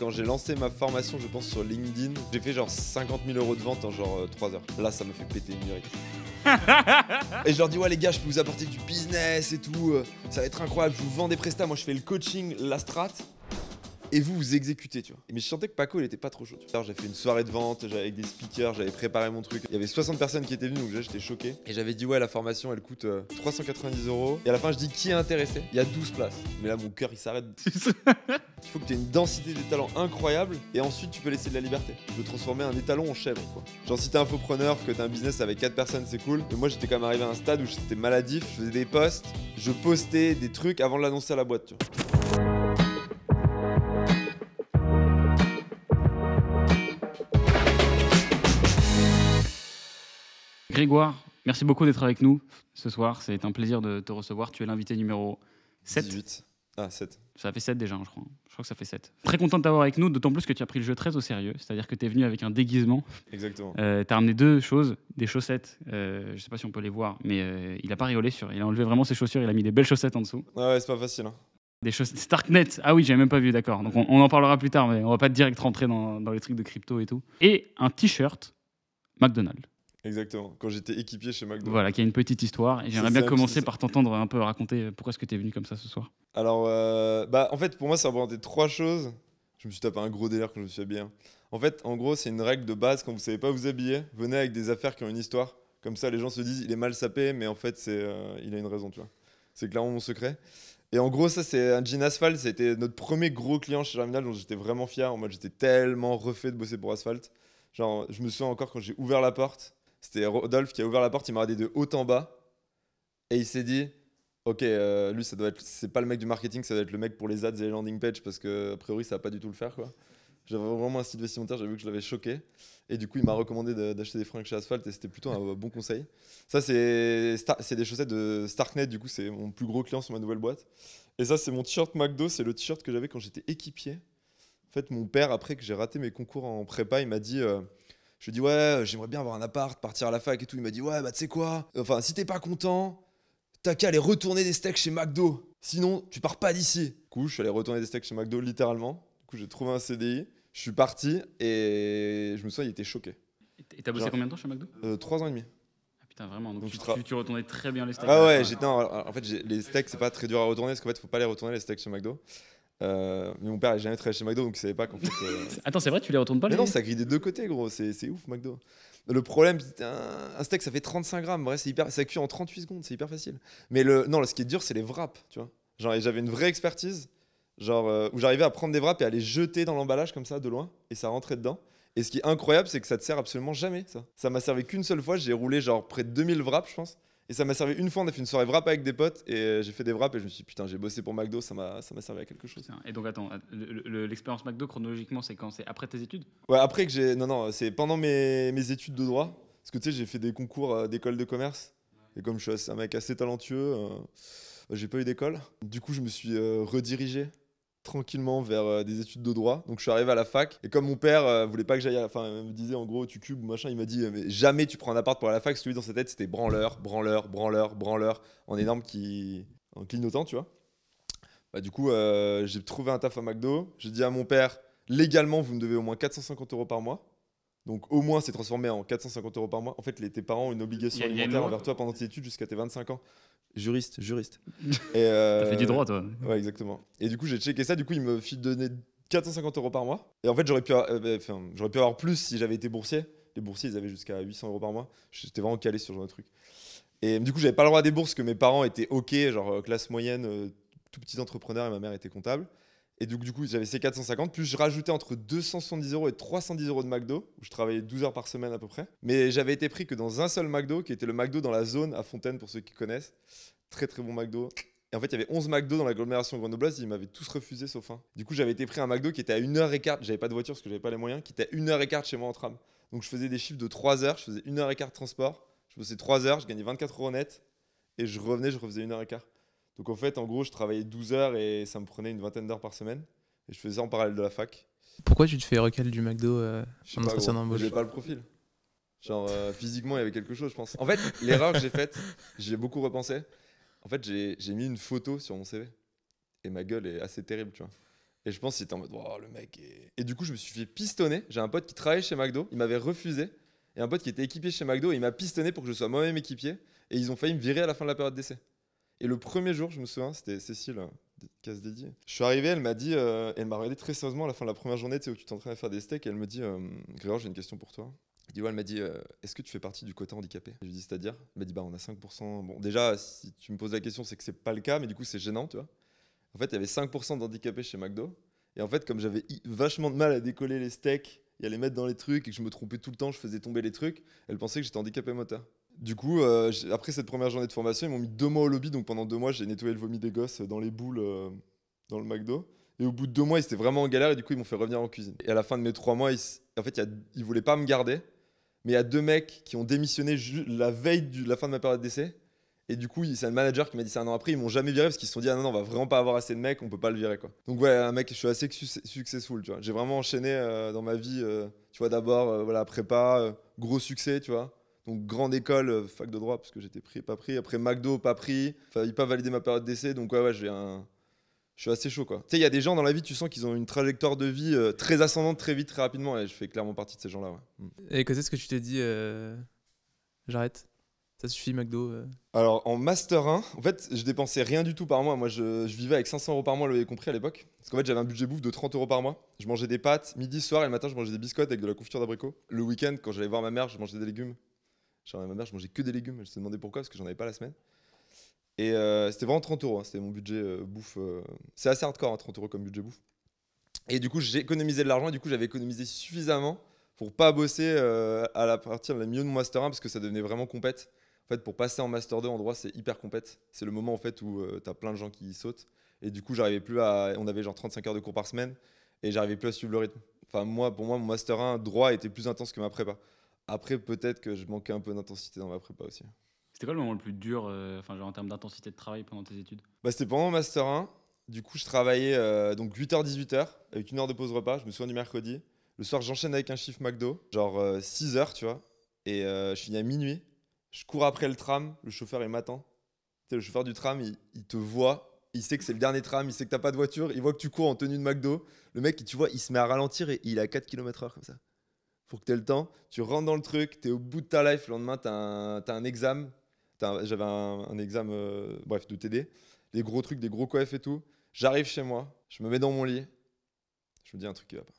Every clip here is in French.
Quand j'ai lancé ma formation, je pense sur LinkedIn, j'ai fait genre 50 000 € de vente en genre 3 heures. Là, ça me fait péter une mûrie. Et je leur dis ouais les gars, je peux vous apporter du business et tout, ça va être incroyable, je vous vends des prestats, moi je fais le coaching, la strat. Et vous exécutez, tu vois. Mais je sentais que Paco, il était pas trop chaud. J'ai fait une soirée de vente, j'avais avec des speakers, j'avais préparé mon truc. Il y avait 60 personnes qui étaient venues, donc déjà j'étais choqué. Et j'avais dit, ouais, la formation, elle coûte 390 €. Et à la fin, je dis, qui est intéressé? Il y a 12 places. Mais là, mon cœur, il s'arrête. Il faut que tu aies une densité des talents incroyable. Et ensuite, tu peux laisser de la liberté. Tu peux transformer un étalon en chèvre, quoi. Genre, si t'es infopreneur, que t'as un business avec 4 personnes, c'est cool. Mais moi, j'étais quand même arrivé à un stade où j'étais maladif, je faisais des posts, je postais des trucs avant de l'annoncer à la boîte, tu vois. Grégoire, merci beaucoup d'être avec nous ce soir. C'est un plaisir de te recevoir. Tu es l'invité numéro 7. 18. Ah, 7. Ça fait 7 déjà, je crois. Je crois que ça fait 7. Très content de t'avoir avec nous, d'autant plus que tu as pris le jeu très au sérieux. C'est-à-dire que tu es venu avec un déguisement. Exactement. Tu as ramené 2 choses, des chaussettes. Je sais pas si on peut les voir, mais il a pas rigolé sur. Il a enlevé vraiment ses chaussures, il a mis des belles chaussettes en dessous. Ouais, c'est pas facile, hein. Des chaussettes Starknet. Ah oui, j'avais même pas vu, d'accord. Donc on en parlera plus tard, mais on va pas direct rentrer dans les trucs de crypto et tout. Et un t-shirt McDonald's. Exactement, quand j'étais équipier chez McDo. Voilà, qui a une petite histoire. Et j'aimerais bien commencer par t'entendre un peu raconter pourquoi est-ce que tu es venu comme ça ce soir. Alors, en fait, pour moi, ça représentait 3 choses. Je me suis tapé un gros délire quand je me suis habillé. En fait, en gros, c'est une règle de base. Quand vous savez pas vous habiller, venez avec des affaires qui ont une histoire. Comme ça, les gens se disent, il est mal sapé, mais en fait, il a une raison, tu vois. C'est clairement mon secret. Et en gros, ça, c'est un jean Asphalt. C'était notre premier gros client chez Germinal, dont j'étais vraiment fier. En mode, j'étais tellement refait de bosser pour Asphalt. Genre, je me souviens encore quand j'ai ouvert la porte. C'était Rodolphe qui a ouvert la porte, il m'a regardé de haut en bas. Et il s'est dit, ok, lui, ça doit être, c'est pas le mec du marketing, ça doit être le mec pour les ads et les landing pages, parce que a priori, ça va pas du tout le faire, quoi. J'avais vraiment un style vestimentaire, j'avais vu que je l'avais choqué. Et du coup, il m'a recommandé d'acheter des fringues chez Asphalt, et c'était plutôt un bon conseil. Ça, c'est des chaussettes de Starknet, du coup, c'est mon plus gros client sur ma nouvelle boîte. Et ça, c'est mon t-shirt McDo, c'est le t-shirt que j'avais quand j'étais équipier. En fait, mon père, après que j'ai raté mes concours en prépa, il m'a dit... je lui ai dit ouais, j'aimerais bien avoir un appart, partir à la fac et tout. Il m'a dit ouais, bah tu sais quoi, enfin si t'es pas content, t'as qu'à aller retourner des steaks chez McDo. Sinon, tu pars pas d'ici. Du coup, je suis allé retourner des steaks chez McDo littéralement. Du coup, j'ai trouvé un CDI, je suis parti et je me souviens, il était choqué. Et t'as bossé combien de temps chez McDo? 3 ans et demi. Ah putain, vraiment, donc Donc tu retournais très bien les steaks. Ah ouais, en fait, les steaks, c'est pas très dur à retourner parce qu'en fait, faut pas les retourner les steaks chez McDo. Mais mon père n'a jamais travaillé chez McDo, donc il savait pas qu'en fait. Attends, c'est vrai, tu les retournes pas? Mais non, ça grille des deux côtés, gros. C'est ouf, McDo. Le problème, c'est un steak, ça fait 35 grammes. Bref, ça cuit en 38 secondes, c'est hyper facile. Mais ce qui est dur, c'est les wraps, tu vois. Genre, j'avais une vraie expertise, genre où j'arrivais à prendre des wraps et à les jeter dans l'emballage comme ça, de loin, et ça rentrait dedans. Et ce qui est incroyable, c'est que ça te sert absolument jamais, ça. Ça m'a servi qu'une seule fois. J'ai roulé genre près de 2000 wraps, je pense. Et ça m'a servi une fois, on a fait une soirée wrap avec des potes et j'ai fait des wraps et je me suis dit putain, j'ai bossé pour McDo, ça m'a servi à quelque chose. Et donc attends, l'expérience McDo chronologiquement, c'est quand? C'est après tes études? Ouais, après que j'ai... Non, c'est pendant mes études de droit. Parce que tu sais, j'ai fait des concours d'école de commerce. Et comme je suis un mec assez talentueux, j'ai pas eu d'école. Du coup, je me suis redirigé tranquillement vers des études de droit. Donc je suis arrivé à la fac et comme mon père voulait pas que j'aille, enfin me disait en gros tu cubes machin, il m'a dit mais jamais tu prends un appart pour aller à la fac. Parce que lui dans sa tête c'était branleur en énorme en clignotant, tu vois. Bah, du coup j'ai trouvé un taf à McDo. J'ai dit à mon père légalement vous me devez au moins 450 € par mois. Donc au moins c'est transformé en 450 € par mois. En fait tes parents ont une obligation alimentaire envers toi pendant tes études jusqu'à tes 25 ans. Juriste. Et T'as fait du droit, toi. Ouais, exactement. Et du coup, j'ai checké ça. Du coup, il me donnait 450 € par mois. Et en fait, j'aurais pu avoir plus si j'avais été boursier. Les boursiers, ils avaient jusqu'à 800 € par mois. J'étais vraiment calé sur ce genre de truc. Et du coup, j'avais pas le droit à des bourses que mes parents étaient OK, genre classe moyenne, tout petits entrepreneurs, et ma mère était comptable. Et du coup, j'avais ces 450, plus je rajoutais entre 270 € et 310 € de McDo, où je travaillais 12 heures par semaine à peu près. Mais j'avais été pris que dans un seul McDo, qui était le McDo dans la zone à Fontaine, pour ceux qui connaissent. Très très bon McDo. Et en fait, il y avait 11 McDo dans l'agglomération grenobloise, ils m'avaient tous refusé sauf un. Du coup, j'avais été pris à un McDo qui était à 1h15, j'avais pas de voiture parce que j'avais pas les moyens, qui était à 1h15 chez moi en tram. Donc je faisais des chiffres de 3 heures, je faisais 1h15 de transport, je bossais 3 heures, je gagnais 24 € net, et je revenais, je refaisais 1h15. Donc en fait, en gros, je travaillais 12 heures et ça me prenait une vingtaine d'heures par semaine. Et je faisais ça en parallèle de la fac. Pourquoi tu te fais recal du McDo Je sais en pas, entretien gros, d'embauche? j'avais pas le profil. Genre physiquement, il y avait quelque chose, je pense. En fait, l'erreur que j'ai faite, j'ai beaucoup repensé. En fait, j'ai mis une photo sur mon CV. Et ma gueule est assez terrible, tu vois. Et je pense qu'il était en mode, wow, le mec est... Et du coup, je me suis fait pistonner. J'ai un pote qui travaillait chez McDo, il m'avait refusé. Et un pote qui était équipier chez McDo, il m'a pistonné pour que je sois moi-même équipier. Et ils ont failli me virer à la fin de la période d'essai. Et le premier jour, je me souviens, c'était Cécile, casse dédiée. Je suis arrivé, elle m'a dit, elle m'a regardé très sérieusement à la fin de la première journée, tu sais, où tu t'entraînes à faire des steaks. Et elle me dit, Grégoire, j'ai une question pour toi. Elle m'a dit, est-ce que tu fais partie du quota handicapé? Je lui ai dit, c'est-à-dire? Elle m'a dit, bah on a 5%. Bon, déjà, si tu me poses la question, c'est que c'est pas le cas, mais du coup, c'est gênant, tu vois. En fait, il y avait 5% d'handicapés chez McDo. Et en fait, comme j'avais vachement de mal à décoller les steaks et à les mettre dans les trucs et que je me trompais tout le temps, je faisais tomber les trucs, elle pensait que j'étais handicapé moteur. Du coup, après cette première journée de formation, ils m'ont mis 2 mois au lobby. Donc pendant 2 mois, j'ai nettoyé le vomi des gosses dans les boules dans le McDo. Et au bout de 2 mois, ils étaient vraiment en galère et du coup, ils m'ont fait revenir en cuisine. Et à la fin de mes 3 mois, en fait, ils voulaient pas me garder. Mais il y a 2 mecs qui ont démissionné la veille de la fin de ma période d'essai. Et du coup, c'est un manager qui m'a dit ça un an après. Ils m'ont jamais viré parce qu'ils se sont dit, ah non, on va vraiment pas avoir assez de mecs, on peut pas le virer, quoi. Donc, ouais, un mec, je suis assez successful, tu vois. J'ai vraiment enchaîné dans ma vie, tu vois, d'abord, voilà, prépa, gros succès, tu vois. Donc, grande école, fac de droit, parce que j'étais pris, pas pris. Après, McDo, pas pris. Fallait pas valider ma période d'essai. Donc, ouais, je suis assez chaud, quoi. Tu sais, il y a des gens dans la vie, tu sens qu'ils ont une trajectoire de vie très ascendante, très vite, très rapidement. Et je fais clairement partie de ces gens-là, ouais. Et quand est-ce que tu t'es dit j'arrête? Ça suffit, McDo Alors, en Master 1, en fait, je dépensais rien du tout par mois. Moi, je vivais avec 500 € par mois, l'avez compris à l'époque. Parce qu'en fait, j'avais un budget bouffe de 30 € par mois. Je mangeais des pâtes, midi, soir, et le matin, je mangeais des biscottes avec de la confiture d'abricot. Le week-end, quand j'allais voir ma mère, je mangeais des légumes. Genre, ma mère, je mangeais que des légumes. Je me demandais pourquoi, parce que j'en avais pas la semaine. Et c'était vraiment 30 €. Hein. C'était mon budget bouffe. C'est assez hardcore, hein, 30 € comme budget bouffe. Et du coup, j'ai économisé de l'argent, et du coup, j'avais économisé suffisamment pour pas bosser à la partir de la milieu de mon Master 1, parce que ça devenait vraiment compète. En fait, pour passer en Master 2 en droit, c'est hyper compète. C'est le moment en fait où tu as plein de gens qui sautent. Et du coup, j'arrivais plus à. On avait genre 35 heures de cours par semaine et j'arrivais plus à suivre le rythme. Enfin, pour moi, mon Master 1 droit était plus intense que ma prépa. Après, peut-être que je manquais un peu d'intensité dans ma prépa aussi. C'était quoi le moment le plus dur, enfin, genre en termes d'intensité de travail pendant tes études? Bah, c'était pendant mon Master 1. Du coup, je travaillais donc 8h, 18h avec 1 heure de pause repas. Je me souviens du mercredi. Le soir, j'enchaîne avec un chiffre McDo, genre 6h, tu vois. Et je finis à minuit. Je cours après le tram, le chauffeur il m'attend. Tu sais, le chauffeur du tram, il te voit, il sait que c'est le dernier tram, il sait que t'as pas de voiture, il voit que tu cours en tenue de McDo. Le mec, tu vois, il se met à ralentir et il est à 4 km/h comme ça. Faut que t'aies le temps, tu rentres dans le truc, t'es au bout de ta life, le lendemain t'as un examen. J'avais un examen, bref, de TD. Des gros trucs, des gros coeffs et tout. J'arrive chez moi, je me mets dans mon lit, je me dis un truc qui va pas.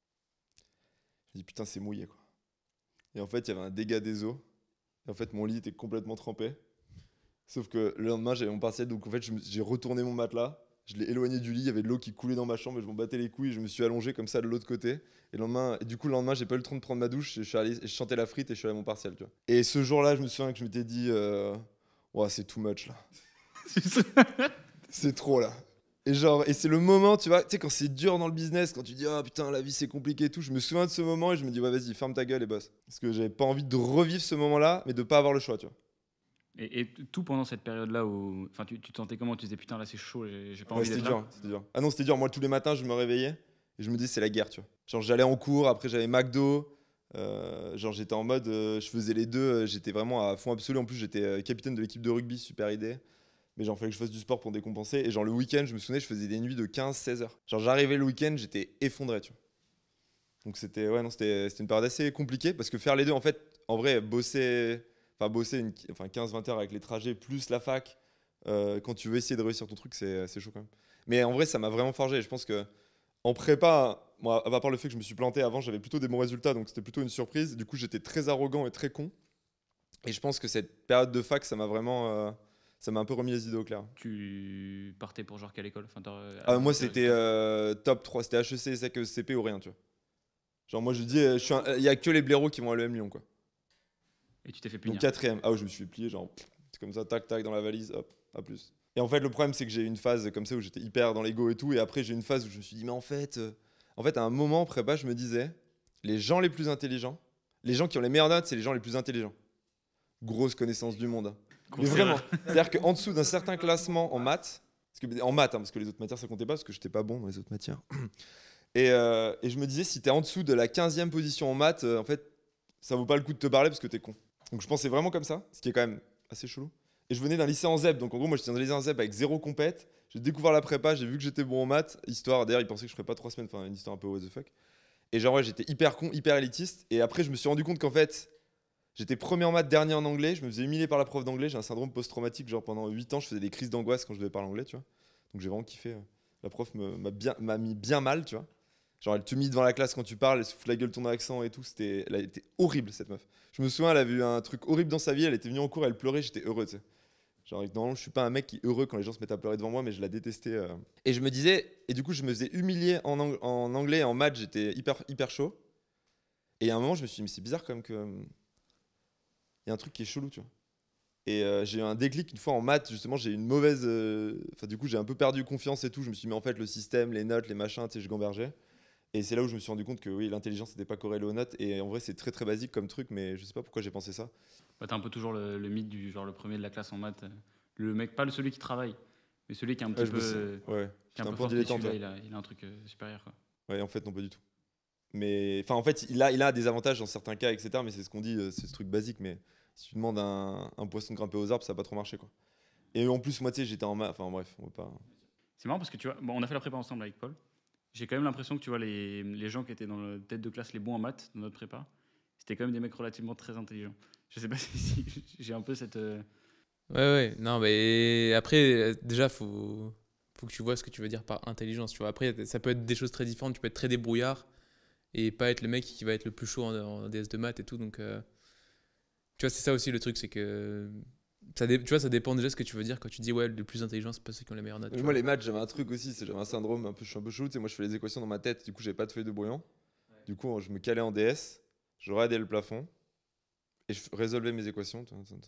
Je me dis putain, c'est mouillé quoi. Et en fait, il y avait un dégât des eaux. Et en fait, mon lit était complètement trempé. Sauf que le lendemain, j'avais mon partiel. Donc en fait, j'ai retourné mon matelas. Je l'ai éloigné du lit. Il y avait de l'eau qui coulait dans ma chambre. Et je m'en battais les couilles. Je me suis allongé comme ça de l'autre côté. Et du coup, le lendemain, j'ai pas eu le temps de prendre ma douche. Je suis allé, je chantais la frite et je suis allé à mon partiel. Tu vois. Et ce jour-là, je me souviens que je m'étais dit ouais, c'est too much là. C'est trop là. Et c'est le moment, tu vois, quand c'est dur dans le business, quand tu dis, ah putain, la vie c'est compliqué et tout, je me souviens de ce moment et je me dis, ouais, vas-y, ferme ta gueule et bosse. Parce que j'avais pas envie de revivre ce moment-là, mais de pas avoir le choix, tu vois. Et tout pendant cette période-là où. Enfin, tu te sentais comment? Tu disais putain, là c'est chaud, j'ai pas Ouais, envie d'être là. c'était dur. Ah non, c'était dur. Moi, tous les matins, je me réveillais et je me disais, c'est la guerre, tu vois. Genre, j'allais en cours, après, j'avais McDo. Genre, j'étais en mode, je faisais les deux, j'étais vraiment à fond absolu. En plus, j'étais capitaine de l'équipe de rugby, super idée. Mais genre, fallait que je fasse du sport pour décompenser. Et genre, le week-end, je me souvenais, je faisais des nuits de 15-16 heures. Genre, j'arrivais le week-end, j'étais effondré, tu vois. Donc, c'était une période assez compliquée parce que faire les deux, en fait, en vrai, bosser 15-20 heures avec les trajets plus la fac, quand tu veux essayer de réussir ton truc, c'est chaud quand même. Mais en vrai, ça m'a vraiment forgé. Je pense que en prépa, moi, à part le fait que je me suis planté avant, j'avais plutôt des bons résultats, donc c'était plutôt une surprise. Du coup, j'étais très arrogant et très con. Et je pense que cette période de fac, ça m'a vraiment. Ça m'a un peu remis les idées au clair. Tu partais pour genre quelle école? Enfin, moi, c'était top 3. C'était HEC, SEC, ESCP ou rien, tu vois. Genre, moi, je dis, il y a que les blaireaux qui vont à l'EM Lyon, quoi. Et tu t'es fait punir. Donc, 4ème. Ah ouais, je me suis fait plier, genre, c'est comme ça, tac, tac, dans la valise, hop, à plus. Et en fait, le problème, c'est que j'ai eu une phase comme ça où j'étais hyper dans l'ego et tout. Et après, j'ai eu une phase où je me suis dit, mais en fait, à un moment, prépa, je me disais, les gens les plus intelligents, les gens qui ont les meilleures notes, c'est les gens les plus intelligents. Grosse connaissance du monde. Hein. Mais vraiment, c'est-à-dire qu'en dessous d'un certain classement en maths, parce que les autres matières ça comptait pas, parce que j'étais pas bon dans les autres matières. Et je me disais, si t'es en dessous de la 15e position en maths, en fait, ça vaut pas le coup de te parler parce que t'es con. Donc je pensais vraiment comme ça, ce qui est quand même assez chelou. Et je venais d'un lycée en ZEP, donc en gros, moi j'étais dans un lycée en ZEP avec 0 compète. J'ai découvert la prépa, j'ai vu que j'étais bon en maths. Histoire, d'ailleurs, ils pensaient que je ferais pas 3 semaines, enfin, une histoire un peu what the fuck. Et genre, ouais, j'étais hyper con, hyper élitiste. Et après, je me suis rendu compte qu'en fait, j'étais premier en maths, dernier en anglais. Je me faisais humilier par la prof d'anglais. J'ai un syndrome post-traumatique. Genre, pendant 8 ans, je faisais des crises d'angoisse quand je devais parler anglais, tu vois. Donc, j'ai vraiment kiffé. La prof m'a mis bien mal, tu vois. Genre, elle te mit devant la classe quand tu parles, elle se fout la gueule ton accent et tout. Elle a été horrible, cette meuf. Je me souviens, elle avait eu un truc horrible dans sa vie. Elle était venue en cours, elle pleurait, j'étais heureux, tu sais. Genre, normalement, je suis pas un mec qui est heureux quand les gens se mettent à pleurer devant moi, mais je la détestais. Et je me disais, et du coup, je me faisais humilier en anglais et en maths, j'étais hyper chaud. Et à un moment, je me suis dit, mais c'est bizarre quand même que. Il y a un truc qui est chelou, tu vois. Et j'ai eu un déclic une fois en maths, justement, j'ai eu une mauvaise. Enfin, du coup, j'ai un peu perdu confiance et tout. Je me suis dit, mais en fait, le système, les notes, les machins, tu sais, je gambergeais. Et c'est là où je me suis rendu compte que oui, l'intelligence n'était pas corrélée aux notes. Et en vrai, c'est très basique comme truc, mais je sais pas pourquoi j'ai pensé ça. Bah, t'as un peu toujours le mythe du genre le premier de la classe en maths. Le mec, pas celui qui travaille, mais celui qui est un petit Ouais, ouais. qui est J'étais un un peu peu fort dilettante. dessus, Ouais. là, il a un truc supérieur. Quoi. Ouais, en fait, non, pas du tout. Mais enfin, en fait, il a des avantages dans certains cas, etc. Mais c'est ce qu'on dit, c'est ce truc basique. Mais si tu demandes à un poisson de grimper aux arbres, ça va pas trop marcher, quoi. Et en plus, moi, tu sais, j'étais en maths. Enfin, bref, on va pas. C'est marrant parce que tu vois, bon, on a fait la prépa ensemble avec Paul. J'ai quand même l'impression que tu vois les gens qui étaient dans la tête de classe les bons en maths dans notre prépa, c'était quand même des mecs relativement très intelligents. Je sais pas si j'ai un peu cette. Ouais, non, mais après, déjà, faut que tu vois ce que tu veux dire par intelligence, tu vois. Après, ça peut être des choses très différentes. Tu peux être très débrouillard et pas être le mec qui va être le plus chaud en DS de maths et tout. Donc, tu vois, c'est ça aussi le truc, c'est que tu vois, ça dépend déjà de ce que tu veux dire quand tu dis, ouais, le plus intelligent, c'est pas ceux qui ont les meilleures notes. Mais tu moi, vois. les maths, j'avais un truc aussi. J'avais un syndrome un peu, je suis un peu chelou. Tu sais, moi, je fais les équations dans ma tête. Du coup, j'avais pas de feuille de brouillon. Du coup, je me calais en DS. Je regardais le plafond et je résolvais mes équations.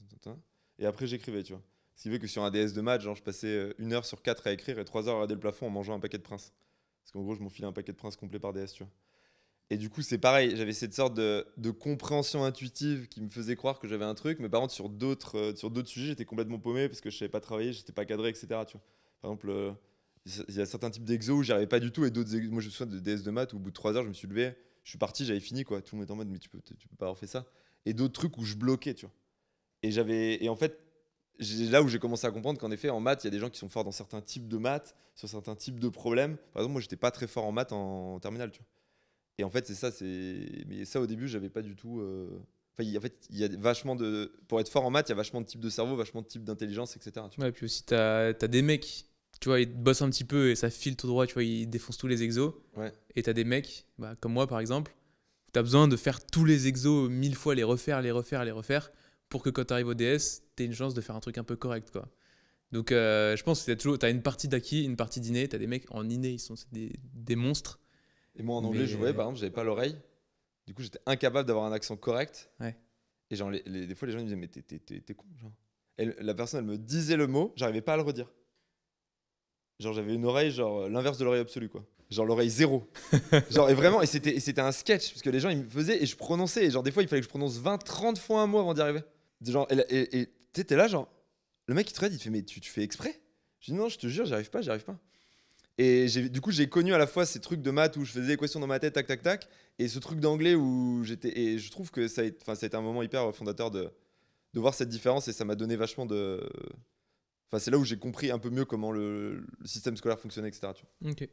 Et après, j'écrivais, tu vois. Ce qui fait que sur un DS de maths, genre, je passais 1 heure sur 4 à écrire et 3 heures à regarder le plafond en mangeant un paquet de Prince. Parce qu'en gros, je m'enfilais un paquet de Prince complet par DS, tu vois. Et du coup, c'est pareil, j'avais cette sorte de compréhension intuitive qui me faisait croire que j'avais un truc, mais par contre, sur d'autres sujets, j'étais complètement paumé parce que je savais pas travailler, j'étais pas cadré, etc. Tu vois. Par exemple, il y a certains types d'exos où j'y arrivais pas du tout, et d'autres moi, je me souviens de DS de maths où au bout de 3 heures, je me suis levé, je suis parti, j'avais fini, quoi. Tout le monde était en mode, mais tu peux pas avoir fait ça. Et d'autres trucs où je bloquais, tu vois. Et en fait, là où j'ai commencé à comprendre qu'en effet, en maths, il y a des gens qui sont forts dans certains types de maths, sur certains types de problèmes. Par exemple, moi, j'étais pas très fort en maths en terminale, tu vois. Et en fait, c'est ça, mais ça au début, j'avais pas du tout. Enfin, en fait, il y a vachement de. Pour être fort en maths, il y a vachement de types de cerveau, vachement de types d'intelligence, etc. Tu vois. Ouais, puis aussi, t'as des mecs, tu vois, ils bossent un petit peu et ça file tout droit, tu vois, ils défoncent tous les exos. Ouais. Et t'as des mecs, bah, comme moi par exemple, où t'as besoin de faire tous les exos 1000 fois, les refaire, pour que quand t'arrives au DS, t'aies une chance de faire un truc un peu correct, quoi. Donc je pense que t'as une partie d'acquis, une partie d'inné. T'as des mecs en inné, c'est des monstres. Et moi, en anglais, je voyais, par exemple, j'avais pas l'oreille. Du coup, j'étais incapable d'avoir un accent correct. Ouais. Et genre, des fois, les gens ils me disaient, mais t'es con, genre. Et la personne, elle me disait le mot, j'arrivais pas à le redire. Genre, j'avais une oreille, genre, l'inverse de l'oreille absolue, quoi. Genre, l'oreille zéro. Genre, et vraiment, et c'était un sketch, parce que les gens, ils me faisaient, et je prononçais, et genre, des fois, il fallait que je prononce 20-30 fois un mot avant d'y arriver. Genre, et tu sais, t'es là, genre, le mec, il te regarde, il te fait, mais tu fais exprès? Je dis, non, je te jure, j'y arrive pas. Et du coup, j'ai connu à la fois ces trucs de maths où je faisais des équations dans ma tête, tac, tac, tac, et ce truc d'anglais où j'étais. Et je trouve que ça a été un moment hyper fondateur de voir cette différence, et ça m'a donné vachement de. Enfin, c'est là où j'ai compris un peu mieux comment le système scolaire fonctionnait, etc. Tu vois. Ok.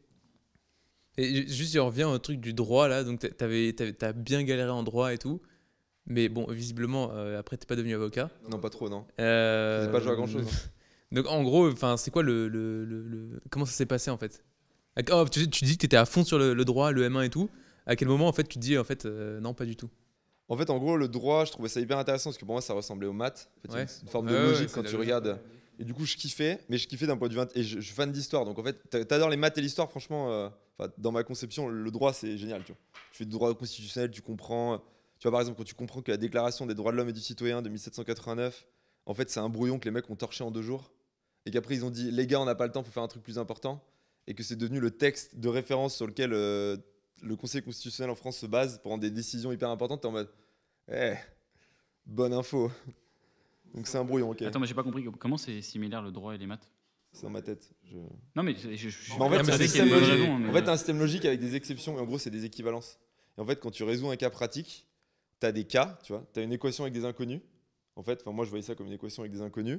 Et juste, je reviens au truc du droit là. Donc, t'as bien galéré en droit et tout. Mais bon, visiblement, après, t'es pas devenu avocat. Non, pas trop, non. Euh, J'ai pas joué à grand chose. Donc, en gros, c'est quoi comment ça s'est passé en fait? Oh, tu dis que t'étais à fond sur le droit, le M1 et tout. À quel moment en fait tu te dis en fait non, pas du tout? En fait, en gros, le droit, je trouvais ça hyper intéressant parce que pour moi, ça ressemblait aux maths. En fait, il y a Ouais. une forme de Ouais, logique c'est quand la tu logique, regardes. Et du coup, je kiffais, mais je kiffais d'un point de vue. Et je suis fan d'histoire. Donc, en fait, t'adores les maths et l'histoire, franchement. Dans ma conception, le droit, c'est génial. Tu vois. Tu fais du droit constitutionnel, tu comprends. Tu vois, par exemple, quand tu comprends que la Déclaration des droits de l'homme et du citoyen de 1789, en fait, c'est un brouillon que les mecs ont torché en 2 jours. Et qu'après, ils ont dit, les gars, on n'a pas le temps, faut faire un truc plus important. Et que c'est devenu le texte de référence sur lequel le Conseil constitutionnel en France se base pour prendre des décisions hyper importantes. T'es en mode, eh, bonne info. Donc c'est un brouillon, ok. Attends, mais j'ai pas compris comment c'est similaire le droit et les maths. C'est dans ma tête. Non, mais je suis Mais en fait, pas c'est un persuadé qu'il y ait système une bonne logique. raison. Mais... En fait, t'as un système logique avec des exceptions et en gros, c'est des équivalences. Et en fait, quand tu résous un cas pratique, t'as des cas, tu vois, t'as une équation avec des inconnus. En fait, moi, je voyais ça comme une équation avec des inconnus.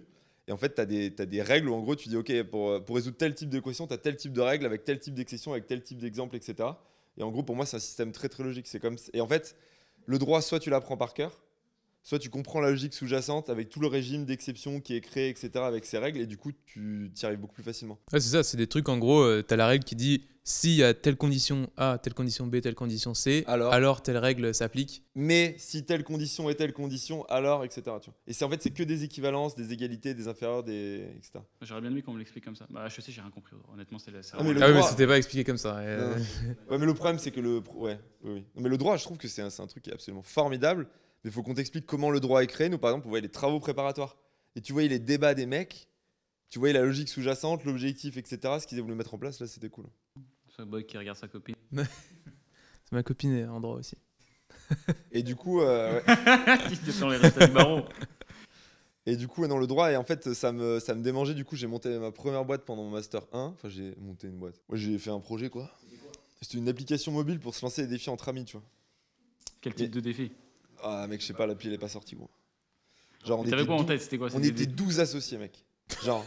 Et en fait, t'as des règles où en gros, tu dis, OK, pour résoudre tel type d'équation, t'as tel type de règle avec tel type d'exception, avec tel type d'exemple, etc. Et en gros, pour moi, c'est un système très très logique. C'est comme... Et en fait, le droit, soit tu l'apprends par cœur, soit tu comprends la logique sous-jacente avec tout le régime d'exception qui est créé, etc., avec ses règles, et du coup, tu y arrives beaucoup plus facilement. Ouais, c'est ça, c'est des trucs en gros, t'as la règle qui dit s'il y a telle condition A, telle condition B, telle condition C, alors telle règle s'applique. Mais si telle condition et telle condition, alors, etc. Tu vois. Et c'est en fait, c'est que des équivalences, des égalités, des inférieurs, etc. J'aurais bien aimé qu'on me l'explique comme ça. Bah, HEC, j'ai rien compris. Honnêtement, c'est Ah, mais le Ah oui, mais droit- c'était pas expliqué comme ça. Ouais, mais le problème, c'est que ouais, oui, oui. Non, mais le droit, je trouve que c'est un truc qui est absolument formidable, mais il faut qu'on t'explique comment le droit est créé. Nous, par exemple, on voyait les travaux préparatoires. Et tu voyais les débats des mecs, tu voyais la logique sous-jacente, l'objectif, etc. Ce qu'ils avaient voulu mettre en place, là, c'était cool. C'est un boy qui regarde sa copine. C'est ma copine en droit aussi. Et du coup, ouais. Il dans les restes du barreau. Et du coup, ouais, dans le droit, et en fait, ça me démangeait. Du coup, j'ai monté ma première boîte pendant mon master 1. Enfin, j'ai monté une boîte. Moi, j'ai fait un projet, quoi. C'était une application mobile pour se lancer des défis entre amis, tu vois. Quel type de défi? Ah, mec, je sais pas, l'appli, elle est pas sortie, gros. Genre, T'avais quoi en tête? C'était quoi? on était 12 associés, mec. Genre,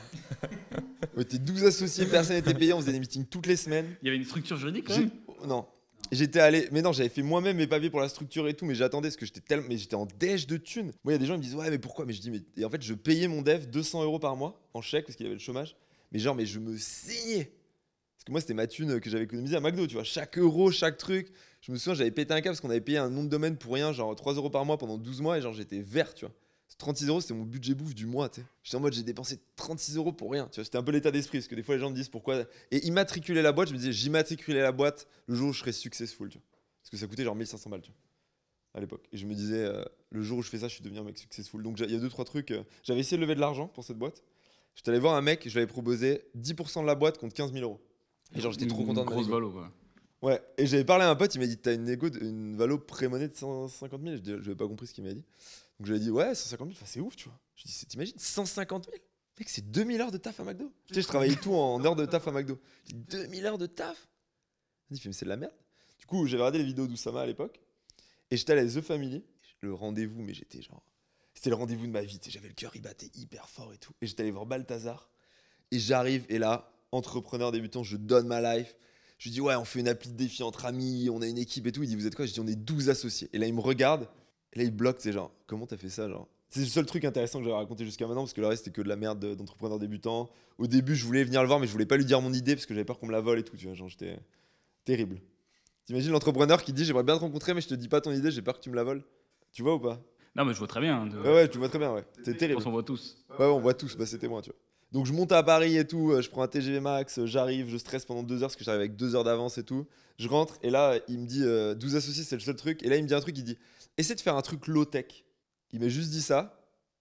on était 12 associés, personne n'était payé, on faisait des meetings toutes les semaines. Il y avait une structure juridique quand même? Non. J'étais allé, mais non, j'avais fait moi-même mes papiers pour la structure et tout, mais j'attendais parce que j'étais en déj de thunes. Moi, il y a des gens qui me disent, ouais, mais pourquoi? Mais je dis, mais. Et en fait, je payais mon dev 200 € par mois en chèque parce qu'il avait le chômage. Mais genre, mais je me saignais. Parce que moi, c'était ma thune que j'avais économisée à McDo, tu vois. Chaque euro, chaque truc. Je me souviens, j'avais pété un câble parce qu'on avait payé un nom de domaine pour rien, genre 3 € par mois pendant 12 mois, et genre, j'étais vert, tu vois. 36 €, c'était mon budget bouffe du mois, tu sais. J'étais en mode, j'ai dépensé 36 € pour rien, tu vois. C'était un peu l'état d'esprit, parce que des fois, les gens me disent pourquoi. Et immatriculer la boîte, je me disais, j'immatriculais la boîte le jour où je serais successful, tu vois. Parce que ça coûtait genre 1500 balles, tu vois, à l'époque. Et je me disais, le jour où je fais ça, je suis devenu un mec successful. Donc, il y a 2-3 trucs. J'avais essayé de lever de l'argent pour cette boîte. J'étais allé voir un mec, je lui avais proposé 10% de la boîte contre 15 000 €. Et genre, j'étais trop content de ma grosse négo. valo, quoi. Ouais, et j'avais parlé à un pote, il m'a dit, t'as une négo, une valo pré-monnaie de 150 000. Je n'avais pas compris ce qu'il m'a dit. Donc je lui ai dit, ouais, 150 000, c'est ouf, tu vois. Je lui ai dit, t'imagines, 150 000? Mec, c'est 2000 heures de taf à McDo. Tu sais, je travaillais tout en heures de taf à McDo. J'ai dit, 2000 heures de taf? Il fait, mais c'est de la merde. Du coup, j'avais regardé les vidéos d'Oussama à l'époque. Et j'étais allé à The Family. Le rendez-vous, mais j'étais genre. C'était le rendez-vous de ma vie. J'avais le cœur, il battait hyper fort et tout. Et j'étais allé voir Balthazar. Et j'arrive, et là, entrepreneur débutant, je donne ma life. Je lui dis, ouais, on fait une appli de défi entre amis, on a une équipe et tout. Il dit, vous êtes quoi? Je dis, on est 12 associés. Et là, il me regarde. Et là, il bloque. C'est genre, comment t'as fait ça, genre? C'est le seul truc intéressant que j'avais raconté jusqu'à maintenant, parce que le reste, c'était que de la merde d'entrepreneur débutant. Au début, je voulais venir le voir, mais je voulais pas lui dire mon idée, parce que j'avais peur qu'on me la vole et tout. Tu vois, genre, j'étais terrible. T'imagines l'entrepreneur qui dit, j'aimerais bien te rencontrer, mais je te dis pas ton idée, j'ai peur que tu me la voles. Tu vois ou pas? Non, mais je vois très bien. Hein, Ouais, tu vois très bien, ouais. C'est Je terrible. pense qu'on voit tous. Ouais, on voit tous, bah c'était moi, tu vois. Donc je monte à Paris et tout, je prends un TGV Max, j'arrive, je stresse pendant 2 heures parce que j'arrive avec 2 heures d'avance et tout. Je rentre et là, il me dit 12 associés, c'est le seul truc. Et là, il me dit un truc, il dit, essaie de faire un truc low-tech. Il m'a juste dit ça.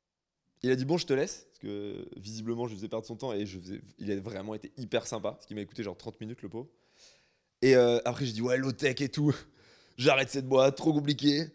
Il a dit, bon, je te laisse, parce que visiblement, je lui faisais perdre son temps et il a vraiment été hyper sympa, parce qu'il m'a écouté genre 30 minutes, le pauvre. Et après, j'ai dit, ouais, low-tech et tout. J'arrête cette boîte, trop compliqué.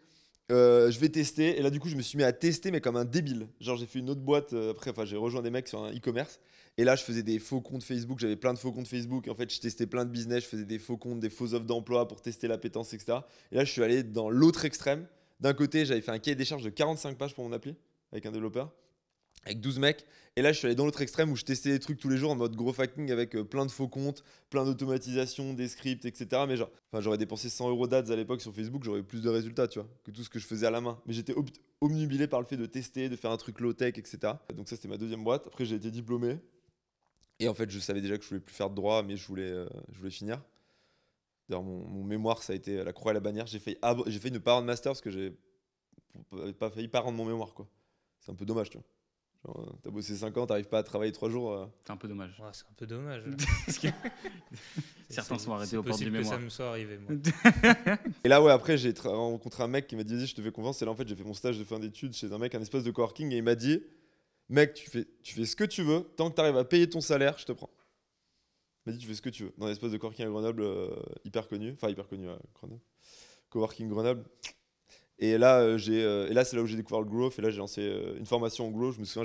Je vais tester. Et là, du coup, je me suis mis à tester, mais comme un débile. Genre, j'ai fait une autre boîte après. Enfin, j'ai rejoint des mecs sur un e-commerce. Et là, je faisais des faux comptes Facebook. J'avais plein de faux comptes Facebook. En fait, je testais plein de business. Je faisais des faux comptes, des faux offres d'emploi pour tester l'appétence, etc. Et là, je suis allé dans l'autre extrême. D'un côté, j'avais fait un cahier des charges de 45 pages pour mon appli avec un développeur, avec 12 mecs. Et là, je suis allé dans l'autre extrême où je testais des trucs tous les jours en mode gros hacking avec plein de faux comptes, plein d'automatisation, des scripts, etc. Mais genre, enfin, j'aurais dépensé 100 € d'ads à l'époque sur Facebook, j'aurais eu plus de résultats, tu vois, que tout ce que je faisais à la main. Mais j'étais omnubilé par le fait de tester, de faire un truc low-tech, etc. Donc ça, c'était ma deuxième boîte. Après, j'ai été diplômé. Et en fait, je savais déjà que je voulais plus faire de droit, mais je voulais finir. D'ailleurs, mon mémoire, ça a été la croix et la bannière. J'ai failli ne pas rendre master parce que j'ai pas failli pas rendre mon mémoire, quoi. C'est un peu dommage, tu vois. Genre, t'as bossé 5 ans, t'arrives pas à travailler 3 jours. C'est un peu dommage. Ouais, c'est un peu dommage. Certains sont arrêtés au port du C'est possible que mémoire. ça me soit arrivé, moi. Et là, ouais, après, j'ai rencontré un mec qui m'a dit, vas-y, je te fais confiance. Et là, en fait, j'ai fait mon stage de fin d'études chez un mec, un espace de coworking. Et il m'a dit, mec, tu fais ce que tu veux. Tant que t'arrives à payer ton salaire, je te prends. Il m'a dit, tu fais ce que tu veux. Dans l'espace de coworking à Grenoble, hyper connu. Enfin, hyper connu à Grenoble. Coworking Grenoble. Et là, et là, c'est là où j'ai découvert le growth. Et là, j'ai lancé une formation en growth. Je me souviens,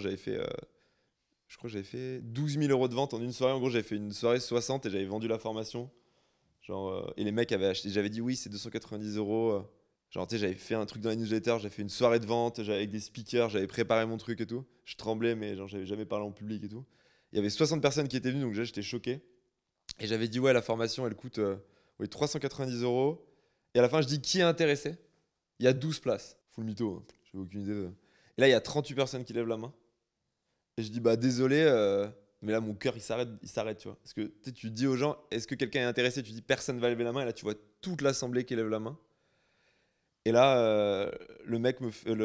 je crois que j'avais fait 12 000 € de vente en une soirée. En gros, j'avais fait une soirée 60 et j'avais vendu la formation. Genre, et les mecs avaient acheté. J'avais dit oui, c'est 290 €. Genre, tu sais, j'avais fait un truc dans la newsletter, j'avais fait une soirée de vente, avec des speakers, j'avais préparé mon truc et tout. Je tremblais, mais genre, j'avais jamais parlé en public et tout. Il y avait 60 personnes qui étaient venues, donc déjà, j'étais choqué. Et j'avais dit, ouais, la formation, elle coûte ouais, 390 euros. Et à la fin, je dis, qui est intéressé? Il y a 12 places. Full mytho, hein. J'avais aucune idée. Et là, il y a 38 personnes qui lèvent la main. Et je dis, bah désolé, mais là, mon cœur, il s'arrête, tu vois. Parce que tu sais, tu dis aux gens, est-ce que quelqu'un est intéressé? Tu dis, personne va lever la main. Et là, tu vois toute l'assemblée qui lève la main. Et là, le mec me fait.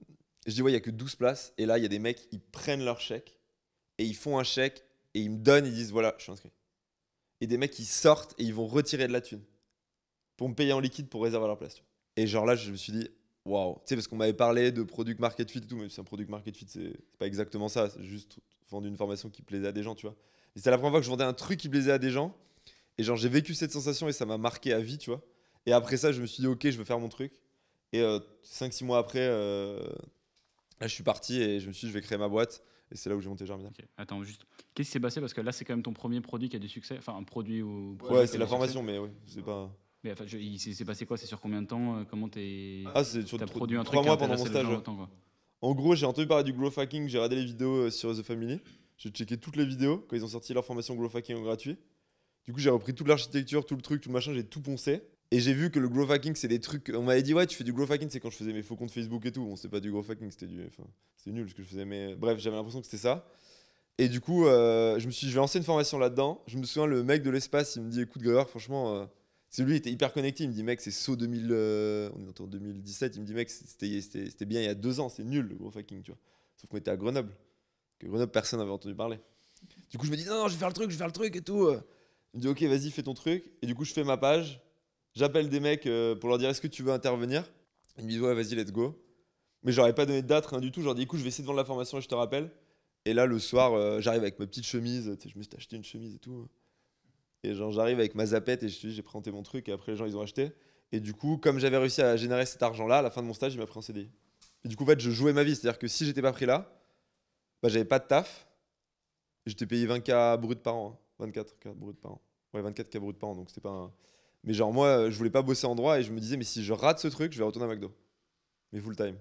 Je dis, ouais, il n'y a que 12 places. Et là, il y a des mecs, ils prennent leur chèque. Et ils font un chèque. Et ils me donnent, ils disent, voilà, je suis inscrit. Et des mecs, ils sortent et ils vont retirer de la thune. Pour me payer en liquide pour réserver leur place. Tu vois. Et genre là, je me suis dit, waouh. Tu sais, parce qu'on m'avait parlé de product market fit et tout. Mais c'est un product market fit, c'est pas exactement ça. C'est juste vendre une formation qui plaisait à des gens, tu vois. Et c'est la première fois que je vendais un truc qui plaisait à des gens. Et genre, j'ai vécu cette sensation et ça m'a marqué à vie, tu vois. Et après ça, je me suis dit, ok, je veux faire mon truc. Et 5-6 mois après, là, je suis parti et je me suis dit, je vais créer ma boîte. Et c'est là où j'ai monté Germinal. Ok, attends, juste. Qu'est-ce qui s'est passé? Parce que là, c'est quand même ton premier produit qui a du succès. Enfin, un produit ou. Ouais, projet qui c'est a la du formation, succès. mais oui, c'est pas. Mais enfin, il s'est passé quoi? C'est sur combien de temps? Comment Ah, c'est sur t'as produit un truc 3 qui a mois pendant mon intéressé les stage. gens Ouais. autant, quoi? En gros, j'ai entendu parler du growth hacking, j'ai regardé les vidéos sur The Family. J'ai checké toutes les vidéos quand ils ont sorti leur formation growth hacking en gratuit. Du coup, j'ai repris toute l'architecture, tout le truc, tout le machin, j'ai tout poncé. Et j'ai vu que le growth hacking, c'est des trucs. On m'avait dit, ouais, tu fais du growth hacking, c'est quand je faisais mes faux comptes Facebook et tout. Bon, c'était pas du growth hacking, c'était du. Enfin, c'était nul ce que je faisais, mais bref, j'avais l'impression que c'était ça. Et du coup, je me suis dit, je vais lancer une formation là-dedans. Je me souviens, le mec de l'espace, il me dit, écoute, Grégoire, franchement, c'est lui, il était hyper connecté. Il me dit, mec, c'est saut 2000, on est en 2017. Il me dit, mec, c'était bien il y a 2 ans, c'est nul le growth hacking, tu vois. Sauf qu'on était à Grenoble. Que Grenoble, personne n'avait entendu parler. Du coup, je me dis, non, non, je vais faire le truc, je vais faire le truc et tout. Il me dit, ok, vas-y, fais ton truc. Et du coup, je fais ma page. J'appelle des mecs pour leur dire, est-ce que tu veux intervenir? Ils me disent, ouais, vas-y, let's go. Mais j'aurais pas donné de date, rien du tout. Je leur dis, écoute, je vais essayer de vendre la formation et je te rappelle. Et là, le soir, j'arrive avec ma petite chemise. Tu sais, je me suis acheté une chemise et tout. Et genre, j'arrive avec ma zapette et je te dis, j'ai présenté mon truc et après, les gens, ils ont acheté. Et du coup, comme j'avais réussi à générer cet argent-là, à la fin de mon stage, il m'a pris en CDI. Et du coup, en fait, je jouais ma vie. C'est-à-dire que si j'étais pas pris là, bah, j'avais pas de taf. J'étais payé 20K brut par an. Hein. 24K brut par an. Ouais, 24K brut par an. Donc, c'était pas un. Mais genre, moi, je voulais pas bosser en droit et je me disais, mais si je rate ce truc, je vais retourner à McDo. Mais full time.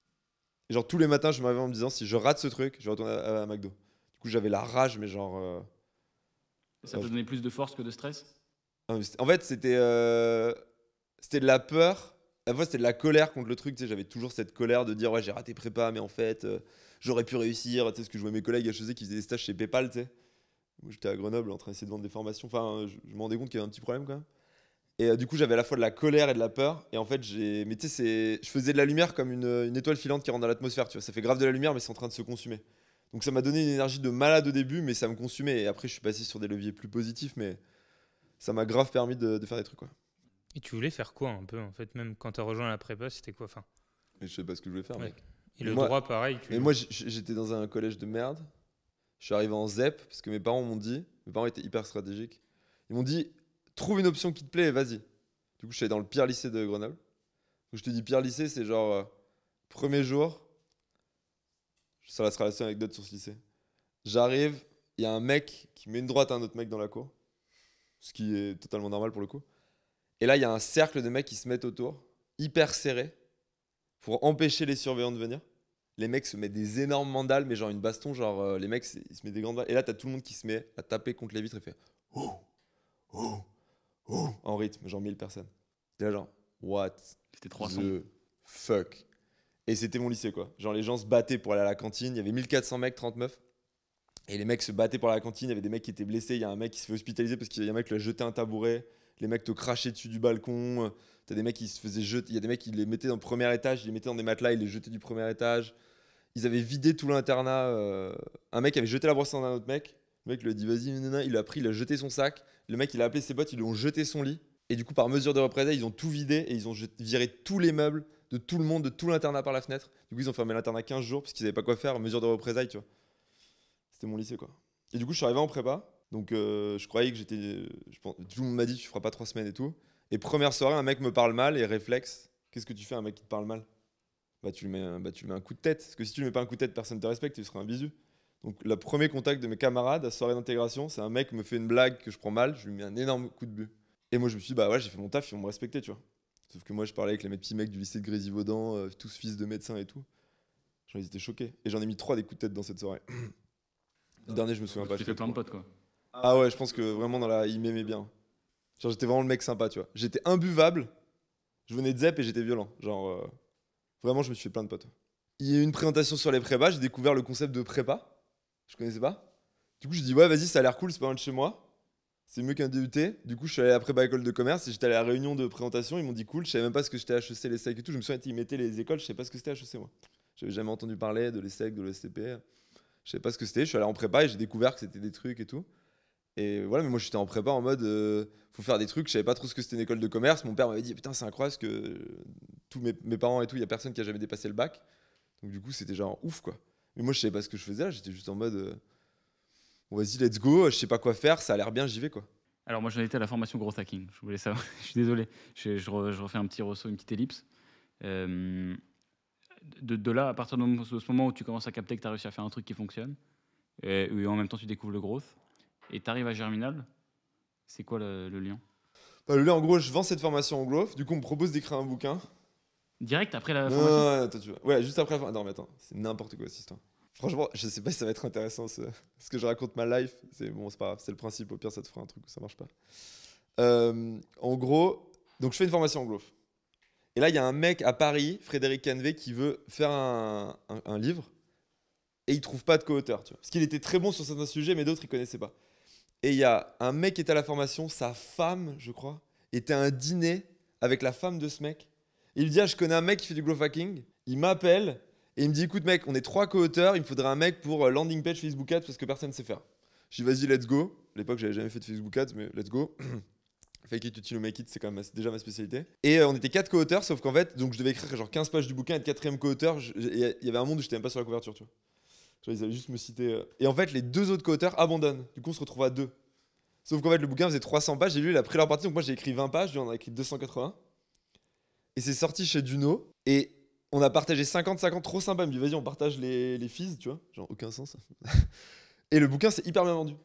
Et genre, tous les matins, je me réveillais en me disant, si je rate ce truc, je vais retourner à McDo. Du coup, j'avais la rage, mais genre. Ça Ouais, peut donner plus de force que de stress? Non, mais en fait, c'était de la peur. À la fois, c'était de la colère contre le truc. Tu sais, j'avais toujours cette colère de dire, ouais, j'ai raté prépa, mais en fait, j'aurais pu réussir. Tu sais, ce que je vois mes collègues à HEC qui faisaient des stages chez PayPal, tu sais. Moi, j'étais à Grenoble en train d'essayer de vendre des formations. Enfin, je me rendais compte qu'il y avait un petit problème quand même. Et du coup, j'avais à la fois de la colère et de la peur. Et en fait, mais tu sais, je faisais de la lumière comme une étoile filante qui rentre dans l'atmosphère. Tu vois, ça fait grave de la lumière, mais c'est en train de se consumer. Donc, ça m'a donné une énergie de malade au début, mais ça me consumait. Et après, je suis passé sur des leviers plus positifs, mais ça m'a grave permis de faire des trucs, quoi. Et tu voulais faire quoi un peu en fait, même quand tu as rejoint la prépa, c'était quoi enfin, Mais je sais pas ce que je voulais faire. Ouais. Mais, Et Mais le moi- droit, pareil. mais moi, j'étais dans un collège de merde. Je suis arrivé en ZEP parce que mes parents m'ont dit, mes parents étaient hyper stratégiques. Ils m'ont dit, trouve une option qui te plaît et vas-y. Du coup, je suis allé dans le pire lycée de Grenoble. Donc, je te dis pire lycée, c'est genre premier jour. Ça sera la seule anecdote sur ce lycée. J'arrive, il y a un mec qui met une droite à un autre mec dans la cour, ce qui est totalement normal pour le coup. Et là, il y a un cercle de mecs qui se mettent autour, hyper serrés, pour empêcher les surveillants de venir. Les mecs se mettent des énormes mandales, mais genre une baston, genre les mecs ils se mettent des grandes balles. Et là, t'as tout le monde qui se met à taper contre les vitres et fait oh, oh, oh, en rythme, genre 1000 personnes. Et là, genre, what C'était 300. the fuck. Et c'était mon lycée, quoi. Genre, les gens se battaient pour aller à la cantine. Il y avait 1400 mecs, 30 meufs. Et les mecs se battaient pour aller à la cantine. Il y avait des mecs qui étaient blessés. Il y a un mec qui se fait hospitaliser parce qu'il y a un mec qui lui a jeté un tabouret. Les mecs te crachaient dessus du balcon. T'as des mecs qui se faisaient jeter. Il y a des mecs qui les mettaient dans le premier étage. Ils les mettaient dans des matelas. Ils les jetaient du premier étage. Ils avaient vidé tout l'internat. Un mec avait jeté la brosse à un autre mec. Le mec lui a dit vas-y, nanana. Il l'a pris, il a jeté son sac. Le mec, il a appelé ses potes. Ils lui ont jeté son lit. Et du coup, par mesure de représailles, ils ont tout vidé et ils ont viré tous les meubles de tout le monde, de tout l'internat par la fenêtre. Du coup, ils ont fermé l'internat 15 jours parce qu'ils savaient pas quoi faire. Mesure de représailles, tu vois. C'était mon lycée, quoi. Et du coup, je suis arrivé en prépa. Donc, je croyais que j'étais. Tout le monde m'a dit tu feras pas 3 semaines et tout. Et première soirée, un mec me parle mal et réflexe. Qu'est-ce que tu fais, un mec qui te parle mal? Bah, tu lui mets un coup de tête. Parce que si tu lui mets pas un coup de tête, personne te respecte, tu seras un bisu. Donc, le premier contact de mes camarades à soirée d'intégration, c'est un mec me fait une blague que je prends mal, je lui mets un énorme coup de but. Et moi, je me suis dit, bah ouais, j'ai fait mon taf, ils vont me respecter, tu vois. Sauf que moi, je parlais avec les petits mecs du lycée de Grésivaudan, tous fils de médecins et tout. Genre, ils étaient choqués. Et j'en ai mis 3 des coups de tête dans cette soirée. Le dernier, je me souviens pas. Tu fais plein de potes, quoi. Ah ouais, je pense que vraiment, il m'aimait bien. Genre, j'étais vraiment le mec sympa, tu vois. J'étais imbuvable. Je venais de ZEP et j'étais violent. Genre, vraiment, je me suis fait plein de potes. Il y a eu une présentation sur les prépas. J'ai découvert le concept de prépa. Je connaissais pas. Du coup, je dis, ouais, vas-y, ça a l'air cool, c'est pas loin de chez moi. C'est mieux qu'un DUT. Du coup, je suis allé à la prépa école de commerce et j'étais allé à la réunion de présentation. Ils m'ont dit cool. Je savais même pas ce que j'étais HEC, les SEC et tout. Je me souviens qu'ils mettaient les écoles. Je savais pas ce que c'était HEC, moi. J'avais jamais entendu parler de l'ESSEC, de l'ESCP. Je savais pas ce que c'était. Je suis allé en prépa et j'ai découvert que c'était des trucs et tout. Et voilà, mais moi j'étais en prépa en mode faut faire des trucs. Je savais pas trop ce que c'était une école de commerce. Mon père m'avait dit putain, c'est incroyable parce que tous mes parents et tout, il y a personne qui a jamais dépassé le bac. Donc du coup, c'était genre ouf quoi. Mais moi je savais pas ce que je faisais là. J'étais juste en mode bon, vas-y, let's go. Je sais pas quoi faire. Ça a l'air bien, j'y vais quoi. Alors moi j'en étais à la formation Growth Hacking, je voulais savoir, je suis désolé, je refais un petit ressaut, une petite ellipse. De là, à partir de ce moment où tu commences à capter que tu as réussi à faire un truc qui fonctionne, et en même temps tu découvres le growth, et tu arrives à Germinal, c'est quoi le lien? Bah, le lien en gros, je vends cette formation en growth. Du coup, on me propose d'écrire un bouquin. Direct après la Non, formation? non, attends, tu vois. Ouais, juste après. Non, mais attends, c'est n'importe quoi cette histoire. Franchement, je sais pas si ça va être intéressant ce que je raconte ma life. C'est bon, c'est pas grave, c'est le principe. Au pire, ça te fera un truc où ça marche pas. En gros, donc je fais une formation en growth. Et là, il y a un mec à Paris, Frédéric Canvé, qui veut faire un livre et il trouve pas de co-auteur. Tu vois. Parce qu'il était très bon sur certains sujets, mais d'autres, il connaissait pas. Et il y a un mec qui était à la formation, sa femme, je crois, était à un dîner avec la femme de ce mec. Et il me dit, je connais un mec qui fait du growth hacking. Il m'appelle et il me dit, écoute mec, on est 3 co-auteurs, il me faudrait un mec pour landing page Facebook Ads parce que personne ne sait faire. Je dis, vas-y, let's go. À l'époque, j'avais jamais fait de Facebook Ads, mais let's go. Fake it until you make it, c'est quand même déjà ma spécialité. Et on était 4 co-auteurs, sauf qu'en fait, donc je devais écrire genre 15 pages du bouquin et être 4ème co-auteur. Il y avait un monde où j'étais même pas sur la couverture, tu vois. Genre, ils allaient juste me citer. Et en fait, les 2 autres co-auteurs abandonnent. Du coup, on se retrouve à 2. Sauf qu'en fait, le bouquin faisait 300 pages et lui, il a pris leur partie. Donc moi, j'ai écrit 20 pages, lui, on a écrit 280. Et c'est sorti chez Duno. Et on a partagé 50-50, trop sympa. Il me dit, vas-y, on partage les fees, tu vois. Genre, aucun sens. Et le bouquin, c'est hyper bien vendu.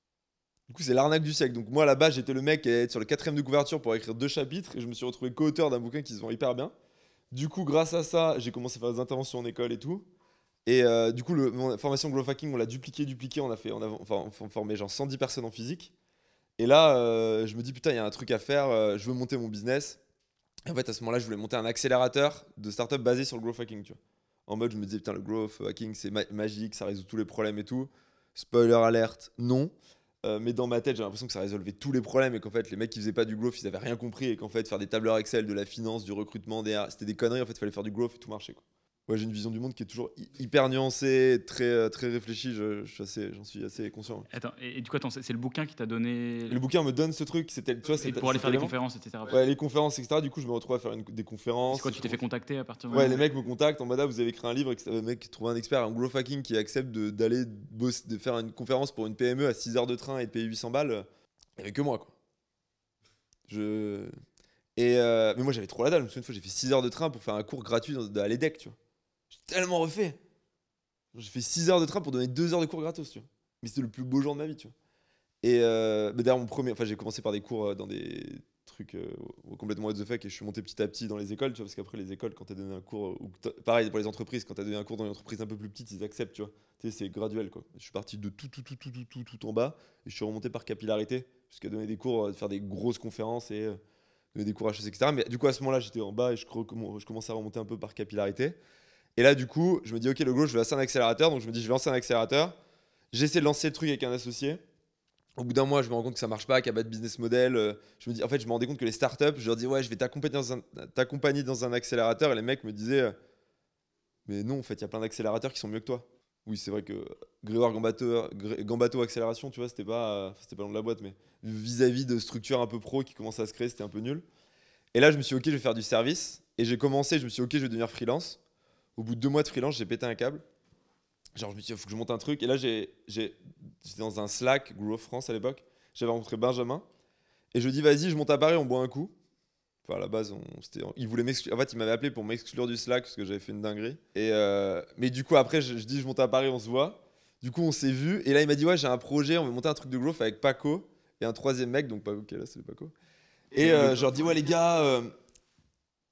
Du coup, c'est l'arnaque du siècle. Donc moi, là-bas, j'étais le mec qui allait être sur le 4ème de couverture pour écrire 2 chapitres et je me suis retrouvé co-auteur d'un bouquin qui se vend hyper bien. Du coup, grâce à ça, j'ai commencé à faire des interventions en école et tout. Et du coup, mon formation Growth Hacking, on l'a dupliqué. On formé genre 110 personnes en physique. Et là, je me dis, putain, il y a un truc à faire. Je veux monter mon business. Et en fait, à ce moment-là, je voulais monter un accélérateur de start-up basé sur le Growth Hacking, tu vois. En mode, je me disais, putain, le Growth Hacking, c'est magique, ça résout tous les problèmes et tout. Spoiler alerte, non. Mais dans ma tête, j'ai l'impression que ça résolvait tous les problèmes et qu'en fait, les mecs qui faisaient pas du growth, ils avaient rien compris et qu'en fait, faire des tableurs Excel, de la finance, du recrutement, c'était des conneries. En fait, il fallait faire du growth et tout marchait, quoi. Ouais, j'ai une vision du monde qui est toujours hyper nuancée, très réfléchie. J'en suis assez conscient. Attends, et du coup, c'est le bouquin qui t'a donné. Et le bouquin me donne ce truc. C'était, tu vois, Et pour aller faire des conférences, etc. Ouais, les conférences, etc. Du coup, je me retrouve à faire des conférences. C'est quoi, tu t'es fait contacter à partir de. Ouais, les mecs me contactent en mode, vous avez écrit un livre, le mec trouve un expert en growth hacking qui accepte d'aller de faire une conférence pour une PME à 6 heures de train et de payer 800 balles. Il n'y avait que moi, quoi. Mais moi, j'avais trop la dalle. Je me souviens une fois, j'ai fait 6 heures de train pour faire un cours gratuit à l'EDEC, tu vois. J'ai tellement refait. J'ai fait 6 heures de train pour donner 2 heures de cours gratos, tu vois. Mais c'était le plus beau jour de ma vie, tu vois. Et d'ailleurs, j'ai commencé par des cours dans des trucs complètement what the fuck et je suis monté petit à petit dans les écoles, tu vois, parce qu'après les écoles, quand t'as donné un cours, pareil pour les entreprises, quand t'as donné un cours dans une entreprise un peu plus petite, ils acceptent, tu vois. Tu sais, c'est graduel, quoi. Je suis parti de tout en bas et je suis remonté par capillarité jusqu'à donner des cours, faire des grosses conférences et donner des cours HEC, etc. Mais du coup, à ce moment-là, j'étais en bas et je commençais à remonter un peu par capillarité. Et là, du coup, je me dis, ok, le gros, je vais lancer un accélérateur. Donc, je me dis, je vais lancer un accélérateur. J'essaie de lancer le truc avec un associé. Au bout d'un mois, je me rends compte que ça marche pas, qu'il n'y a pas de business model. Je me rendais compte que les startups, je leur dis, ouais, je vais t'accompagner dans un accélérateur. Et les mecs me disaient, mais non, en fait, il y a plein d'accélérateurs qui sont mieux que toi. Oui, c'est vrai que Grégoire Gambato Accélération, tu vois, c'était pas le nom de la boîte, mais vis-à-vis de structures un peu pro qui commençaient à se créer, c'était un peu nul. Et là, je me suis dit, ok, je vais faire du service. Et j'ai commencé, je me suis dit, ok, je vais devenir freelance. Au bout de 2 mois de freelance, j'ai pété un câble. Genre, je me suis dit, il faut que je monte un truc. Et là, j'étais dans un Slack, Growth France à l'époque. J'avais rencontré Benjamin. Et je lui dis, vas-y, je monte à Paris, on boit un coup. Enfin, à la base, il voulait m'exclure. En fait, il m'avait appelé pour m'exclure du Slack parce que j'avais fait une dinguerie. Mais du coup, après, je dis, je monte à Paris, on se voit. Du coup, on s'est vu. Et là, il m'a dit, ouais, j'ai un projet, on veut monter un truc de growth avec Paco et un 3e mec. Donc, Paco qui est là, c'est Paco. Et je leur dis, ouais, les gars.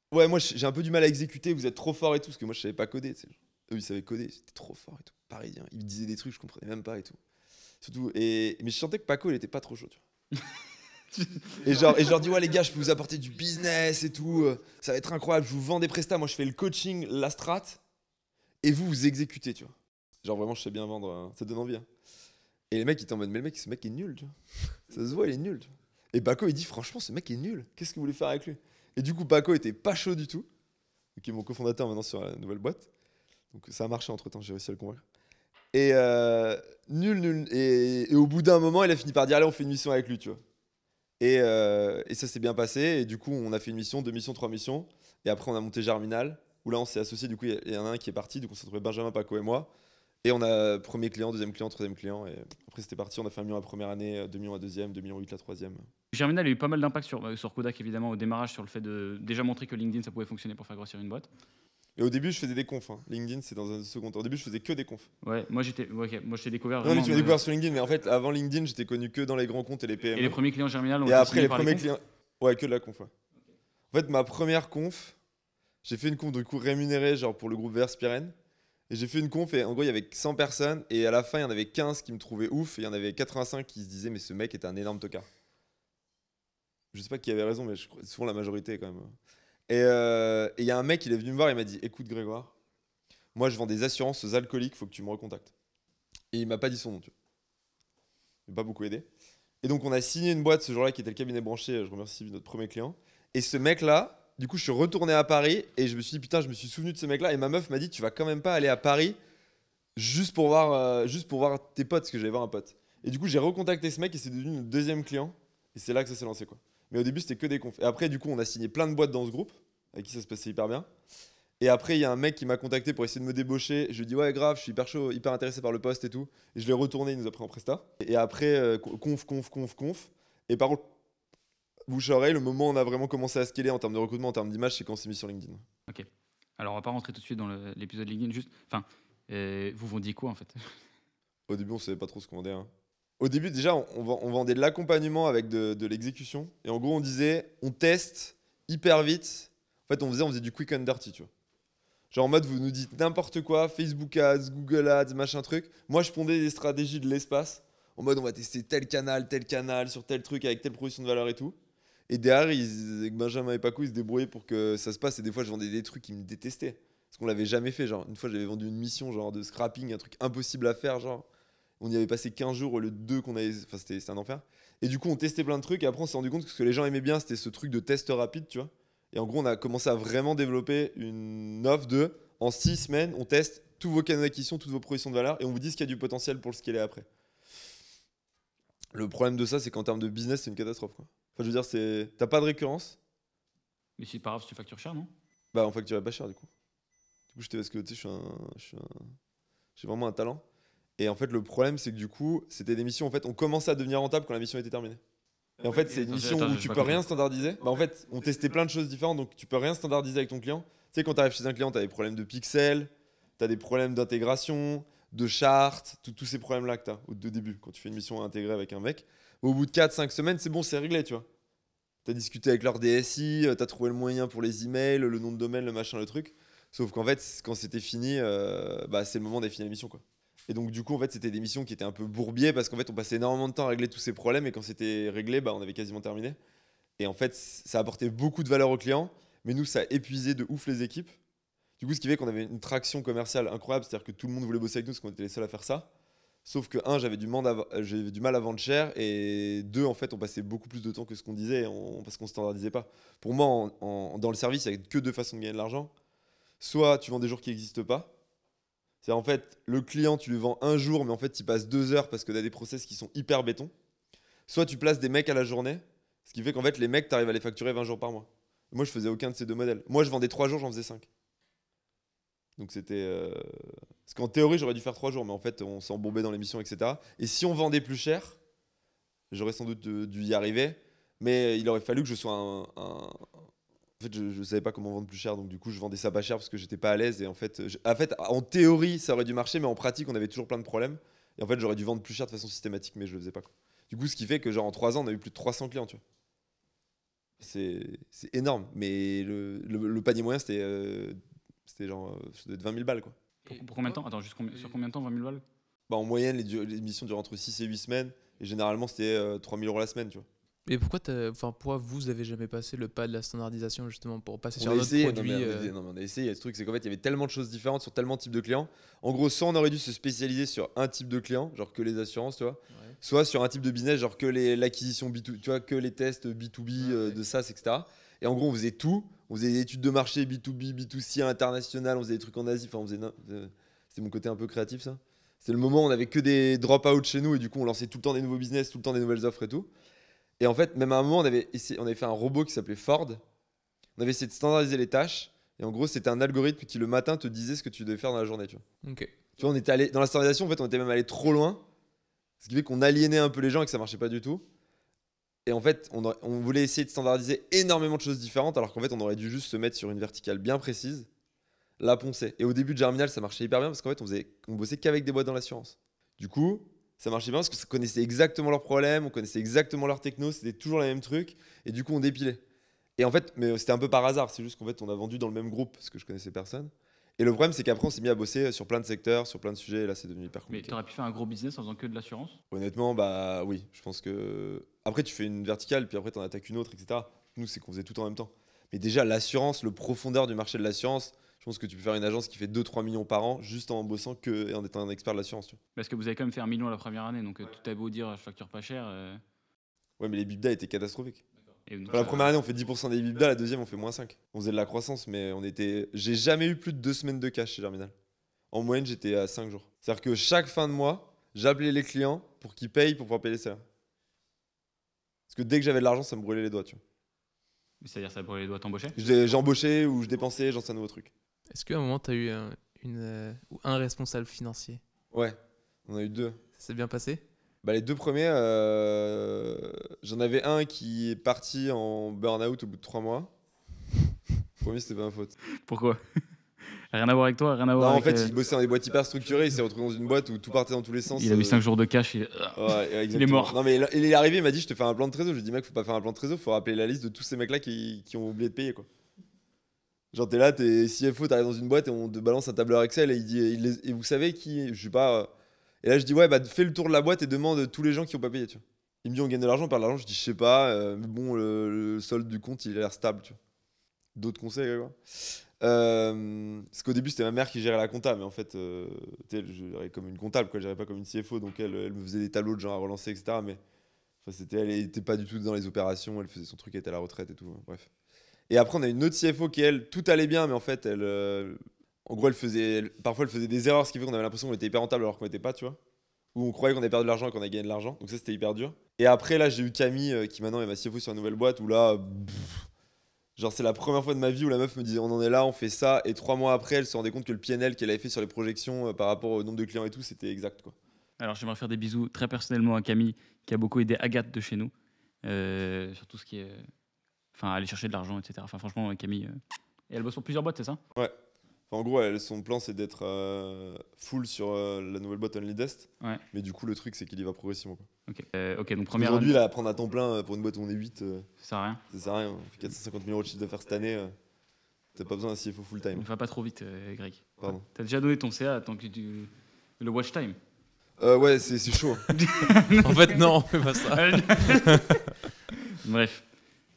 Ouais, moi j'ai un peu du mal à exécuter, vous êtes trop fort et tout, parce que moi je savais pas coder. Tu sais. Eux ils savaient coder, c'était trop fort et tout. Parisien, ils me disaient des trucs, je comprenais même pas et tout. Surtout, mais je sentais que Paco il était pas trop chaud, tu vois. Et je leur dis, ouais les gars, je peux vous apporter du business et tout, ça va être incroyable, je vous vends des prestats, moi je fais le coaching, la strat, et vous exécutez, tu vois. Genre vraiment, je sais bien vendre, ça donne envie. Hein. Et les mecs, ils étaient en mode, mais le mec, ce mec est nul, tu vois. Ça se voit, il est nul, tu vois. Et Paco, il dit, franchement, ce mec est nul, qu'est-ce que vous voulez faire avec lui? Et du coup, Paco était pas chaud du tout, qui est mon cofondateur maintenant sur la nouvelle boîte. Donc ça a marché entre temps, j'ai réussi à le convaincre. Et nul. Et au bout d'un moment, il a fini par dire, allez, on fait une mission avec lui, tu vois. Et ça s'est bien passé. Et du coup, on a fait une mission, 2 missions, 3 missions. Et après, on a monté Germinal, où là, on s'est associé. Du coup, il y en a un qui est parti. Donc, on s'est trouvé Benjamin, Paco et moi. Et on a premier client, deuxième client, troisième client. Et après, c'était parti. On a fait 1 million la première année, 2 millions la deuxième, 2 millions 8 la troisième. Germinal a eu pas mal d'impact sur Kodak, évidemment, au démarrage, sur le fait de déjà montrer que LinkedIn, ça pouvait fonctionner pour faire grossir une boîte. Et au début, je faisais des confs. Hein. LinkedIn, c'est dans un second temps. Au début, je faisais que des confs. Ouais, moi, moi je t'ai découvert Non, mais vraiment. tu m'as découvert sur LinkedIn. Mais en fait, avant LinkedIn, j'étais connu que dans les grands comptes et les PME. Et les premiers clients Germinal ont Et été après, signés les par premiers confs. clients. Ouais, que de la conf. Ouais. En fait, ma première conf, j'ai fait une conf de coup rémunérée, genre pour le groupe Verspiren. Et j'ai fait une conf et en gros, il y avait 100 personnes. Et à la fin, il y en avait 15 qui me trouvaient ouf. Et il y en avait 85 qui se disaient, mais ce mec est un énorme tocard. Je sais pas qui avait raison, mais je crois souvent la majorité quand même. Et il y a un mec, il est venu me voir, il m'a dit, écoute Grégoire, moi je vends des assurances aux alcooliques, faut que tu me recontactes. Et il m'a pas dit son nom, tu vois. Il m'a pas beaucoup aidé. Et donc on a signé une boîte ce jour-là qui était le cabinet branché, je remercie notre premier client. Et ce mec-là, du coup je suis retourné à Paris et je me suis dit putain, je me suis souvenu de ce mec-là et ma meuf m'a dit tu vas quand même pas aller à Paris juste pour voir tes potes, parce que j'allais voir un pote. Et du coup j'ai recontacté ce mec et c'est devenu notre deuxième client. Et c'est là que ça s'est lancé quoi. Mais au début c'était que des confs. Et après du coup on a signé plein de boîtes dans ce groupe, avec qui ça se passait hyper bien. Et après, il y a un mec qui m'a contacté pour essayer de me débaucher. Je lui ai dit, ouais, grave, je suis hyper chaud, hyper intéressé par le poste et tout. Et je l'ai retourné, il nous a pris en presta. Et après, conf. Et par contre, bouche-oreille, le moment où on a vraiment commencé à scaler en termes de recrutement, en termes d'image, c'est quand on s'est mis sur LinkedIn. Ok. Alors, on va pas rentrer tout de suite dans l'épisode LinkedIn, juste. Enfin, vous vendiez quoi en fait? Au début, on savait pas trop ce qu'on vendait. Hein. Au début, déjà, on vendait de l'accompagnement avec de l'exécution. Et en gros, on disait, on teste hyper vite. En fait, on faisait du quick and dirty, tu vois. Genre en mode, vous nous dites n'importe quoi, Facebook Ads, Google Ads, machin truc. Moi, je pondais des stratégies de l'espace. En mode, on va tester tel canal, sur tel truc, avec telle proposition de valeur et tout. Et derrière, avec Benjamin et Paco, ils se débrouillaient pour que ça se passe. Et des fois, je vendais des trucs qu'ils me détestaient. Parce qu'on l'avait jamais fait. Genre, une fois, j'avais vendu une mission genre de scrapping, un truc impossible à faire. Genre, on y avait passé 15 jours au lieu de 2 qu'on avait. Enfin, c'était un enfer. Et du coup, on testait plein de trucs. Et après, on s'est rendu compte que ce que les gens aimaient bien, c'était ce truc de test rapide, tu vois. Et en gros, on a commencé à vraiment développer une offre de en 6 semaines, on teste tous vos canaux d'acquisition, toutes vos propositions de valeur et on vous dit ce qu'il y a du potentiel pour le scaler après. Le problème de ça, c'est qu'en termes de business, c'est une catastrophe. Quoi. Enfin, je veux dire, t'as pas de récurrence. Mais c'est pas grave si tu factures cher, non? Bah, en facture pas cher du coup. Du coup, j'étais parce que tu sais, j'ai vraiment un talent. Et en fait, le problème, c'est que du coup, c'était des missions. En fait, on commençait à devenir rentable quand la mission était terminée. Et en fait, c'est une mission où tu peux rien standardiser. Bah, en fait, on testait plein de choses différentes, donc tu peux rien standardiser avec ton client. Tu sais, quand tu arrives chez un client, tu as des problèmes de pixels, tu as des problèmes d'intégration, de charte, tous ces problèmes-là que tu as au début, quand tu fais une mission à intégrer avec un mec. Au bout de 4-5 semaines, c'est bon, c'est réglé, tu vois. Tu as discuté avec leur DSI, tu as trouvé le moyen pour les emails, le nom de domaine, le machin, le truc. Sauf qu'en fait, quand c'était fini, c'est le moment d'affiner la mission, quoi. Et donc, du coup, en fait, c'était des missions qui étaient un peu bourbiers parce qu'en fait, on passait énormément de temps à régler tous ces problèmes et quand c'était réglé, on avait quasiment terminé. Et en fait, ça apportait beaucoup de valeur aux clients, mais nous, ça épuisait de ouf les équipes. Du coup, ce qui fait qu'on avait une traction commerciale incroyable, c'est-à-dire que tout le monde voulait bosser avec nous parce qu'on était les seuls à faire ça. Sauf que, un, j'avais du mal à vendre cher, et deux, en fait, on passait beaucoup plus de temps que ce qu'on disait parce qu'on ne standardisait pas. Pour moi, dans le service, il n'y a que deux façons de gagner de l'argent. Soit tu vends des jours qui n'existent pas. C'est en fait, le client, tu lui vends un jour, mais en fait, tu passes 2 heures parce que tu as des process qui sont hyper béton. Soit tu places des mecs à la journée, ce qui fait qu'en fait, les mecs, tu arrives à les facturer 20 jours par mois. Moi, je faisais aucun de ces deux modèles. Moi, je vendais 3 jours, j'en faisais 5. Donc c'était. Parce qu'en théorie, j'aurais dû faire 3 jours, mais en fait, on s'est embourbé dans l'émission, etc. Et si on vendait plus cher, j'aurais sans doute dû y arriver, mais il aurait fallu que je sois En fait, je ne savais pas comment vendre plus cher, donc du coup, je vendais ça pas cher parce que j'étais pas à l'aise. Et en fait, en théorie, ça aurait dû marcher, mais en pratique, on avait toujours plein de problèmes. Et en fait, j'aurais dû vendre plus cher de façon systématique, mais je le faisais pas. Quoi. Du coup, ce qui fait que, genre, en 3 ans, on a eu plus de 300 clients, tu vois. C'est énorme. Mais le panier moyen, c'était genre ça devait être 20 000 balles, quoi. Pour combien de temps? Attends, sur combien de temps 20 000 balles? Bah, en moyenne, les missions durent entre 6 et 8 semaines. Et généralement, c'était 3 000 € la semaine, tu vois. Et pourquoi vous avez jamais passé le pas de la standardisation justement pour passer sur On a un autre essayé, produit non, mais on a essayé. Ce truc, c'est qu'en fait, il y avait tellement de choses différentes sur tellement de types de clients. En gros, soit on aurait dû se spécialiser sur un type de client, genre que les assurances, tu vois. Ouais. Soit sur un type de business, genre que l'acquisition B2, tu vois, que les tests B2B Ouais. de SaaS, etc. Et en gros, on faisait tout. On faisait des études de marché B2B, B2C, international. On faisait des trucs en Asie. Enfin, c'était mon côté un peu créatif, ça. C'est le moment où on avait que des drop-out chez nous et du coup, on lançait tout le temps des nouveaux business, tout le temps des nouvelles offres et tout. Et en fait, même à un moment, on avait fait un robot qui s'appelait Ford. On avait essayé de standardiser les tâches. Et en gros, c'était un algorithme qui, le matin, te disait ce que tu devais faire dans la journée. Tu vois, Ok. on était allé dans la standardisation, en fait, on était même allé trop loin. Ce qui fait qu'on aliénait un peu les gens et que ça marchait pas du tout. Et en fait, on voulait essayer de standardiser énormément de choses différentes, alors qu'en fait, on aurait dû juste se mettre sur une verticale bien précise, la poncer. Et au début de Germinal, ça marchait hyper bien parce qu'en fait, on bossait qu'avec des boîtes dans l'assurance. Du coup, ça marchait bien parce qu'on connaissait exactement leurs problèmes, on connaissait exactement leurs technos, c'était toujours les mêmes trucs. Et du coup, on dépilait. Et en fait, mais c'était un peu par hasard, c'est juste qu'en fait, on a vendu dans le même groupe parce que je connaissais personne. Et le problème, c'est qu'après, on s'est mis à bosser sur plein de secteurs, sur plein de sujets, et là, c'est devenu hyper Mais compliqué. t'aurais pu faire un gros business en faisant que de l'assurance? Honnêtement, bah oui, je pense que. Après, tu fais une verticale, puis après, tu en attaques une autre, etc. Nous, c'est qu'on faisait tout en même temps. Mais déjà, l'assurance, le profondeur du marché de l'assurance, je pense que tu peux faire une agence qui fait 2-3 millions par an juste en bossant et en étant un expert de l'assurance. Tu vois. Parce que vous avez quand même fait 1 million la première année, donc tout est beau dire je facture pas cher. Ouais, mais les EBITDA étaient catastrophiques. Et donc, Enfin, la première année, on fait 10% des EBITDA, la deuxième, on fait -5. On faisait de la croissance, mais j'ai jamais eu plus de 2 semaines de cash chez Germinal. En moyenne, j'étais à 5 jours. C'est-à-dire que chaque fin de mois, j'appelais les clients pour qu'ils payent pour pouvoir payer les salaires. Parce que dès que j'avais de l'argent, ça me brûlait les doigts. Tu vois. c'est-à-dire ça pour les doigts t'embaucher? J'embauchais ou je dépensais, j'en sais un nouveau truc. Est-ce qu'à un moment tu as eu un responsable financier? Ouais, on a eu 2. Ça s'est bien passé? Bah, les 2 premiers, j'en avais un qui est parti en burn-out au bout de 3 mois. Le premier, c'était pas ma faute. Pourquoi? Rien à voir avec toi, rien à Non, voir en avec. fait, il bossait dans des boîtes hyper structurées. Il s'est retrouvé dans une boîte où tout partait dans tous les sens. Il a eu 5 jours de cash. Ouais, exactement. mort. Non, mais il est arrivé, il m'a dit je te fais un plan de trésor. Je lui ai dit mec, faut pas faire un plan de trésor, faut rappeler la liste de tous ces mecs-là qui ont oublié de payer, quoi. Genre, t'es là, t'es CFO, t'arrives dans une boîte et on te balance un tableur Excel et il dit et vous savez qui. Je sais pas. Et là, je dis ouais, bah fais le tour de la boîte et demande tous les gens qui ont pas payé, tu vois. Il me dit on gagne de l'argent, on perd de l'argent. Je dis je sais pas, mais bon, le solde du compte, il a l'air stable, tu vois. D'autres conseils, quoi. Parce qu'au début, c'était ma mère qui gérait la compta, mais en fait, tu sais, je gérais comme une comptable, quoi. Je gérais pas comme une CFO, donc elle me faisait des tableaux de gens à relancer, etc. Mais enfin, elle était pas du tout dans les opérations, elle faisait son truc, elle était à la retraite et tout. Bref. Et après, on a une autre CFO qui, elle, tout allait bien, mais en fait, en gros, parfois, elle faisait des erreurs, ce qui fait qu'on avait l'impression qu'on était hyper rentable alors qu'on n'était pas, tu vois. Ou on croyait qu'on avait perdu de l'argent et qu'on a gagné de l'argent. Donc ça, c'était hyper dur. Et après, là, j'ai eu Camille, qui maintenant est ma CFO sur une nouvelle boîte, où là, genre, c'est la première fois de ma vie où la meuf me disait on en est là, on fait ça. Et 3 mois après, elle se rendait compte que le PNL qu'elle avait fait sur les projections par rapport au nombre de clients et tout, c'était exact, quoi. Alors, j'aimerais faire des bisous très personnellement à Camille, qui a beaucoup aidé Agathe de chez nous, sur tout ce qui est. Enfin, aller chercher de l'argent, etc. Enfin, franchement, Camille. Et elle bosse sur plusieurs boîtes, c'est ça? Ouais. Enfin, en gros, son plan, c'est d'être full sur la nouvelle boîte OnlyDest. Ouais. Mais du coup, le truc, c'est qu'il y va progressivement, quoi. Ok, donc première. Aujourd'hui, là, prendre à temps plein pour une boîte où on est 8, Ça sert à rien. ça sert à rien. On fait 450 000 € de chiffre d'affaires cette année. T'as pas besoin d'un CFO full time. Ne va pas trop vite, Greg. Pardon. T'as déjà donné ton CA tant que le watch time. Ouais, c'est chaud. En fait, non, on fait pas ça. Bref.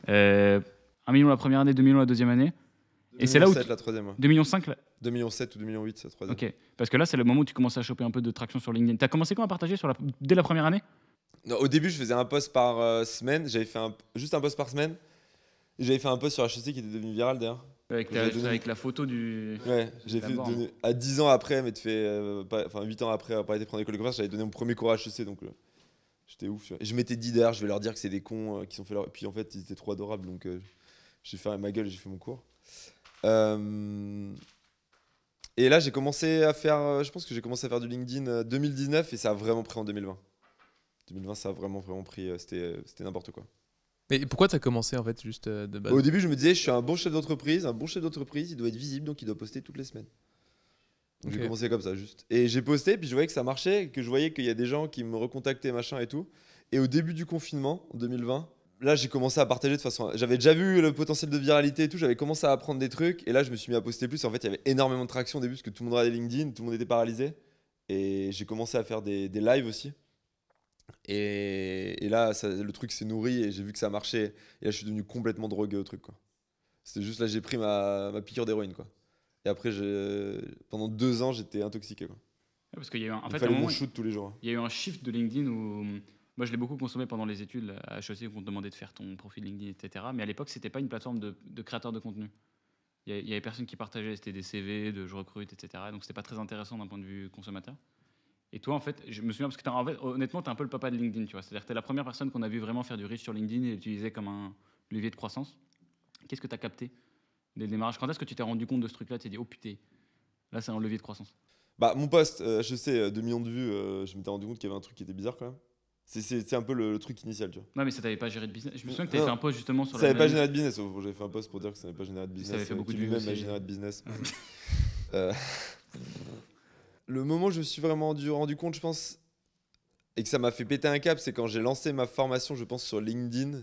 1 million la première année, 2 millions la deuxième année. Et c'est là où. 2,7 la troisième. Ouais. 2,5 millions là. 2,7 millions ou 2,8 millions la troisième. Ok. Parce que là, c'est le moment où tu commences à choper un peu de traction sur LinkedIn. T'as commencé quand à partager dès la première année? Non, au début, je faisais un post par semaine. J'avais fait juste un post par semaine. Et j'avais fait un post sur HEC qui était devenu viral d'ailleurs. Avec la photo du. Ouais, j'ai fait D'abord. à 10 ans après, mais 8 ans après avoir pas été prendre l'école de commerce, j'avais donné mon premier cours à HEC, donc j'étais ouf. Tu vois. Et je m'étais dit d'ailleurs, je vais leur dire que c'est des cons qui sont fait leur. Et puis en fait, ils étaient trop adorables, donc j'ai fait ma gueule et j'ai fait mon cours. Et là, j'ai commencé à faire, je pense que j'ai commencé à faire du LinkedIn 2019 et ça a vraiment pris en 2020. 2020, ça a vraiment pris, c'était n'importe quoi. Mais pourquoi t'as commencé en fait juste de base? Au début, je me disais, je suis un bon chef d'entreprise, il doit être visible, donc il doit poster toutes les semaines. Donc Ok. j'ai commencé comme ça, juste. Et j'ai posté, puis je voyais que ça marchait, que je voyais qu'il y a des gens qui me recontactaient, machin et tout. Et au début du confinement, en 2020, là, j'ai commencé à partager de façon. J'avais déjà vu le potentiel de viralité et tout, j'avais commencé à apprendre des trucs, et là, je me suis mis à poster plus. En fait, il y avait énormément de traction au début parce que tout le monde regardait LinkedIn, tout le monde était paralysé. Et j'ai commencé à faire des lives aussi. Et là, le truc s'est nourri et j'ai vu que ça marchait. Et là, je suis devenu complètement drogué au truc, quoi. C'était juste là, j'ai pris ma piqûre d'héroïne, quoi. Et après, pendant 2 ans, j'étais intoxiqué, quoi. Ouais, parce qu'il y a eu un, en Il fait, à un fallait mon moment, shoot tous les jours. il y a eu un shift de LinkedIn où moi je l'ai beaucoup consommé pendant les études à HEC où on te demandait de faire ton profil LinkedIn, etc. Mais à l'époque, c'était pas une plateforme de créateurs de contenu. Il y avait personne qui partageait, c'était des CV de je recrute, etc. Donc c'était pas très intéressant d'un point de vue consommateur. Et toi, en fait, je me souviens parce que en fait, honnêtement, t'es un peu le papa de LinkedIn, tu vois. C'est-à-dire que t'es la première personne qu'on a vu vraiment faire du reach sur LinkedIn et l'utiliser comme un levier de croissance. Qu'est-ce que t'as capté dès le démarrage? Quand est-ce que tu t'es rendu compte de ce truc-là? Tu t'es dit, oh putain, là c'est un levier de croissance. Bah, mon post, je sais, 2 millions de vues, je m'étais rendu compte qu'il y avait un truc qui était bizarre quand même. C'est un peu le truc initial, tu vois. Non, mais ça t'avait pas géré de business. Je me souviens que t'avais Non. fait un post justement sur Ça n'avait pas même- généré de business. J'avais fait un post pour dire que ça n'avait pas généré de business. Ça avait fait beaucoup qui de vues lui-même a aussi. généré de business. Euh, le moment où je me suis vraiment rendu compte, je pense, et que ça m'a fait péter un câble, c'est quand j'ai lancé ma formation, je pense, sur LinkedIn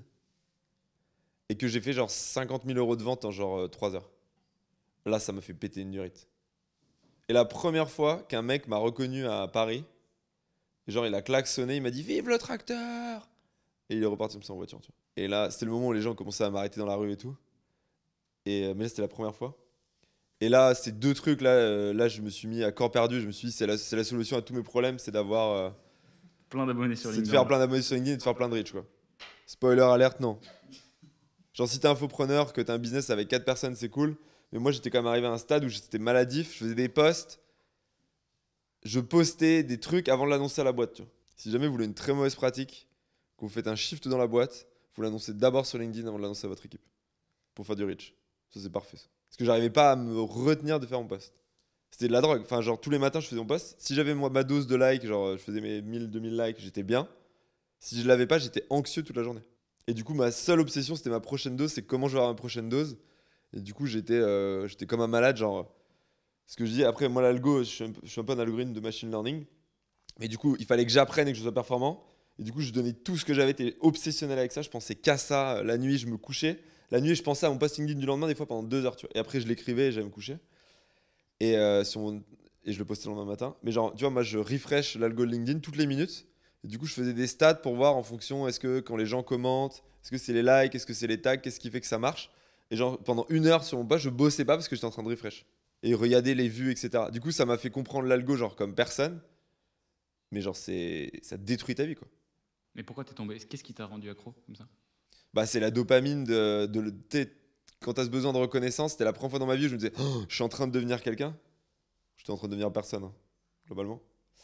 et que j'ai fait genre 50 000 euros de vente en genre 3 heures. Là, ça m'a fait péter une durite. Et la première fois qu'un mec m'a reconnu à Paris, genre il a klaxonné, il m'a dit vive le tracteur! Et il est reparti comme ça en voiture. Tu vois. Et là, c'était le moment où les gens commençaient à m'arrêter dans la rue et tout. Mais là, c'était la première fois. Et là, ces 2 trucs là, je me suis mis à corps perdu. Je me suis dit, c'est la solution à tous mes problèmes, c'est d'avoir. Plein d'abonnés sur C'est LinkedIn. de faire plein d'abonnés sur LinkedIn et de faire plein de reach, quoi. Spoiler alerte, non. Genre, si t'es infopreneur, que t'as un business avec 4 personnes, c'est cool. Mais moi, j'étais quand même arrivé à un stade où j'étais maladif. Je faisais des posts. Je postais des trucs avant de l'annoncer à la boîte, tu vois. Si jamais vous voulez une très mauvaise pratique, que vous faites un shift dans la boîte, vous l'annoncez d'abord sur LinkedIn avant de l'annoncer à votre équipe. Pour faire du reach. Ça, c'est parfait, ça. Parce que j'arrivais pas à me retenir de faire mon post. C'était de la drogue. Enfin, genre, tous les matins, je faisais mon post. Si j'avais ma dose de likes, genre, je faisais mes 1000, 2000 likes, j'étais bien. Si je l'avais pas, j'étais anxieux toute la journée. Et du coup, ma seule obsession, c'était ma prochaine dose. C'est comment je vais avoir ma prochaine dose. Et du coup, j'étais comme un malade, genre. Ce que je dis, après, moi, l'algo, je suis un peu un algorithme de machine learning. Mais du coup, il fallait que j'apprenne et que je sois performant. Et du coup, je donnais tout ce que j'avais, été obsessionnel avec ça. Je pensais qu'à ça. La nuit, je me couchais. La nuit, je pensais à mon post LinkedIn du lendemain, des fois pendant 2 heures. Tu vois. Et après, je l'écrivais et j'allais me coucher. Et, et je le postais le lendemain matin. Mais genre, tu vois, moi, je refresh l'algo de LinkedIn toutes les minutes. Et du coup, je faisais des stats pour voir en fonction, est-ce que quand les gens commentent, est-ce que c'est les likes, est-ce que c'est les tags, qu'est-ce qui fait que ça marche. Et genre, pendant 1 heure sur mon post, je bossais pas parce que j'étais en train de refresh. Et regarder les vues, etc. Du coup, ça m'a fait comprendre l'algo, genre, comme personne. Mais genre, ça détruit ta vie, quoi. Mais pourquoi t'es tombé? Qu'est-ce qui t'a rendu accro comme ça? Bah, c'est la dopamine quand t'as ce besoin de reconnaissance. C'était la première fois dans ma vie où je me disais, oh, je suis en train de devenir quelqu'un. J'étais en train de devenir personne, hein, globalement.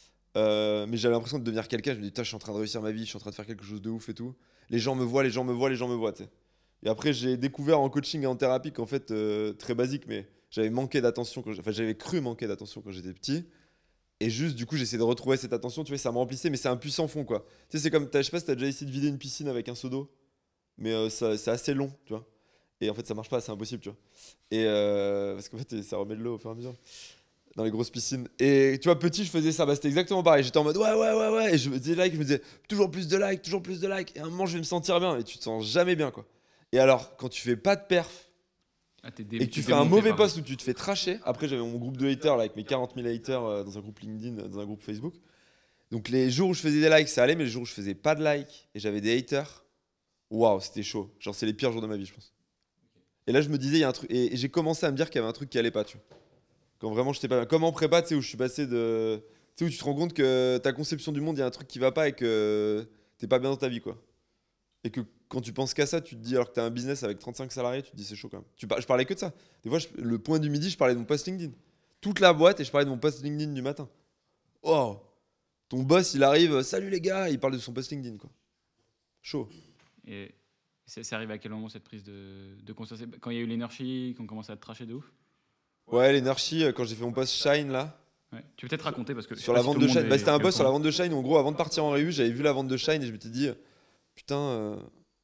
Mais j'avais l'impression de devenir quelqu'un. Je me dis, putain, je suis en train de réussir ma vie, je suis en train de faire quelque chose de ouf et tout. Les gens me voient, les gens me voient, les gens me voient, tu sais. Et après, j'ai découvert en coaching et en thérapie qu'en fait, très basique, mais j'avais manqué d'attention, j'avais cru manquer d'attention quand j'étais petit. Et juste, du coup, j'essayais de retrouver cette attention, tu vois, ça me remplissait, mais c'est un puissant fond, quoi. Tu sais, c'est comme, je sais pas si t'as déjà essayé de vider une piscine avec un seau d'eau, mais c'est assez long, tu vois. Et en fait, ça marche pas, c'est impossible, tu vois. Et parce qu'en fait, ça remet de l'eau au fur et à mesure dans les grosses piscines. Et tu vois, petit, je faisais ça, bah, c'était exactement pareil. J'étais en mode ouais. Et je me disais like, je me disais toujours plus de likes, toujours plus de likes. Et à un moment, je vais me sentir bien. Et tu te sens jamais bien, quoi. Et alors, quand tu fais pas de perf et que tu fais un mauvais post où tu te fais tracher, après, j'avais mon groupe de haters là, avec mes 40 000 haters dans un groupe LinkedIn, dans un groupe Facebook. Donc, les jours où je faisais des likes, ça allait, mais les jours où je faisais pas de likes et j'avais des haters, waouh, c'était chaud. Genre, c'est les pires jours de ma vie, je pense. Et là, je me disais, il y a un truc. Et j'ai commencé à me dire qu'il y avait un truc qui allait pas, tu vois. Quand vraiment j'étais pas bien. Comme en prépa, tu sais, où je suis passé de. Tu sais, où tu te rends compte que ta conception du monde, il y a un truc qui va pas et que t'es pas bien dans ta vie, quoi. Et que quand tu penses qu'à ça, tu te dis, alors que t'as un business avec 35 salariés, tu te dis, c'est chaud quand même. Je parlais que de ça. Des fois, le point du midi, je parlais de mon post LinkedIn. Toute la boîte et je parlais de mon post LinkedIn du matin. Oh, ton boss, il arrive, salut les gars, il parle de son post LinkedIn, quoi. Chaud. Et c'est arrivé à quel moment cette prise de conscience? Quand il y a eu l'énergie, qu'on commençait à te tracher de ouf? Ouais, l'énergie, quand j'ai fait mon post Shine là. Ouais. Tu peux peut-être raconter parce que Sur la vente de Shine. Bah, c'était un post sur la vente de Shine. En gros, avant de partir en revue, j'avais vu la vente de Shine et je m'étais dit, putain,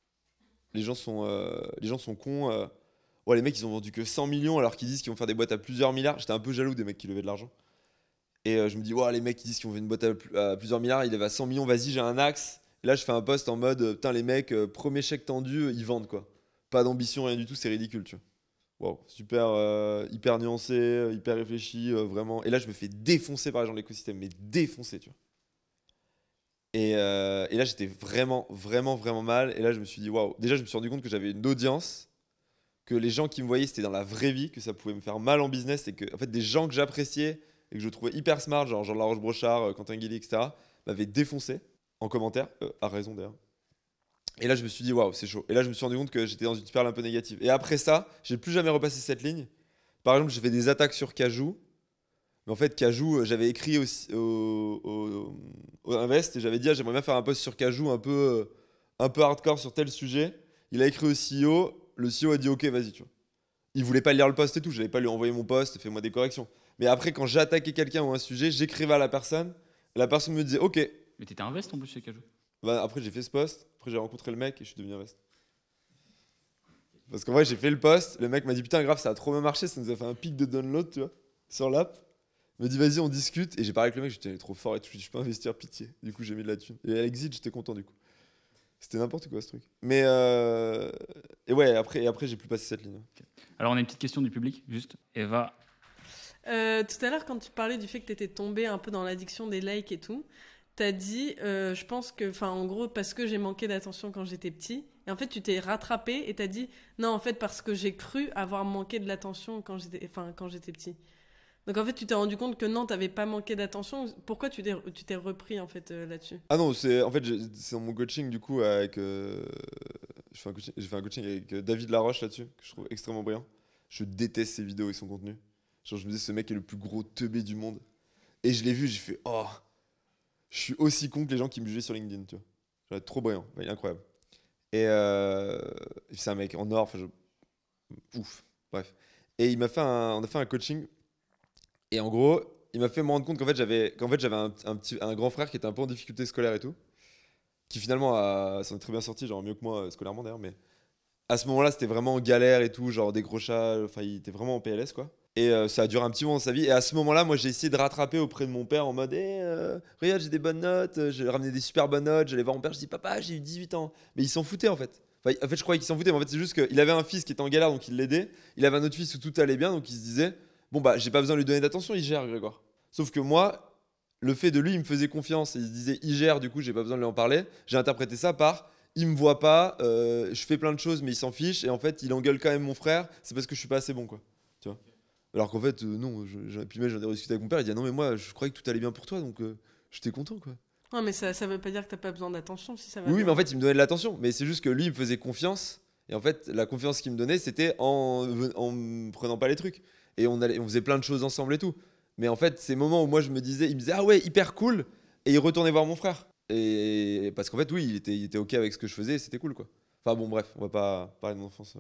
les gens sont cons. Ouais, les mecs, ils ont vendu que 100 millions alors qu'ils disent qu'ils vont faire des boîtes à plusieurs milliards. J'étais un peu jaloux des mecs qui levaient de l'argent. Et je me dis, ouais, les mecs qui disent qu'ils vont faire une boîte à plusieurs milliards, ils lèvent à 100 millions, vas-y, j'ai un axe. Et Là, je fais un post en mode, putain, les mecs, premier chèque tendu, ils vendent quoi. Pas d'ambition, rien du tout, c'est ridicule, tu vois. Wow, super, hyper nuancé, hyper réfléchi, vraiment. Et là, je me fais défoncer par les gens de l'écosystème, mais défoncer, tu vois. Et là, j'étais vraiment, vraiment, vraiment mal. Et là, je me suis dit, waouh. Déjà, je me suis rendu compte que j'avais une audience, que les gens qui me voyaient, c'était dans la vraie vie, que ça pouvait me faire mal en business, et que, en fait, des gens que j'appréciais et que je trouvais hyper smart, genre Jean Laroche-Brochard, Quentin Guilly, etc., m'avaient défoncé en commentaire, à raison d'ailleurs. Et là, je me suis dit, waouh, c'est chaud. Et là, je me suis rendu compte que j'étais dans une spirale un peu négative. Et après ça, j'ai plus jamais repassé cette ligne. Par exemple, j'ai fait des attaques sur Cajou. Mais en fait, Cajou, j'avais écrit au Invest et j'avais dit, ah, j'aimerais bien faire un post sur Cajou un peu hardcore sur tel sujet. Il a écrit au CEO. Le CEO a dit, ok, vas-y, tu vois. Il voulait pas lire le post et tout. Je n'allais pas lui envoyer mon post, fais-moi des corrections. Mais après, quand j'attaquais quelqu'un ou un sujet, j'écrivais à la personne. Et la personne me disait, ok. Mais t'étais invest en plus chez Cajou. Bah, après, j'ai fait ce post. Après, j'ai rencontré le mec et je suis devenu invest. Parce qu'en vrai, j'ai fait le post. Le mec m'a dit, putain, grave, ça a trop bien marché. Ça nous a fait un pic de download, tu vois, sur l'app. Il m'a dit, vas-y, on discute. Et j'ai parlé avec le mec, je dit, trop fort et tout. Je peux investir, pitié. Du coup, j'ai mis de la thune. Et à l'exit, j'étais content, du coup. C'était n'importe quoi, ce truc. Mais, et ouais, après j'ai plus passé cette ligne. Alors, on a une petite question du public, juste. Eva. Tout à l'heure, quand tu parlais du fait que tu étais tombé un peu dans l'addiction des likes et tout, t'as dit, je pense que, enfin, en gros, parce que j'ai manqué d'attention quand j'étais petit. Et en fait, tu t'es rattrapé et t'as dit, non, en fait, parce que j'ai cru avoir manqué de l'attention quand j'étais petit. Donc en fait, tu t'es rendu compte que non, t'avais pas manqué d'attention. Pourquoi tu t'es repris en fait là-dessus? Ah non, c'est en fait c'est dans mon coaching du coup avec j'ai fait un coaching avec David Laroche là-dessus que je trouve extrêmement brillant. Je déteste ses vidéos et son contenu. Genre je me disais ce mec est le plus gros teubé du monde. Et je l'ai vu, j'ai fait oh, je suis aussi con que les gens qui me jugeaient sur LinkedIn, tu vois. Genre, trop brillant, ouais, il est incroyable. Et c'est un mec en or, enfin ouf, bref. Et on a fait un coaching. Et en gros, il m'a fait me rendre compte qu'en fait, j'avais un grand frère qui était un peu en difficulté scolaire et tout, qui finalement s'en est très bien sorti, genre mieux que moi scolairement d'ailleurs, mais à ce moment-là, c'était vraiment en galère et tout, genre décrochage, enfin, il était vraiment en PLS quoi. Et ça a duré un petit moment dans sa vie. Et à ce moment-là, moi, j'ai essayé de rattraper auprès de mon père en mode, regarde, j'ai des bonnes notes, j'ai ramené des super bonnes notes, j'allais voir mon père, je dis, papa, j'ai eu 18 ans. Mais il s'en foutait en fait. Enfin, en fait, je croyais qu'il s'en foutait, mais en fait, c'est juste qu'il avait un fils qui était en galère, donc il l'aidait. Il avait un autre fils où tout allait bien, donc il se disait, bon bah j'ai pas besoin de lui donner d'attention, il gère Grégoire. Sauf que moi, le fait de lui, il me faisait confiance et il se disait il gère, du coup j'ai pas besoin de lui en parler. J'ai interprété ça par il me voit pas, je fais plein de choses mais il s'en fiche et en fait il engueule quand même mon frère, c'est parce que je suis pas assez bon quoi. Tu vois. Alors qu'en fait non, puis même j'en ai rediscuté avec mon père, il dit ah, non mais moi je croyais que tout allait bien pour toi donc j'étais content quoi. Ouais, mais ça veut pas dire que t'as pas besoin d'attention si ça va Oui bien. mais en fait il me donnait de l'attention, mais c'est juste que lui il me faisait confiance et en fait la confiance qu'il me donnait c'était en me prenant pas les trucs. Et on faisait plein de choses ensemble et tout. Mais en fait, ces moments où moi je me disais, il me disait ah ouais, hyper cool, et il retournait voir mon frère. Et parce qu'en fait, oui, il était ok avec ce que je faisais, c'était cool quoi. Enfin bon, bref, on va pas parler de mon enfance.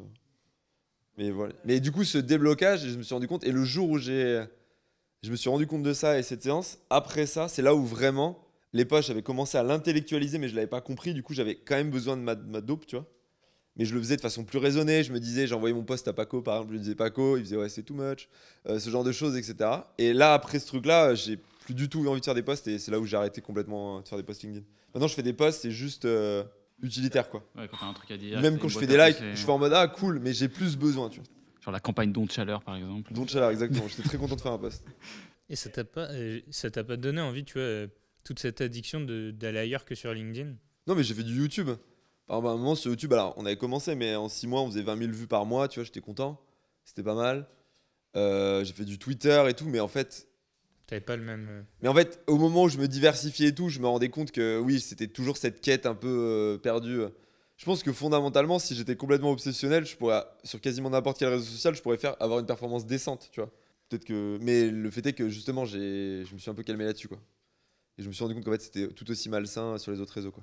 Mais voilà. Mais du coup, ce déblocage, je me suis rendu compte, et le jour où je me suis rendu compte de ça et cette séance, après ça, c'est là où vraiment les poches avaient commencé à l'intellectualiser, mais je l'avais pas compris. Du coup, j'avais quand même besoin de ma dope, tu vois. Mais je le faisais de façon plus raisonnée. Je me disais, j'envoyais mon post à Paco, par exemple, je lui disais Paco, il faisait ouais, c'est too much, ce genre de choses, etc. Et là, après ce truc-là, j'ai plus du tout envie de faire des posts et c'est là où j'ai arrêté complètement de faire des posts LinkedIn. Maintenant, je fais des posts, c'est juste utilitaire, quoi. Ouais, quand t'as un truc à dire. Même quand je fais des likes, je fais en mode ah cool, mais j'ai plus besoin, tu vois. Genre la campagne don de chaleur, par exemple. Don de chaleur, exactement. J'étais très content de faire un post. Et ça t'a pas donné envie, tu vois, toute cette addiction d'aller ailleurs que sur LinkedIn? Non, mais j'ai fait du YouTube. Alors, à un moment sur YouTube, alors on avait commencé, mais en 6 mois, on faisait 20 000 vues par mois, tu vois, j'étais content. C'était pas mal. J'ai fait du Twitter et tout, mais en fait. T'avais pas le même. Mais en fait, au moment où je me diversifiais et tout, je me rendais compte que oui, c'était toujours cette quête un peu perdue. Je pense que fondamentalement, si j'étais complètement obsessionnel, je pourrais, sur quasiment n'importe quel réseau social, je pourrais avoir une performance décente, tu vois. Peut-être que. Mais le fait est que justement, je me suis un peu calmé là-dessus, quoi. Et je me suis rendu compte qu'en fait, c'était tout aussi malsain sur les autres réseaux, quoi.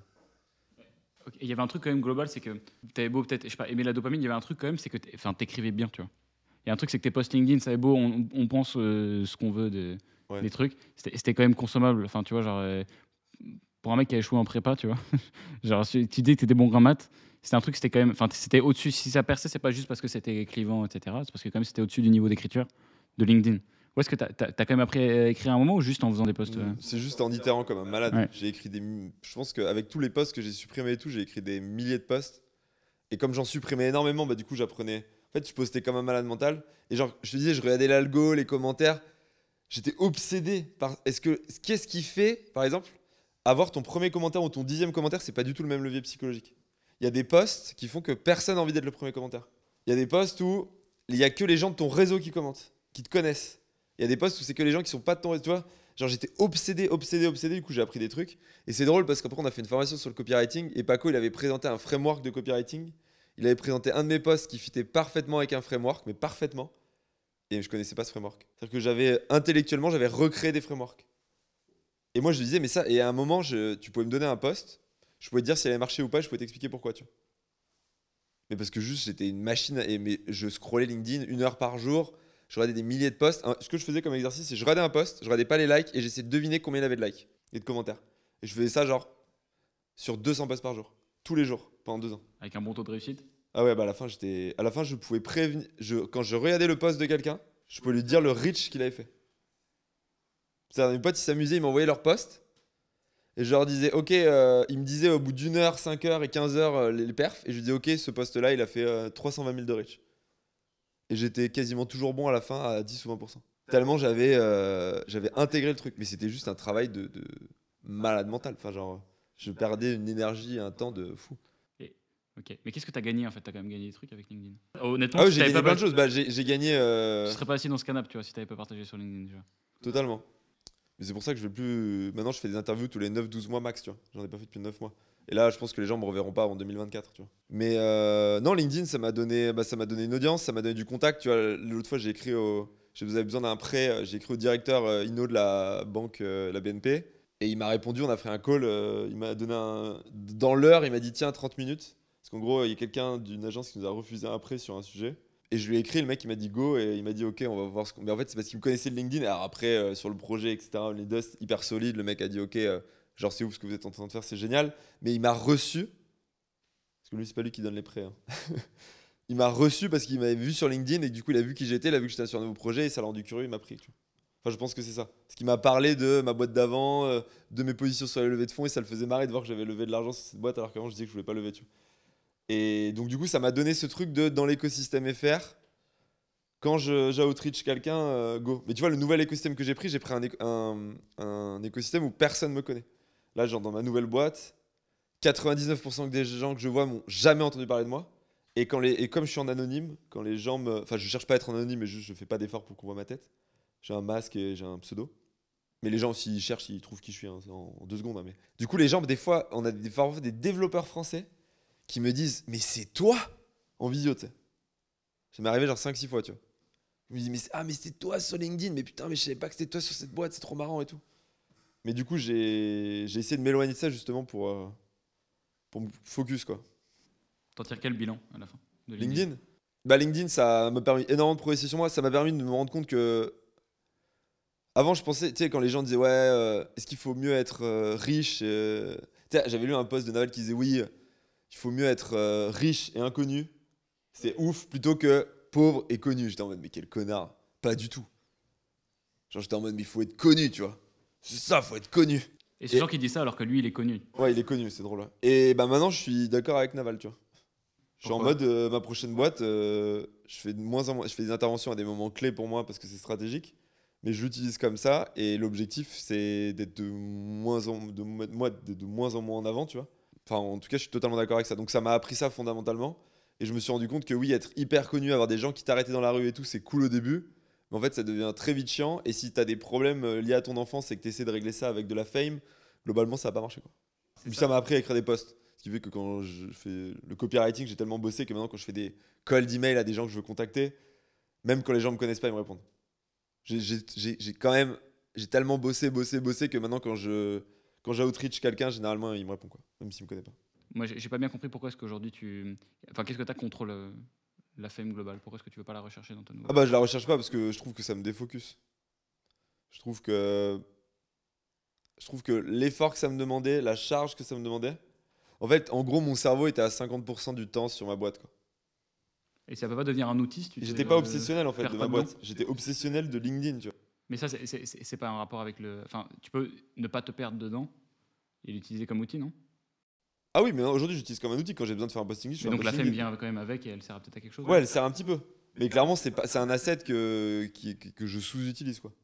Okay. Il y avait un truc quand même global, c'est que t'avais beau peut-être, je sais pas, aimer la dopamine, il y avait un truc quand même, c'est que t'écrivais bien, tu vois. Il y a un truc, c'est que tes posts LinkedIn, ça avait beau, on pense ce qu'on veut des trucs, c'était quand même consommable. Enfin, tu vois, genre, pour un mec qui a échoué en prépa, tu vois, genre, tu dis que t'étais bon en maths, c'était un truc, c'était quand même, enfin, c'était au-dessus. Si ça perçait, c'est pas juste parce que c'était clivant, etc. C'est parce que quand même, c'était au-dessus du niveau d'écriture de LinkedIn. Ou est-ce que t'as quand même appris à écrire à un moment ou juste en faisant des posts C'est juste en itérant comme un malade. Ouais. J'ai écrit je pense qu'avec tous les posts que j'ai supprimés et tout, j'ai écrit des milliers de posts. Et comme j'en supprimais énormément, bah du coup j'apprenais. En fait, je postais comme un malade mental. Et genre, je te disais, je regardais l'algo, les commentaires. J'étais obsédé par. Qu'est-ce qui fait, par exemple, avoir ton premier commentaire ou ton 10e commentaire, c'est pas du tout le même levier psychologique. Il y a des posts qui font que personne n'a envie d'être le premier commentaire. Il y a des posts où il y a que les gens de ton réseau qui commentent, qui te connaissent. Il y a des posts où c'est que les gens qui sont pas de ton réseau, tu vois. Genre j'étais obsédé, du coup j'ai appris des trucs. Et c'est drôle parce qu'après on a fait une formation sur le copywriting et Paco il avait présenté un framework de copywriting. Il avait présenté un de mes posts qui fitait parfaitement avec un framework, mais parfaitement. Et je connaissais pas ce framework. C'est-à-dire que intellectuellement, j'avais recréé des frameworks. Et moi je lui disais, mais ça, et à un moment, tu pouvais me donner un post, je pouvais te dire si elle allait marcher ou pas, je pouvais t'expliquer pourquoi, tu vois. Mais parce que juste j'étais une machine, mais je scrollais LinkedIn 1 heure par jour. Je regardais des milliers de posts. Ce que je faisais comme exercice, c'est que je regardais un post, je regardais pas les likes et j'essayais de deviner combien il avait de likes et de commentaires. Et je faisais ça genre sur 200 posts par jour, tous les jours, pendant 2 ans. avec un bon taux de réussite? Ah ouais, bah à la fin, je pouvais prévenir. Quand je regardais le post de quelqu'un, je pouvais lui dire le reach qu'il avait fait. C'est-à-dire, mes potes, ils s'amusaient, ils m'envoyaient leur post. Et je leur disais, ok, ils me disaient au bout d'1 heure, 5 heures et 15 heures les perfs. Et je lui disais, ok, ce post-là, il a fait 320 000 de reach. Et j'étais quasiment toujours bon à la fin à 10 ou 20%. Tellement j'avais intégré le truc. Mais c'était juste un travail de malade mental. Enfin, genre, je perdais une énergie et un temps de fou. Ok. Mais qu'est-ce que t'as gagné en fait? T'as quand même gagné des trucs avec LinkedIn. Honnêtement, Ah oui, si j'ai t'avais gagné pas plein de choses. Bah, j'ai gagné tu serais pas assis dans ce canapé, tu vois, si t'avais pas partagé sur LinkedIn, tu vois. totalement. Mais c'est pour ça que je vais plus. Maintenant, je fais des interviews tous les 9-12 mois max, tu vois. J'en ai pas fait depuis 9 mois. Et là, je pense que les gens me reverront pas avant 2024, tu vois. Mais non, LinkedIn, ça m'a donné une audience, ça m'a donné du contact, tu vois. L'autre fois, vous avez besoin d'un prêt, j'ai écrit au directeur Inno de la banque, la BNP. Et il m'a répondu, on a fait un call, il m'a donné dans l'heure, il m'a dit tiens, 30 minutes. Parce qu'en gros, il y a quelqu'un d'une agence qui nous a refusé un prêt sur un sujet. Et je lui ai écrit, le mec il m'a dit go et il m'a dit ok, on va voir ce qu'on. Mais en fait, c'est parce qu'il me connaissait de LinkedIn. Alors après, sur le projet, etc., les dust hyper solide, le mec a dit ok, genre c'est ouf ce que vous êtes en train de faire, c'est génial. Mais il m'a reçu, parce que lui, c'est pas lui qui donne les prêts, hein. Il m'a reçu parce qu'il m'avait vu sur LinkedIn et du coup, il a vu qui j'étais, il a vu que j'étais sur un nouveau projet et ça l'a rendu curieux, il m'a pris, tu vois. Enfin, je pense que c'est ça. Parce qu'il m'a parlé de ma boîte d'avant, de mes positions sur les levées de fonds et ça le faisait marrer de voir que j'avais levé de l'argent sur cette boîte alors qu'avant je disais que je voulais pas lever, tu vois. Et donc, du coup, ça m'a donné ce truc de dans l'écosystème FR. Quand j'outreach quelqu'un, go. Mais tu vois, le nouvel écosystème que j'ai pris un écosystème où personne me connaît. Là, genre dans ma nouvelle boîte, 99% des gens que je vois m'ont jamais entendu parler de moi. Et comme je suis en anonyme, quand les gens me. Enfin, je cherche pas à être en anonyme, mais juste je fais pas d'effort pour qu'on voit ma tête. J'ai un masque et j'ai un pseudo. Mais les gens, s'ils cherchent, ils trouvent qui je suis, hein, en 2 secondes, hein, mais... Du coup, les gens, des fois, on a parfois des développeurs français qui me disent mais c'est toi en visio, tu sais. Ça m'est arrivé genre 5-6 fois, tu vois. Ils me disent mais c'est toi sur LinkedIn, mais putain, mais je savais pas que c'était toi sur cette boîte, c'est trop marrant et tout. Mais du coup, j'ai essayé de m'éloigner de ça justement pour me focus, quoi. T'en tires quel bilan à la fin de LinkedIn. Bah, LinkedIn, ça m'a permis énormément de progresser sur moi. Ça m'a permis de me rendre compte que. Avant, je pensais, tu sais, quand les gens disaient, ouais, est-ce qu'il faut mieux être riche Tu sais, j'avais lu un post de Naval qui disait, oui, il faut mieux être riche et inconnu. C'est ouf plutôt que pauvre et connu. J'étais en mode, mais quel connard. Pas du tout. Genre, j'étais en mode, mais il faut être connu, tu vois. C'est ça, faut être connu. Et c'est gens qui disent ça alors que lui, il est connu. Ouais, il est connu, c'est drôle. Ouais. Et bah maintenant, je suis d'accord avec Naval, tu vois. Je suis en Pourquoi mode, ma prochaine boîte, je fais de moins en moins, je fais des interventions à des moments clés pour moi parce que c'est stratégique. Mais je l'utilise comme ça et l'objectif c'est d'être de moins en moins en avant, tu vois. Enfin, en tout cas, je suis totalement d'accord avec ça. Donc ça m'a appris ça fondamentalement et je me suis rendu compte que oui, être hyper connu, avoir des gens qui t'arrêtaient dans la rue et tout, c'est cool au début, mais en fait, ça devient très vite chiant et si t'as des problèmes liés à ton enfance et que t'essaies de régler ça avec de la fame, globalement, ça va pas marcher, quoi. Et puis ça m'a appris à écrire des posts. Ce qui fait que quand je fais le copywriting, j'ai tellement bossé que maintenant, quand je fais des calls d'email à des gens que je veux contacter, même quand les gens me connaissent pas, ils me répondent. J'ai tellement bossé que maintenant, quand j'outreach quelqu'un, généralement, il me répond, quoi, même s'il me connaît pas. Moi, j'ai pas bien compris pourquoi est-ce qu'aujourd'hui tu. Enfin, qu'est-ce que t'as contre la fame globale? Pourquoi est-ce que tu veux pas la rechercher dans ta nouvelle? Ah bah, je la recherche pas parce que je trouve que ça me défocus. Je trouve que l'effort que ça me demandait, la charge que ça me demandait, en fait, en gros, mon cerveau était à 50% du temps sur ma boîte, quoi. Et ça peut pas devenir un outil si tu te J'étais fais, pas obsessionnel en fait perds de pas ma dedans. boîte. J'étais obsessionnel de LinkedIn, tu vois. Mais ça, c'est pas un rapport avec le. Enfin, tu peux ne pas te perdre dedans et l'utiliser comme outil, non? Ah oui, mais aujourd'hui j'utilise comme un outil. Quand j'ai besoin de faire un posting, je fais Mais un donc la posting. femme vient quand même avec et elle sert peut-être à quelque chose. Ouais, elle sert un petit peu. Mais clairement, c'est un asset que je sous-utilise, quoi.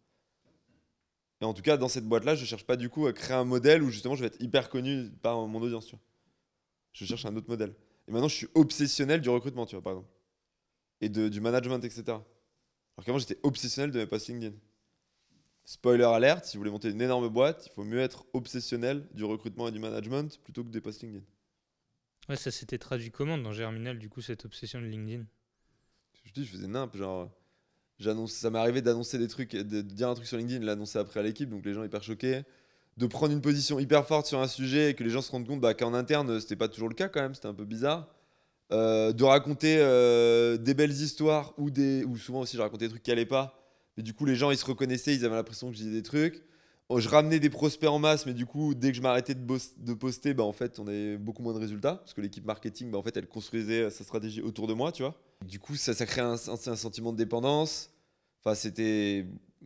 Et en tout cas, dans cette boîte-là, je cherche pas du coup à créer un modèle où justement je vais être hyper connu par mon audience, tu vois. Je cherche un autre modèle. Et maintenant, je suis obsessionnel du recrutement, tu vois, par exemple. Et du management, etc. Alors qu'avant, j'étais obsessionnel de mes posts LinkedIn. Spoiler alert, si vous voulez monter une énorme boîte, il faut mieux être obsessionnel du recrutement et du management plutôt que des posts LinkedIn. Ouais, ça s'était traduit comment dans Germinal, du coup, cette obsession de LinkedIn? Je dis, je faisais nimp, genre. Ça m'est arrivé d'annoncer des trucs, de dire un truc sur LinkedIn, l'annoncer après à l'équipe, donc les gens hyper choqués. De prendre une position hyper forte sur un sujet et que les gens se rendent compte bah, qu'en interne, c'était pas toujours le cas quand même, c'était un peu bizarre. De raconter des belles histoires ou souvent aussi je racontais des trucs qui allaient pas. Mais du coup, les gens ils se reconnaissaient, ils avaient l'impression que je disais des trucs. Je ramenais des prospects en masse, mais du coup, dès que je m'arrêtais de poster, bah, en fait, on avait beaucoup moins de résultats parce que l'équipe marketing, bah, en fait, elle construisait sa stratégie autour de moi, tu vois. Du coup, ça crée un sentiment de dépendance. Enfin, c'était.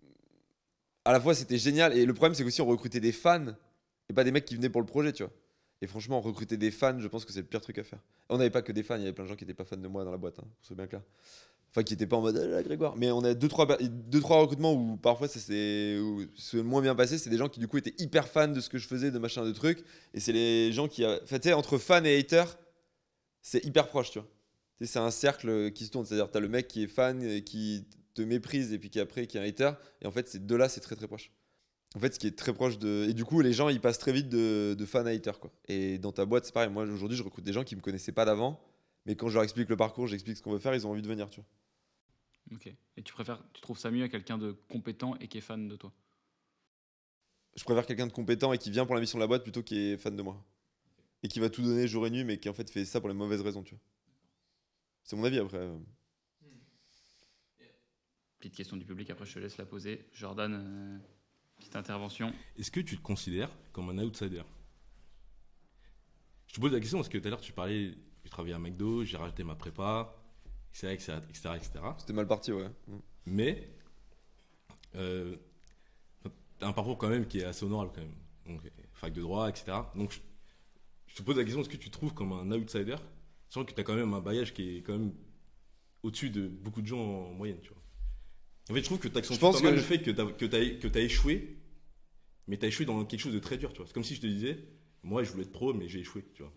À la fois, c'était génial. Et le problème, c'est qu'aussi, on recrutait des fans et pas des mecs qui venaient pour le projet, tu vois. Et franchement, recruter des fans, je pense que c'est le pire truc à faire. On n'avait pas que des fans, il y avait plein de gens qui n'étaient pas fans de moi dans la boîte, hein, pour soit bien clair. Enfin, qui n'étaient pas en mode ah, là, Grégoire. Mais on a deux, trois recrutements où parfois ça s'est moins bien passé. C'est des gens qui, du coup, étaient hyper fans de ce que je faisais, de machin, de trucs. Et c'est les gens qui. Enfin, tu sais, entre fans et haters, c'est hyper proche, tu vois. Tu sais, c'est un cercle qui se tourne. C'est-à-dire, tu as le mec qui est fan, qui te méprise, et puis qui après, qui est un hater. Et en fait, ces deux-là, c'est très très proche. En fait, ce qui est très proche de. Et du coup, les gens, ils passent très vite de fan à hater, quoi. Et dans ta boîte, c'est pareil. Moi, aujourd'hui, je recrute des gens qui me connaissaient pas d'avant. Mais quand je leur explique le parcours, j'explique ce qu'on veut faire, ils ont envie de venir, tu vois. Ok. Et tu trouves ça mieux à quelqu'un de compétent et qui est fan de toi? Je préfère quelqu'un de compétent et qui vient pour la mission de la boîte plutôt qui est fan de moi. Et qui va tout donner jour et nuit, mais qui en fait fait ça pour les mauvaises raisons, tu vois. C'est mon avis après. Petite question du public, après je te laisse la poser. Jordan, petite intervention. Est-ce que tu te considères comme un outsider? Je te pose la question parce que tout à l'heure tu parlais, j'ai travaillé à McDo, j'ai rajouté ma prépa, etc. C'était mal parti, ouais. Mais t'as un parcours quand même qui est assez honorable quand même. Donc, fac de droit, etc. Donc je te pose la question, est-ce que tu te trouves comme un outsider, sachant que t'as quand même un bagage qui est quand même au-dessus de beaucoup de gens en moyenne, tu vois. En fait, je trouve que t'accentues pas mal le fait que t'as échoué, mais t'as échoué dans quelque chose de très dur, tu vois. C'est comme si je te disais, moi je voulais être pro, mais j'ai échoué, tu vois.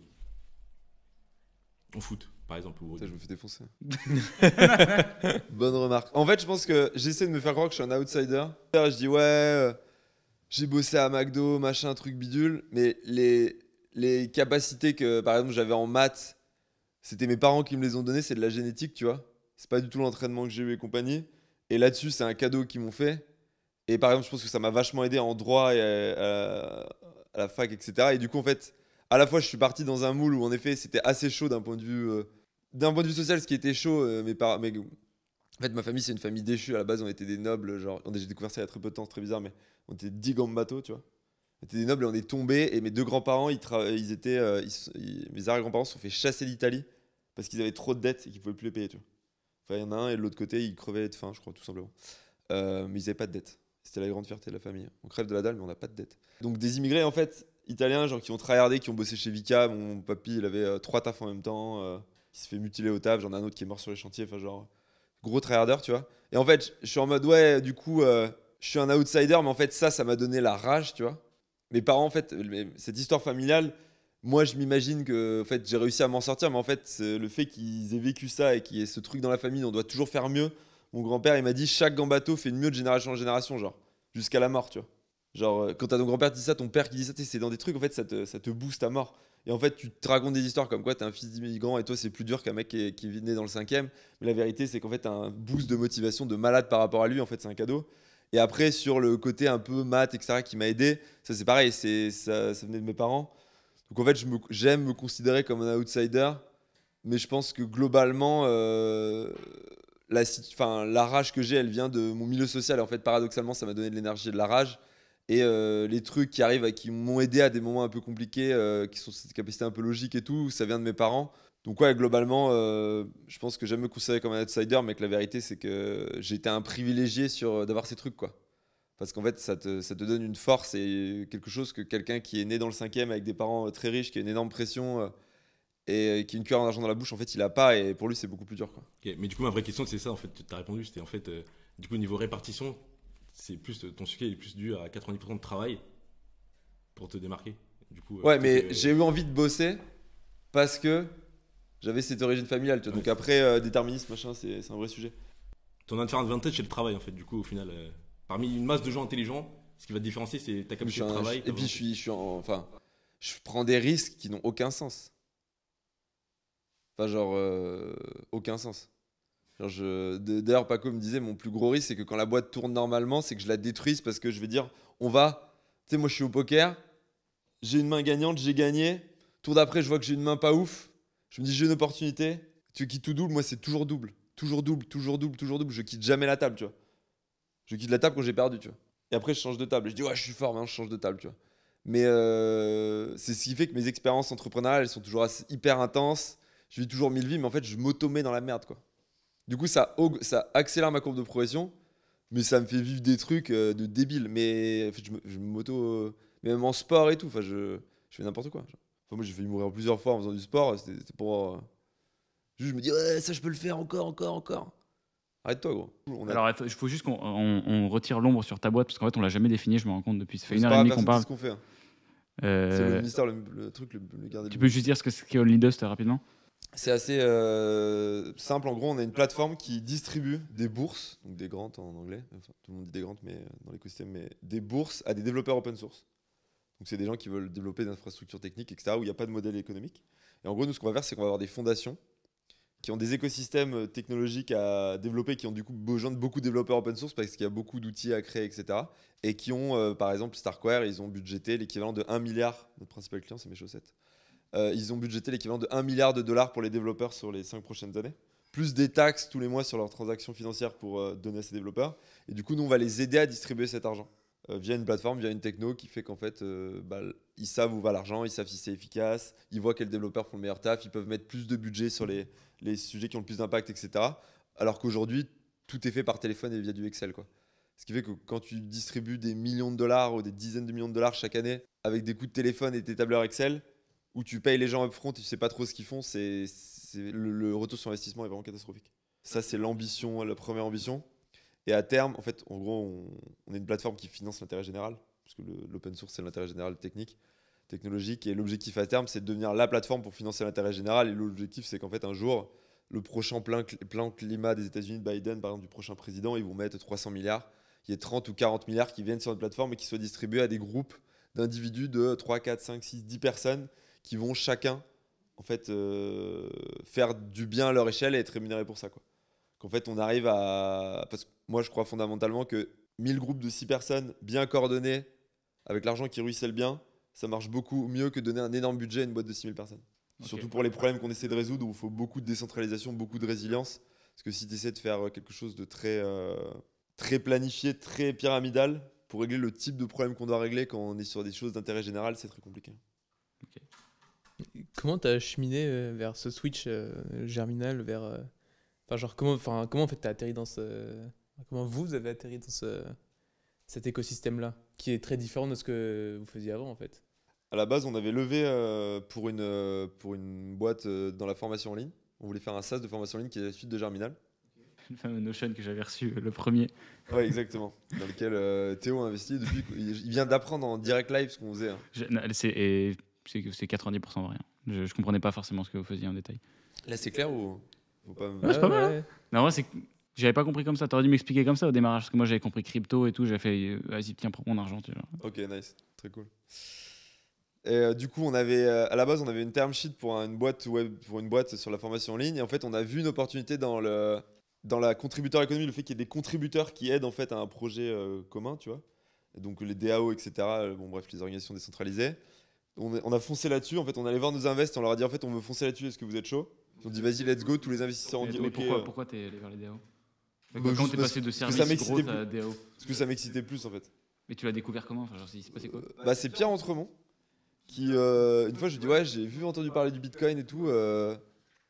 En foot, par exemple. Putain, je me fais défoncer. Bonne remarque. En fait, je pense que j'essaie de me faire croire que je suis un outsider. Je dis ouais, j'ai bossé à McDo, machin, truc bidule, mais les capacités que, par exemple, j'avais en maths, c'était mes parents qui me les ont données, c'est de la génétique, tu vois. C'est pas du tout l'entraînement que j'ai eu et compagnie. Et là-dessus, c'est un cadeau qu'ils m'ont fait. Et par exemple, je pense que ça m'a vachement aidé en droit et à la fac, etc. Et du coup, en fait, à la fois, je suis parti dans un moule où, en effet, c'était assez chaud d'un point de vue social. Ce qui était chaud, en fait, ma famille, c'est une famille déchue. À la base, on était des nobles. Genre, j'ai découvert ça il y a très peu de temps, c'est très bizarre, mais on était 10 gambato, tu vois. On était des nobles et on est tombés. Et mes deux grands-parents, mes arrière-grands-parents se sont fait chasser d'Italie parce qu'ils avaient trop de dettes et qu'ils pouvaient plus les payer, tu vois. Enfin, il y en a un et de l'autre côté, ils crevaient de faim, je crois, tout simplement. Mais ils n'avaient pas de dette. C'était la grande fierté de la famille. On crève de la dalle, mais on n'a pas de dette. Donc des immigrés, en fait, italiens, genre qui ont tryhardé, qui ont bossé chez Vika. Mon papy, il avait 3 tafs en même temps. Il s'est fait mutiler au taf. J'en ai un autre qui est mort sur les chantiers. Enfin, genre, gros tryharder, tu vois. Et en fait, je suis en mode, ouais, du coup, je suis un outsider, mais en fait, ça m'a donné la rage, tu vois. Mes parents, en fait, cette histoire familiale, moi, je m'imagine que en fait, j'ai réussi à m'en sortir, mais en fait, le fait qu'ils aient vécu ça et qu'il y ait ce truc dans la famille, on doit toujours faire mieux. Mon grand-père, il m'a dit, chaque gambato fait mieux de génération en génération, genre, jusqu'à la mort, tu vois. Genre, quand t'as ton grand-père qui dit ça, ton père qui dit ça, c'est dans des trucs, en fait, ça te booste à mort. Et en fait, tu te racontes des histoires comme quoi t'es un fils d'immigrant et toi, c'est plus dur qu'un mec qui est né dans le 5e. Mais la vérité, c'est qu'en fait, t'as un boost de motivation de malade par rapport à lui, en fait, c'est un cadeau. Et après, sur le côté un peu maths, etc., qui m'a aidé, ça c'est pareil, ça venait de mes parents. Donc en fait, j'aime me considérer comme un outsider, mais je pense que globalement, la rage que j'ai, elle vient de mon milieu social. Et en fait, paradoxalement, ça m'a donné de l'énergie et de la rage. Et les trucs qui arrivent, qui m'ont aidé à des moments un peu compliqués, qui sont cette capacité un peu logique et tout, ça vient de mes parents. Donc ouais, globalement, je pense que j'aime me considérer comme un outsider, mais que la vérité, c'est que j'ai été un privilégié d'avoir ces trucs, quoi. Parce qu'en fait, ça te donne une force et quelque chose que quelqu'un qui est né dans le 5e avec des parents très riches, qui a une énorme pression et qui a une cuillère d'argent dans la bouche, en fait, il a pas et pour lui, c'est beaucoup plus dur, quoi. Ok, mais du coup, ma vraie question, c'est ça, en fait, tu as répondu, c'était en fait, du coup, niveau répartition, c'est plus, ton succès est plus dû à 90% de travail pour te démarquer. Du coup, Ouais, plutôt mais que- j'ai eu envie de bosser parce que j'avais cette origine familiale, tu vois. Ouais, Donc après, déterminisme, machin, c'est un vrai sujet. Ton advantage, c'est le travail, en fait, du coup, au final. Parmi une masse de gens intelligents, ce qui va te différencier, c'est ta Je capacité suis de travail. et puis enfin, je prends des risques qui n'ont aucun sens. Enfin, genre, aucun sens. Genre, d'ailleurs, Paco me disait, mon plus gros risque, c'est que quand la boîte tourne normalement, c'est que je la détruise parce que je vais dire, on va. Tu sais, moi, je suis au poker, j'ai une main gagnante, j'ai gagné. Tour d'après, je vois que j'ai une main pas ouf. Je me dis, j'ai une opportunité. Tu quittes tout double, moi, c'est toujours double. Toujours double, toujours double, toujours double. Je quitte jamais la table, tu vois. Je quitte la table quand j'ai perdu, tu vois. Et après, je change de table. Je dis, ouais, je suis fort, maintenant, je change de table, tu vois. Mais c'est ce qui fait que mes expériences entrepreneuriales, elles sont toujours hyper intenses. Je vis toujours 1000 vies, mais en fait, je m'auto-mets dans la merde, quoi. Du coup, ça accélère ma courbe de progression, mais ça me fait vivre des trucs de débile. Mais en fait, je m'auto. Mais même en sport et tout, enfin, je fais n'importe quoi. Enfin, moi, j'ai failli mourir plusieurs fois en faisant du sport. C'était pour. Juste, je me dis, ouais, ça, je peux le faire encore, encore, encore. Arrête-toi, gros. Alors, il faut juste qu'on retire l'ombre sur ta boîte, parce qu'en fait, on l'a jamais défini, je me rends compte depuis. Ça fait C'est une heure pas et grave, demie qu'on personne parle. sait ce qu'on fait, hein. Euh, C'est le ministère, le truc, le garder. Tu peux juste dire ce qu'est Only Dust rapidement? C'est assez simple. En gros, on a une plateforme qui distribue des bourses, donc des grants en anglais. Enfin, tout le monde dit des grants, mais dans l'écosystème, mais des bourses à des développeurs open source. Donc, c'est des gens qui veulent développer des infrastructures techniques, etc., où il n'y a pas de modèle économique. Et en gros, nous, ce qu'on va faire, c'est qu'on va avoir des fondations qui ont des écosystèmes technologiques à développer, qui ont du coup besoin de beaucoup de développeurs open source parce qu'il y a beaucoup d'outils à créer, etc. Et qui ont, par exemple, Starkware, ils ont budgété l'équivalent de 1 milliard. Notre principal client, c'est mes chaussettes. Ils ont budgété l'équivalent de 1 milliard de dollars pour les développeurs sur les 5 prochaines années, plus des taxes tous les mois sur leurs transactions financières pour donner à ces développeurs. Et du coup, nous, on va les aider à distribuer cet argent via une plateforme, via une techno qui fait qu'en fait, ils savent où va l'argent, ils savent si c'est efficace, ils voient quels développeurs font le meilleur taf, ils peuvent mettre plus de budget sur les sujets qui ont le plus d'impact, etc. Alors qu'aujourd'hui, tout est fait par téléphone et via du Excel, quoi. Ce qui fait que quand tu distribues des millions de dollars ou des dizaines de millions de dollars chaque année avec des coûts de téléphone et tes tableurs Excel, où tu payes les gens upfront et tu sais pas trop ce qu'ils font, le retour sur investissement est vraiment catastrophique. Ça, c'est l'ambition, la première ambition. Et à terme, en fait, en gros, on est une plateforme qui finance l'intérêt général, parce que l'open source, c'est l'intérêt général technologique. Et l'objectif à terme, c'est de devenir la plateforme pour financer l'intérêt général. Et l'objectif, c'est qu'en fait, un jour, le prochain plan climat des États-Unis de Biden, par exemple, du prochain président, ils vont mettre 300 milliards. Il y a 30 ou 40 milliards qui viennent sur notre plateforme et qui soient distribués à des groupes d'individus de 3, 4, 5, 6, 10 personnes qui vont chacun en fait, faire du bien à leur échelle et être rémunérés pour ça, quoi. Qu'en fait, on arrive à. Parce que moi, je crois fondamentalement que 1000 groupes de 6 personnes bien coordonnés, avec l'argent qui ruisselle bien, ça marche beaucoup mieux que donner un énorme budget à une boîte de 6000 personnes. Ok. Surtout pour les problèmes qu'on essaie de résoudre, où il faut beaucoup de décentralisation, beaucoup de résilience. Parce que si tu essaies de faire quelque chose de très planifié, très pyramidal, pour régler le type de problème qu'on doit régler quand on est sur des choses d'intérêt général, c'est très compliqué. Comment t'as cheminé vers ce switch germinal vers enfin genre comment en fait t'as atterri dans comment vous avez atterri dans cet écosystème là qui est très différent de ce que vous faisiez avant en fait. À la base, on avait levé pour une boîte dans la formation en ligne. On voulait faire un SaaS de formation en ligne qui est la suite de Germinal. Le fameux Notion que j'avais reçu, le premier. Ouais, exactement. Dans lequel Théo a investi depuis. Il vient d'apprendre en direct live ce qu'on faisait, hein. C'est 90% de rien. Je comprenais pas forcément ce que vous faisiez en détail. Là, c'est clair ou faut pas Ouais, c'est pas mal, ouais. Non, moi, c'est que j'avais pas compris comme ça. T'aurais dû m'expliquer comme ça au démarrage, parce que moi, j'avais compris crypto et tout. J'ai fait, vas-y, tiens, prends mon argent. Tu vois. Ok, nice. Très cool. Et du coup, à la base, on avait une term sheet pour une boîte web, pour une boîte sur la formation en ligne. Et en fait, on a vu une opportunité dans la contributeur économie, le fait qu'il y ait des contributeurs qui aident en fait à un projet commun, tu vois. Et donc les DAO, etc. Bon, bref, les organisations décentralisées. On a foncé là-dessus. En fait, on allait voir nos invests. On leur a dit en fait, on veut foncer là-dessus. Est-ce que vous êtes chaud? Ils ont dit vas-y, let's go. Tous les investisseurs ont dit Mais ok. pourquoi t'es allé vers les DAO? Bah, Quand juste t'es parce passé de que ça service m'excitait gros à DAO? Parce que ça m'excitait plus en fait. Mais tu l'as découvert comment? Enfin, genre, il s'est passé quoi? Bah, c'est Pierre Entremont qui, une fois, je lui dis ouais, j'ai entendu parler du Bitcoin et tout.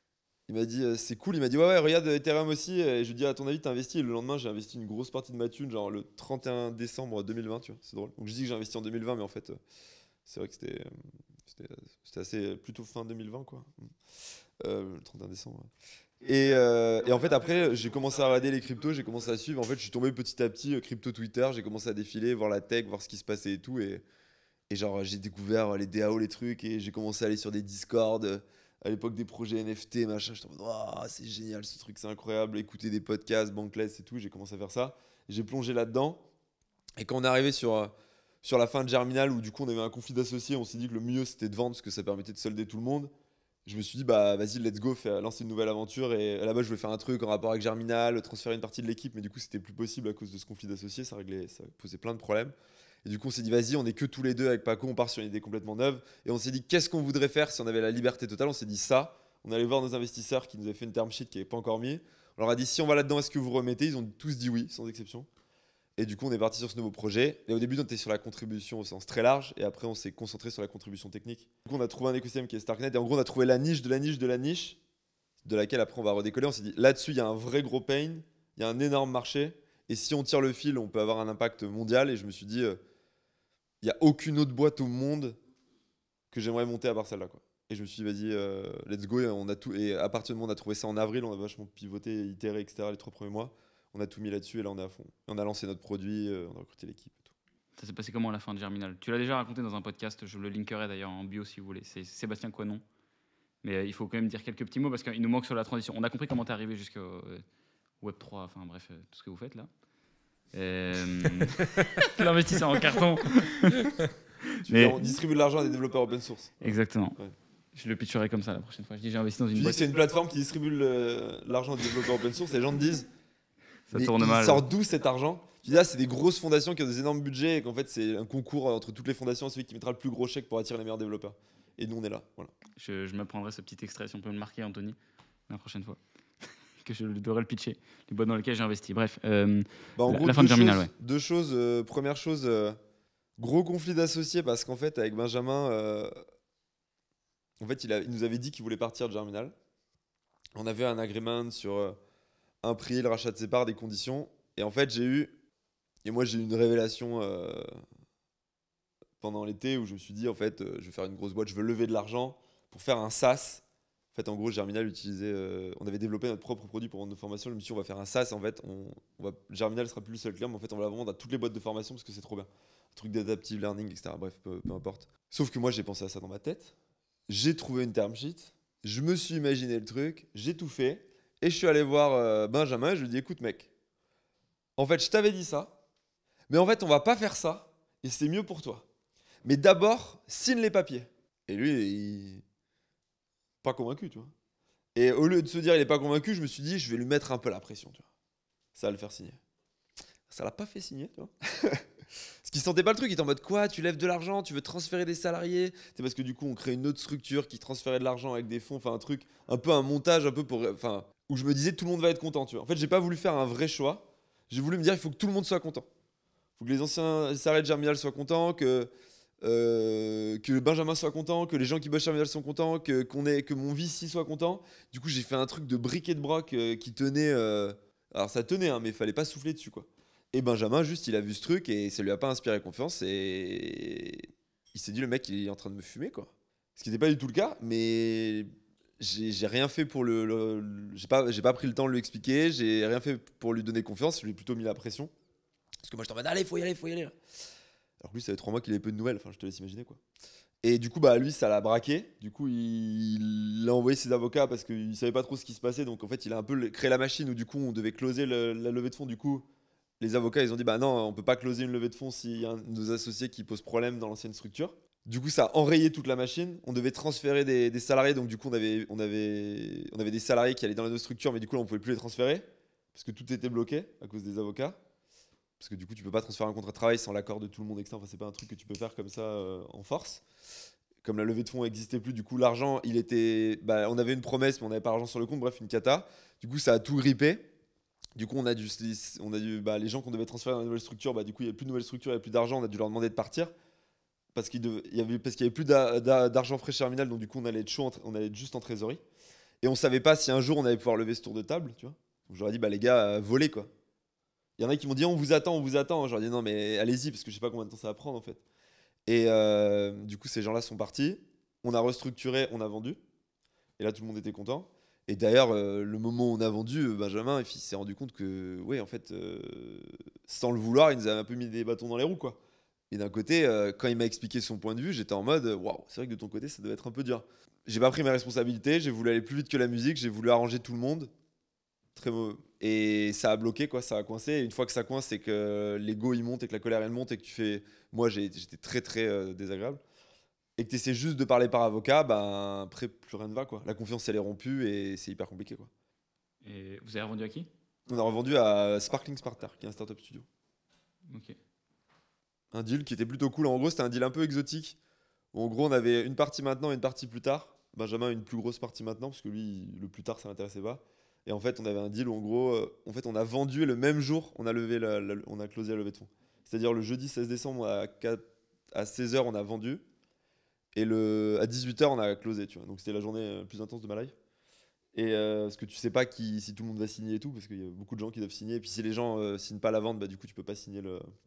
Il m'a dit c'est cool, il m'a dit ouais regarde Ethereum aussi et je lui dis à ton avis t'as investi et le lendemain j'ai investi une grosse partie de ma thune genre le 31 décembre 2020 tu vois, c'est drôle. Donc je dis que j'ai investi en 2020 mais en fait c'est vrai que c'était assez plutôt fin 2020 quoi. Le 31 décembre. Ouais. Et en fait après j'ai commencé à regarder les cryptos, j'ai commencé à suivre, en fait je suis tombé petit à petit crypto Twitter, j'ai commencé à défiler, voir la tech, voir ce qui se passait et tout et genre j'ai découvert les DAO les trucs et j'ai commencé à aller sur des Discord à l'époque des projets NFT, machin, je me dis, oh, c'est génial ce truc, c'est incroyable, écouter des podcasts, Bankless et tout, j'ai commencé à faire ça. J'ai plongé là-dedans. Et quand on est arrivé sur la fin de Germinal, où du coup on avait un conflit d'associés, on s'est dit que le mieux c'était de vendre parce que ça permettait de solder tout le monde. Je me suis dit, bah vas-y, let's go, lancer une nouvelle aventure. Et là-bas, je voulais faire un truc en rapport avec Germinal, transférer une partie de l'équipe, mais du coup, c'était plus possible à cause de ce conflit d'associés, ça posait plein de problèmes. Et du coup, on s'est dit, vas-y, on est que tous les deux avec Paco, on part sur une idée complètement neuve. Et on s'est dit, qu'est-ce qu'on voudrait faire si on avait la liberté totale? On s'est dit ça. On allait voir nos investisseurs qui nous avaient fait une term sheet qui n'avait pas encore mis. On leur a dit, si on va là-dedans, est-ce que vous remettez? Ils ont tous dit oui, sans exception. Et du coup, on est parti sur ce nouveau projet. Et au début, on était sur la contribution au sens très large. Et après, on s'est concentré sur la contribution technique. Du coup, on a trouvé un écosystème qui est Starknet. Et en gros, on a trouvé la niche de la niche de la niche, de laquelle après, on va redécoller. On s'est dit, là-dessus, il y a un vrai gros pain. Il y a un énorme marché. Et si on tire le fil, on peut avoir un impact mondial. Et je me suis dit, il n'y a aucune autre boîte au monde que j'aimerais monter à part celle-là, quoi. Et je me suis dit, vas-y, let's go. Et, et à partir du moment où on a trouvé ça en avril, on a vachement pivoté, itéré, etc. les 3 premiers mois. On a tout mis là-dessus et là, on est à fond. Et on a lancé notre produit, on a recruté l'équipe et tout. Ça s'est passé comment à la fin de Germinal? Tu l'as déjà raconté dans un podcast, je le linkerai d'ailleurs en bio si vous voulez. C'est Sébastien Coinon. Mais il faut quand même dire quelques petits mots parce qu'il nous manque sur la transition. On a compris comment t'es arrivé jusqu'au Web3, enfin bref, tout ce que vous faites là. L'investisseur en carton. On distribue de l'argent à des développeurs open source. Exactement. Ouais. Je le pitcherai comme ça la prochaine fois. Je dis j'ai investi dans une Tu dis boîte. que c'est une plateforme qui distribue l'argent des développeurs open source et les gens te disent Ça mais tourne mal. il sort d'où cet argent? Tu dis là, c'est des grosses fondations qui ont des énormes budgets et qu'en fait, c'est un concours entre toutes les fondations, celui qui mettra le plus gros chèque pour attirer les meilleurs développeurs. Et nous, on est là. Voilà. Je me prendrai ce petit extrait, si on peut me le marquer, Anthony, la prochaine fois. Que je devrais le pitcher. Les boîtes dans lesquelles j'ai investi. Bref, En gros, la fin de Germinal, ouais. Deux choses. Première chose, gros conflit d'associés parce qu'en fait, avec Benjamin, en fait, il nous avait dit qu'il voulait partir de Germinal. On avait un agreement sur un prix, le rachat de ses parts, des conditions. Et en fait, j'ai eu une révélation pendant l'été où je me suis dit, en fait, je vais faire une grosse boîte, je veux lever de l'argent pour faire un SaaS. En fait, en gros, Germinal utilisait. On avait développé notre propre produit pour vendre nos formations. Je me suis dit, on va faire un SaaS. En fait, Germinal sera plus le seul client, mais en fait, on va la vendre à toutes les boîtes de formation parce que c'est trop bien. Un truc d'adaptive learning, etc. Bref, peu importe. Sauf que moi, j'ai pensé à ça dans ma tête. J'ai trouvé une term sheet. Je me suis imaginé le truc. J'ai tout fait. Et je suis allé voir Benjamin. Et je lui ai dit, écoute, mec, en fait, je t'avais dit ça. Mais en fait, on va pas faire ça. Et c'est mieux pour toi. Mais d'abord, signe les papiers. Et lui, il pas convaincu, tu vois. Et au lieu de se dire il est pas convaincu, je me suis dit je vais lui mettre un peu la pression, tu vois. Ça va le faire signer. Ça l'a pas fait signer, tu vois. Parce qu'il sentait pas le truc, il était en mode quoi, tu lèves de l'argent, tu veux transférer des salariés. C'est parce que du coup on crée une autre structure qui transférait de l'argent avec des fonds, enfin un truc, un peu un montage, un peu pour, enfin où je me disais tout le monde va être content, tu vois. En fait j'ai pas voulu faire un vrai choix. J'ai voulu me dire il faut que tout le monde soit content. Il faut que les anciens salariés de Germinal soient contents, que Benjamin soit content, que les gens qui bossent chez Germinal sont contents, que mon VC soit content. Du coup, j'ai fait un truc de briquet de broc qui tenait. Alors, ça tenait, hein, mais il fallait pas souffler dessus, quoi. Et Benjamin, juste, il a vu ce truc et ça lui a pas inspiré confiance. Et il s'est dit, le mec, il est en train de me fumer, quoi. Ce qui n'était pas du tout le cas, mais j'ai rien fait pour j'ai pas pris le temps de lui expliquer, j'ai rien fait pour lui donner confiance, je lui ai plutôt mis la pression. Parce que moi, je t'en mode, allez, faut y aller. Alors que lui, ça fait 3 mois qu'il avait peu de nouvelles, enfin je te laisse imaginer quoi. Et du coup, bah lui, ça l'a braqué. Du coup, il a envoyé ses avocats parce qu'il savait pas trop ce qui se passait. Donc en fait, il a un peu créé la machine où du coup, on devait closer la levée de fonds. Du coup, les avocats, ils ont dit bah non, on peut pas closer une levée de fonds s'il y a un de nos associés qui pose problème dans l'ancienne structure. Du coup, ça a enrayé toute la machine. On devait transférer des salariés. Donc du coup, on avait des salariés qui allaient dans les deux structures, mais du coup, là, on pouvait plus les transférer parce que tout était bloqué à cause des avocats. Parce que du coup, tu peux pas transférer un contrat de travail sans l'accord de tout le monde, etc. Enfin, c'est pas un truc que tu peux faire comme ça en force. Comme la levée de fonds n'existait plus, du coup, l'argent, il était. Bah, on avait une promesse, mais on n'avait pas l'argent sur le compte. Bref, une cata. Du coup, ça a tout grippé. Du coup, on a dû les gens qu'on devait transférer dans la nouvelle structure, bah, du coup, il n'y avait plus de nouvelle structure, il n'y avait plus d'argent. On a dû leur demander de partir parce qu'il y avait plus d'argent frais chez Germinal. Donc, du coup, on allait être juste en trésorerie. Et on savait pas si un jour on allait pouvoir lever ce tour de table, tu vois. Donc j'aurais dit, bah les gars, volez quoi. Il y en a qui m'ont dit, on vous attend, on vous attend. J'aurais dit, non, mais allez-y, parce que je sais pas combien de temps ça va prendre en fait. Et du coup, ces gens-là sont partis. On a restructuré, on a vendu. Et là, tout le monde était content. Et d'ailleurs, le moment où on a vendu, Benjamin, il s'est rendu compte que, ouais, en fait, sans le vouloir, il nous a un peu mis des bâtons dans les roues, quoi. Et d'un côté, quand il m'a expliqué son point de vue, j'étais en mode, waouh, c'est vrai que de ton côté, ça doit être un peu dur. J'ai pas pris mes responsabilités, j'ai voulu aller plus vite que la musique, j'ai voulu arranger tout le monde. Très mauvais. Et ça a bloqué, quoi, ça a coincé. Et une fois que ça coince, c'est que l'ego il monte et que la colère elle monte et que tu fais. Moi, j'étais très très désagréable. Et que tu essaies juste de parler par avocat, ben après, plus rien ne va, quoi. La confiance elle est rompue et c'est hyper compliqué, quoi. Et vous avez revendu à qui? On a revendu à Sparkling Spartar, qui est un startup studio. Ok. Un deal qui était plutôt cool. En gros, c'était un deal un peu exotique. Où, en gros, on avait une partie maintenant et une partie plus tard. Benjamin, une plus grosse partie maintenant, parce que lui, le plus tard, ça l'intéressait pas. Et en fait, on avait un deal où, en gros, en fait, on a vendu et le même jour, on a, on a closé la levée de fonds. C'est-à-dire le jeudi 16 décembre à 16h, on a vendu. Et à 18h, on a closé, tu vois. Donc c'était la journée la plus intense de ma life. Et parce que tu sais pas si tout le monde va signer et tout, parce qu'il y a beaucoup de gens qui doivent signer. Et puis si les gens signent pas la vente, bah, du coup, tu peux pas signer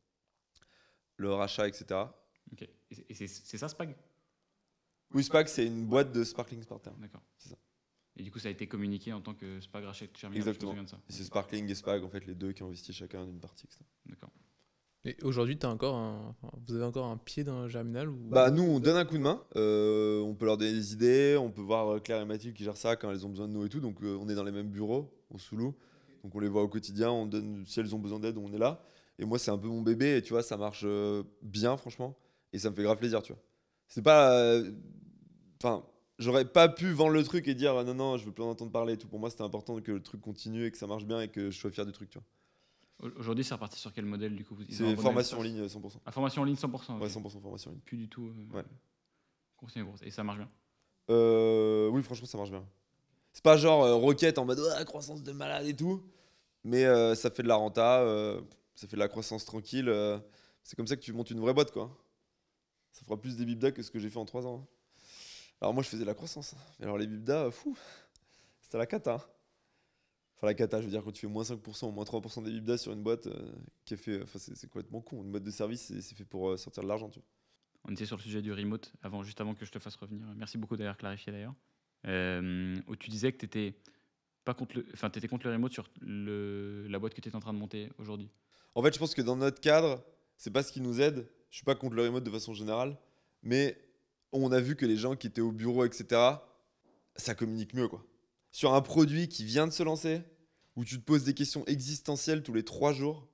le rachat, etc. Ok. Et c'est ça, Spag? Oui, Spag, c'est une boîte de Sparkling Spartan. D'accord. C'est ça. Et du coup, ça a été communiqué en tant que Spag rachète Germinal. Exactement. Je me souviens de ça. Et c'est Sparkling et Spag, en fait, les deux qui ont investi chacun d'une partie, etc. D'accord. Et aujourd'hui, vous avez encore un pied dans Germinal ou... Bah, nous, on donne un coup de main. On peut leur donner des idées. On peut voir Claire et Mathilde qui gèrent ça quand elles ont besoin de nous et tout. Donc, on est dans les mêmes bureaux, au Soulou. Donc, on les voit au quotidien. On donne, si elles ont besoin d'aide, on est là. Et moi, c'est un peu mon bébé. Et tu vois, ça marche bien, franchement. Et ça me fait grave plaisir, tu vois. C'est pas. Enfin, j'aurais pas pu vendre le truc et dire non, non, je veux plus en entendre parler et tout. Pour moi, c'était important que le truc continue et que ça marche bien et que je sois fier du truc, tu vois. Aujourd'hui, c'est reparti sur quel modèle du coup? C'est formation en ligne 100%. Ah, formation en ligne 100%. Ouais, Ok. 100% formation en ligne. Plus du tout. Ouais. Continue, gros. Et ça marche bien. Oui, franchement, ça marche bien. C'est pas genre roquette en mode croissance de malade et tout. Mais ça fait de la renta, ça fait de la croissance tranquille. C'est comme ça que tu montes une vraie boîte, quoi. Ça fera plus des bibdas que ce que j'ai fait en 3 ans. Hein. Alors moi, je faisais de la croissance. Mais alors les bibdas, fou, c'était la cata. Hein. Enfin, la cata, je veux dire, quand tu fais moins 5% ou moins 3% des bibdas sur une boîte qui est fait. Enfin, c'est complètement con. Une boîte de service, c'est fait pour sortir de l'argent, tu vois. On était sur le sujet du remote, juste avant que je te fasse revenir. Merci beaucoup d'avoir clarifié d'ailleurs. Où tu disais que tu étais contre le remote sur la boîte que tu étais en train de monter aujourd'hui. En fait, je pense que dans notre cadre, c'est pas ce qui nous aide. Je suis pas contre le remote de façon générale, mais on a vu que les gens qui étaient au bureau, etc., ça communique mieux, quoi. Sur un produit qui vient de se lancer, où tu te poses des questions existentielles tous les 3 jours,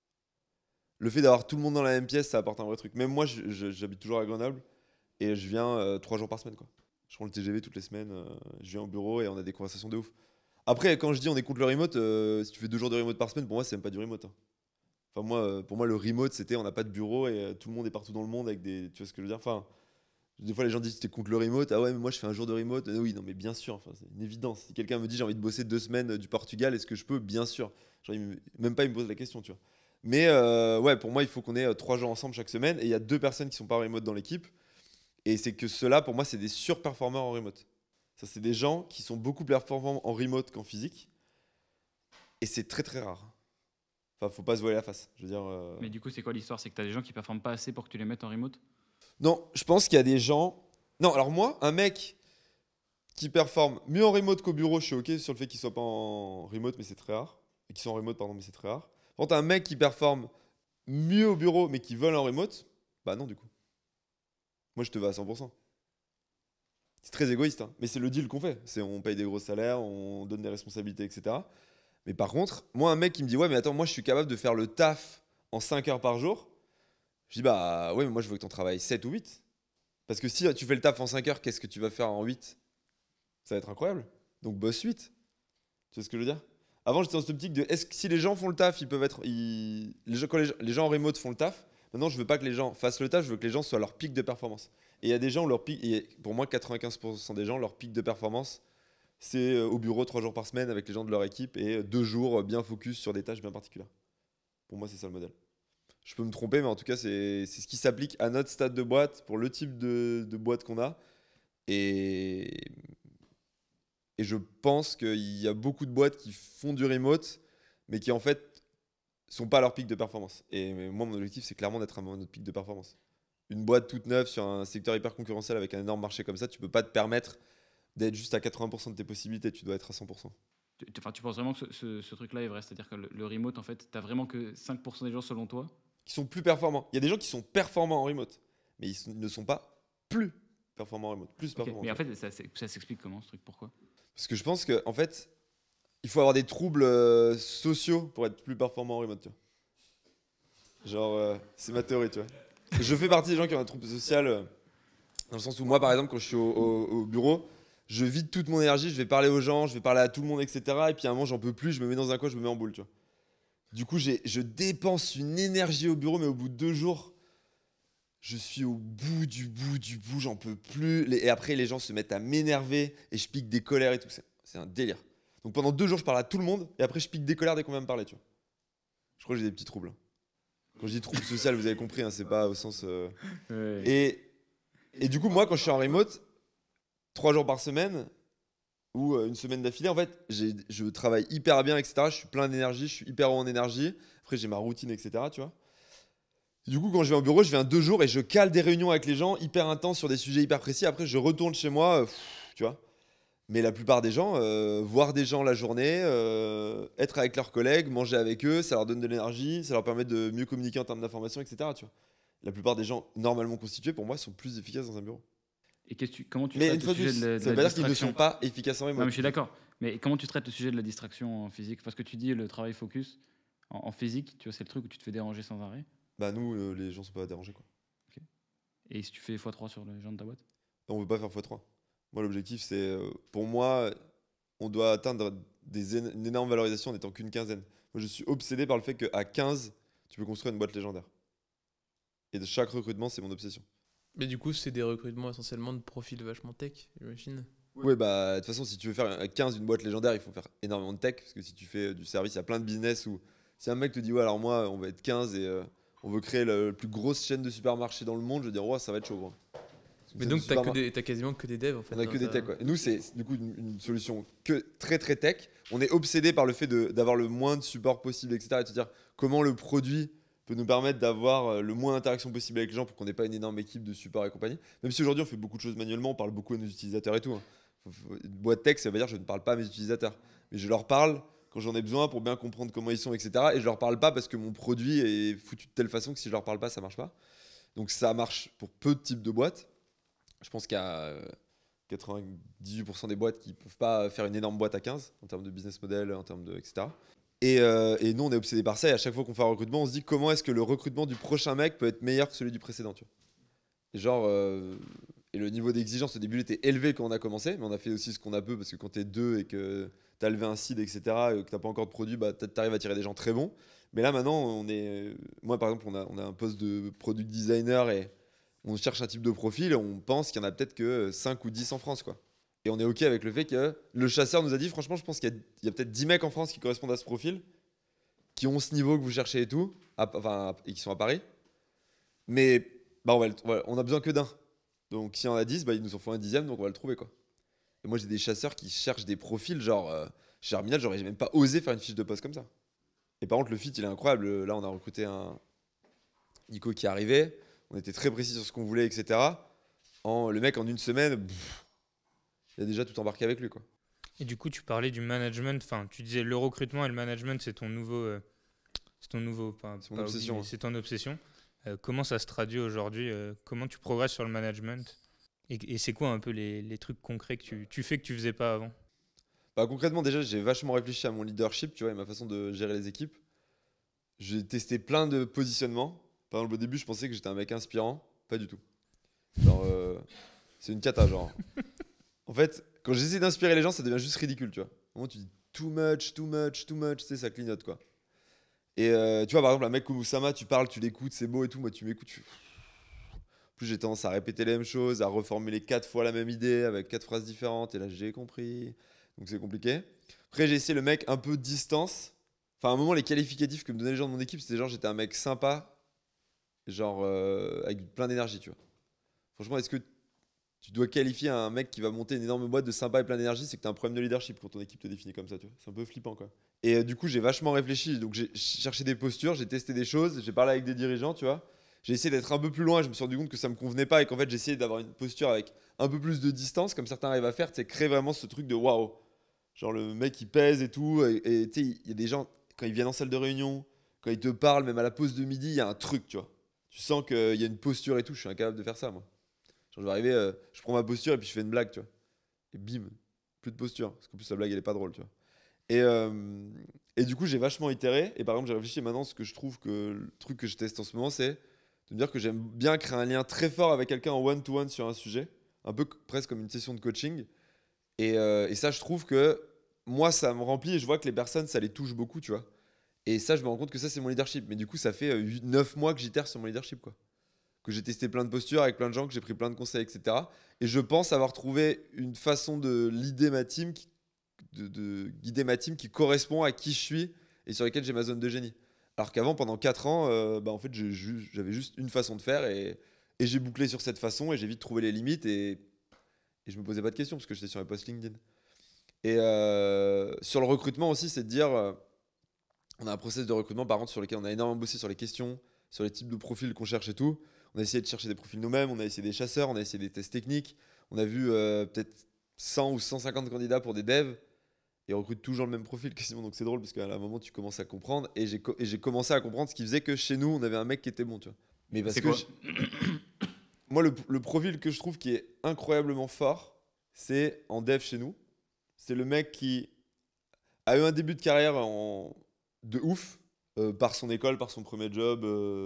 le fait d'avoir tout le monde dans la même pièce, ça apporte un vrai truc. Même moi, j'habite toujours à Grenoble et je viens 3 jours par semaine, quoi. Je prends le TGV toutes les semaines, je viens au bureau et on a des conversations de ouf. Après, quand je dis on est contre le remote, si tu fais 2 jours de remote par semaine, pour moi, c'est même pas du remote. Hein. Enfin, pour moi, le remote, c'était on n'a pas de bureau et tout le monde est partout dans le monde avec des. Tu vois ce que je veux dire? Enfin, des fois, les gens disent t'es contre le remote. Ah ouais, mais moi, je fais un jour de remote. Oui, non, mais bien sûr. Enfin, c'est une évidence. Si quelqu'un me dit j'ai envie de bosser 2 semaines du Portugal, est-ce que je peux? Bien sûr. Genre, même pas, il me pose la question, tu vois. Mais ouais, pour moi, il faut qu'on ait 3 jours ensemble chaque semaine. Et il y a 2 personnes qui sont pas en remote dans l'équipe. Et c'est que ceux-là, pour moi, c'est des surperformeurs en remote. Ça, c'est des gens qui sont beaucoup plus performants en remote qu'en physique. Et c'est très très rare. Enfin, faut pas se voiler la face. Je veux dire. Mais du coup, c'est quoi l'histoire? C'est que tu as des gens qui performent pas assez pour que tu les mettes en remote? Non, je pense qu'il y a des gens. Non, alors moi, un mec qui performe mieux en remote qu'au bureau, je suis ok sur le fait qu'il soit pas en remote, mais c'est très rare. Et qu'il soit en remote, pardon, mais c'est très rare. Quand t'as un mec qui performe mieux au bureau, mais qui vole en remote, bah non, du coup. Moi, je te veux à 100%. C'est très égoïste, hein. Mais c'est le deal qu'on fait. On paye des gros salaires, on donne des responsabilités, etc. Mais par contre, moi, un mec qui me dit ouais, mais attends, moi, je suis capable de faire le taf en 5 heures par jour. Je dis bah ouais, mais moi, je veux que tu en travailles 7 ou 8. Parce que si tu fais le taf en 5 heures, qu'est-ce que tu vas faire en 8? Ça va être incroyable. Donc, bosse 8. Tu vois ce que je veux dire? Avant, j'étais dans cette optique de est-ce que si les gens font le taf, ils peuvent être. Quand les gens en remote font le taf, maintenant, je veux pas que les gens fassent le taf, je veux que les gens soient à leur pic de performance. Et il y a des gens où leur pic. Et pour moi, 95% des gens, leur pic de performance, c'est au bureau 3 jours par semaine avec les gens de leur équipe et 2 jours bien focus sur des tâches bien particulières. Pour moi, c'est ça le modèle. Je peux me tromper, mais en tout cas, c'est ce qui s'applique à notre stade de boîte, pour le type de boîte qu'on a. Et Et je pense qu'il y a beaucoup de boîtes qui font du remote, mais qui en fait sont pas à leur pic de performance. Et moi, mon objectif, c'est clairement d'être à notre pic de performance. Une boîte toute neuve sur un secteur hyper concurrentiel avec un énorme marché comme ça, tu peux pas te permettre d'être juste à 80% de tes possibilités, tu dois être à 100%. Enfin, tu penses vraiment que ce truc-là est vrai? C'est-à-dire que le remote, en fait, t'as vraiment que 5% des gens, selon toi? Qui sont plus performants. Il y a des gens qui sont performants en remote, mais ils ne sont pas plus performants en remote. Plus Ok. performants. Mais en fait, ça s'explique comment, ce truc? Pourquoi? Parce que je pense qu'en fait, il faut avoir des troubles sociaux pour être plus performant en remote. Tu vois. Genre, c'est ma théorie, tu vois. Je fais partie des gens qui ont un trouble social, dans le sens où moi, par exemple, quand je suis au bureau, je vide toute mon énergie, je vais parler aux gens, je vais parler à tout le monde, etc. Et puis à un moment, j'en peux plus, je me mets dans un coin, je me mets en boule, tu vois. Du coup, je dépense une énergie au bureau, mais au bout de 2 jours, je suis au bout du bout, j'en peux plus. Et après, les gens se mettent à m'énerver et je pique des colères et tout. C'est un délire. Donc pendant 2 jours, je parle à tout le monde et après, je pique des colères dès qu'on vient me parler, tu vois. Je crois que j'ai des petits troubles. Quand je dis trouble social, vous avez compris, hein, c'est pas au sens. Ouais. Et du coup, moi, quand je suis en remote, 3 jours par semaine ou une semaine d'affilée, en fait, je travaille hyper bien, etc. Je suis plein d'énergie, je suis hyper haut en énergie. Après, j'ai ma routine, etc. Tu vois. Du coup, quand je vais au bureau, je viens 2 jours et je cale des réunions avec les gens hyper intenses sur des sujets hyper précis. Après, je retourne chez moi, tu vois. Mais la plupart des gens, voir des gens la journée, être avec leurs collègues, manger avec eux, ça leur donne de l'énergie, ça leur permet de mieux communiquer en termes d'information, etc. Tu vois. La plupart des gens normalement constitués, pour moi, sont plus efficaces dans un bureau. Et comment tu Mais traites une fois le de sujet plus, de ça veut la pas dire qu'ils ne distraction? sont pas efficaces en remote. Non, mais je suis d'accord. Mais comment tu traites le sujet de la distraction physique? Parce que tu dis le travail focus en physique, tu vois, c'est le truc où tu te fais déranger sans arrêt. Bah nous, les gens sont pas dérangés, quoi. Et si tu fais x3 sur les gens de ta boîte? On veut pas faire x3. Moi, l'objectif, c'est, pour moi, on doit atteindre une énorme valorisation en n'étant qu'une quinzaine. Moi, je suis obsédé par le fait qu'à 15, tu peux construire une boîte légendaire. Et de chaque recrutement, c'est mon obsession. Mais du coup, c'est des recrutements essentiellement de profils vachement tech, j'imagine. Ouais, bah, de toute façon, si tu veux faire à 15 une boîte légendaire, il faut faire énormément de tech. Parce que si tu fais du service, il y a plein de business où si un mec te dit, ouais, alors moi, on va être 15 et on veut créer la plus grosse chaîne de supermarchés dans le monde, je veux dire, ouais, ça va être chaud. Gros. Mais donc, t'as quasiment que des devs en fait. On a dans que des ta- tech, quoi. Et nous, c'est du coup une solution que très très tech. On est obsédé par le fait d'avoir le moins de support possible, etc. Et de se dire comment le produit peut nous permettre d'avoir le moins d'interaction possible avec les gens pour qu'on n'ait pas une énorme équipe de support et compagnie. Même si aujourd'hui, on fait beaucoup de choses manuellement, on parle beaucoup à nos utilisateurs et tout. Hein. Une boîte tech, ça veut dire que je ne parle pas à mes utilisateurs. Mais je leur parle quand j'en ai besoin pour bien comprendre comment ils sont, etc. Et je leur parle pas parce que mon produit est foutu de telle façon que si je leur parle pas, ça marche pas. Donc ça marche pour peu de types de boîtes. Je pense qu'il y a 98% des boîtes qui ne peuvent pas faire une énorme boîte à 15 en termes de business model, en termes de etc. Et nous, on est obsédé par ça. Et à chaque fois qu'on fait un recrutement, on se dit comment est-ce que le recrutement du prochain mec peut être meilleur que celui du précédent. Tu vois. Et genre, et le niveau d'exigence au début était élevé quand on a commencé, mais on a fait aussi ce qu'on a peu parce que quand tu es deux et que tu as levé un seed, etc., et que tu n'as pas encore de produit, bah, tu arrives à tirer des gens très bons. Mais là, maintenant, moi, par exemple, on a un poste de product designer et on cherche un type de profil et on pense qu'il y en a peut-être que 5 ou 10 en France, quoi. Et on est OK avec le fait que le chasseur nous a dit, franchement, je pense qu'il y a peut-être 10 mecs en France qui correspondent à ce profil, qui ont ce niveau que vous cherchez et tout, et qui sont à Paris. Mais bah, on a besoin que d'un. Donc si on a 10, bah, il nous en faut un 10e, donc on va le trouver, quoi. Et moi, j'ai des chasseurs qui cherchent des profils, genre, chez Arminal, j'aurais même pas osé faire une fiche de poste comme ça. Et par contre, le fit, il est incroyable. Là, on a recruté un Nico qui est arrivé. On était très précis sur ce qu'on voulait, etc. Le mec, en une semaine, il a déjà tout embarqué avec lui, quoi. Et du coup, tu parlais du management. Enfin, tu disais le recrutement et le management, c'est ton nouveau. C'est mon obsession, c'est ton obsession. Comment ça se traduit aujourd'hui? Comment tu progresses sur le management? Et c'est quoi un peu les trucs concrets que tu fais que tu faisais pas avant? Bah, concrètement, déjà, j'ai vachement réfléchi à mon leadership, tu vois, et ma façon de gérer les équipes. J'ai testé plein de positionnements. Par exemple, au début, je pensais que j'étais un mec inspirant. Pas du tout. Genre, c'est une cata, genre. En fait, quand j'essaie d'inspirer les gens, ça devient juste ridicule, tu vois. Au moment où tu dis too much, tu sais, ça clignote, quoi. Et tu vois, par exemple, un mec comme Oussama, tu parles, tu l'écoutes, c'est beau et tout. Moi, tu m'écoutes, En plus, j'ai tendance à répéter les mêmes choses, à reformuler 4 fois la même idée avec 4 phrases différentes. Et là, j'ai compris. Donc, c'est compliqué. Après, j'ai essayé le mec un peu distance. Enfin, à un moment, les qualificatifs que me donnaient les gens de mon équipe, c'était genre, j'étais un mec sympa, genre avec plein d'énergie, tu vois. Franchement, est-ce que tu dois qualifier un mec qui va monter une énorme boîte de sympa et plein d'énergie, c'est que tu as un problème de leadership quand ton équipe te définit comme ça, tu vois. C'est un peu flippant, quoi. Et du coup, j'ai vachement réfléchi. Donc, j'ai cherché des postures, j'ai testé des choses, j'ai parlé avec des dirigeants, tu vois. J'ai essayé d'être un peu plus loin, je me suis rendu compte que ça me convenait pas et qu'en fait, j'ai essayé d'avoir une posture avec un peu plus de distance, comme certains arrivent à faire, tu sais, créer vraiment ce truc de waouh. Genre, le mec, il pèse et tout. Et tu sais, il y a des gens, quand ils viennent en salle de réunion, quand ils te parlent, même à la pause de midi, il y a un truc, tu vois. Tu sens qu'il y a une posture et tout, je suis incapable de faire ça, moi. Genre, je vais arriver, je prends ma posture et puis je fais une blague, tu vois. Et bim, plus de posture. Parce qu'en plus, la blague, elle est pas drôle, tu vois. Et, euh, et du coup, j'ai vachement itéré. Et par exemple, j'ai réfléchi maintenant, ce que je trouve que le truc que je teste en ce moment, c'est de me dire que j'aime bien créer un lien très fort avec quelqu'un en one-to-one sur un sujet. Un peu presque comme une session de coaching. Et ça, je trouve que moi, ça me remplit et je vois que les personnes, ça les touche beaucoup, tu vois. Et ça, je me rends compte que ça, c'est mon leadership. Mais du coup, ça fait 9 mois que j'itère sur mon leadership, quoi. Que j'ai testé plein de postures avec plein de gens, que j'ai pris plein de conseils, etc. Et je pense avoir trouvé une façon de leader ma team, de guider ma team qui correspond à qui je suis et sur lesquels j'ai ma zone de génie. Alors qu'avant, pendant 4 ans, bah, en fait, j'avais juste une façon de faire et j'ai bouclé sur cette façon et j'ai vite trouvé les limites et je me posais pas de questions parce que j'étais sur mes posts LinkedIn. Et sur le recrutement aussi, c'est de dire, on a un process de recrutement par contre sur lequel on a énormément bossé sur les questions, sur les types de profils qu'on cherche et tout. On a essayé de chercher des profils nous-mêmes, on a essayé des chasseurs, on a essayé des tests techniques. On a vu peut-être 100 ou 150 candidats pour des devs. Et on recrute toujours le même profil quasiment, donc c'est drôle parce qu'à un moment tu commences à comprendre. Et j'ai commencé à comprendre ce qui faisait que chez nous on avait un mec qui était bon, tu vois. Mais parce C'est que quoi moi, le profil que je trouve qui est incroyablement fort, c'est en dev chez nous. C'est le mec qui a eu un début de carrière de ouf, par son école, par son premier job,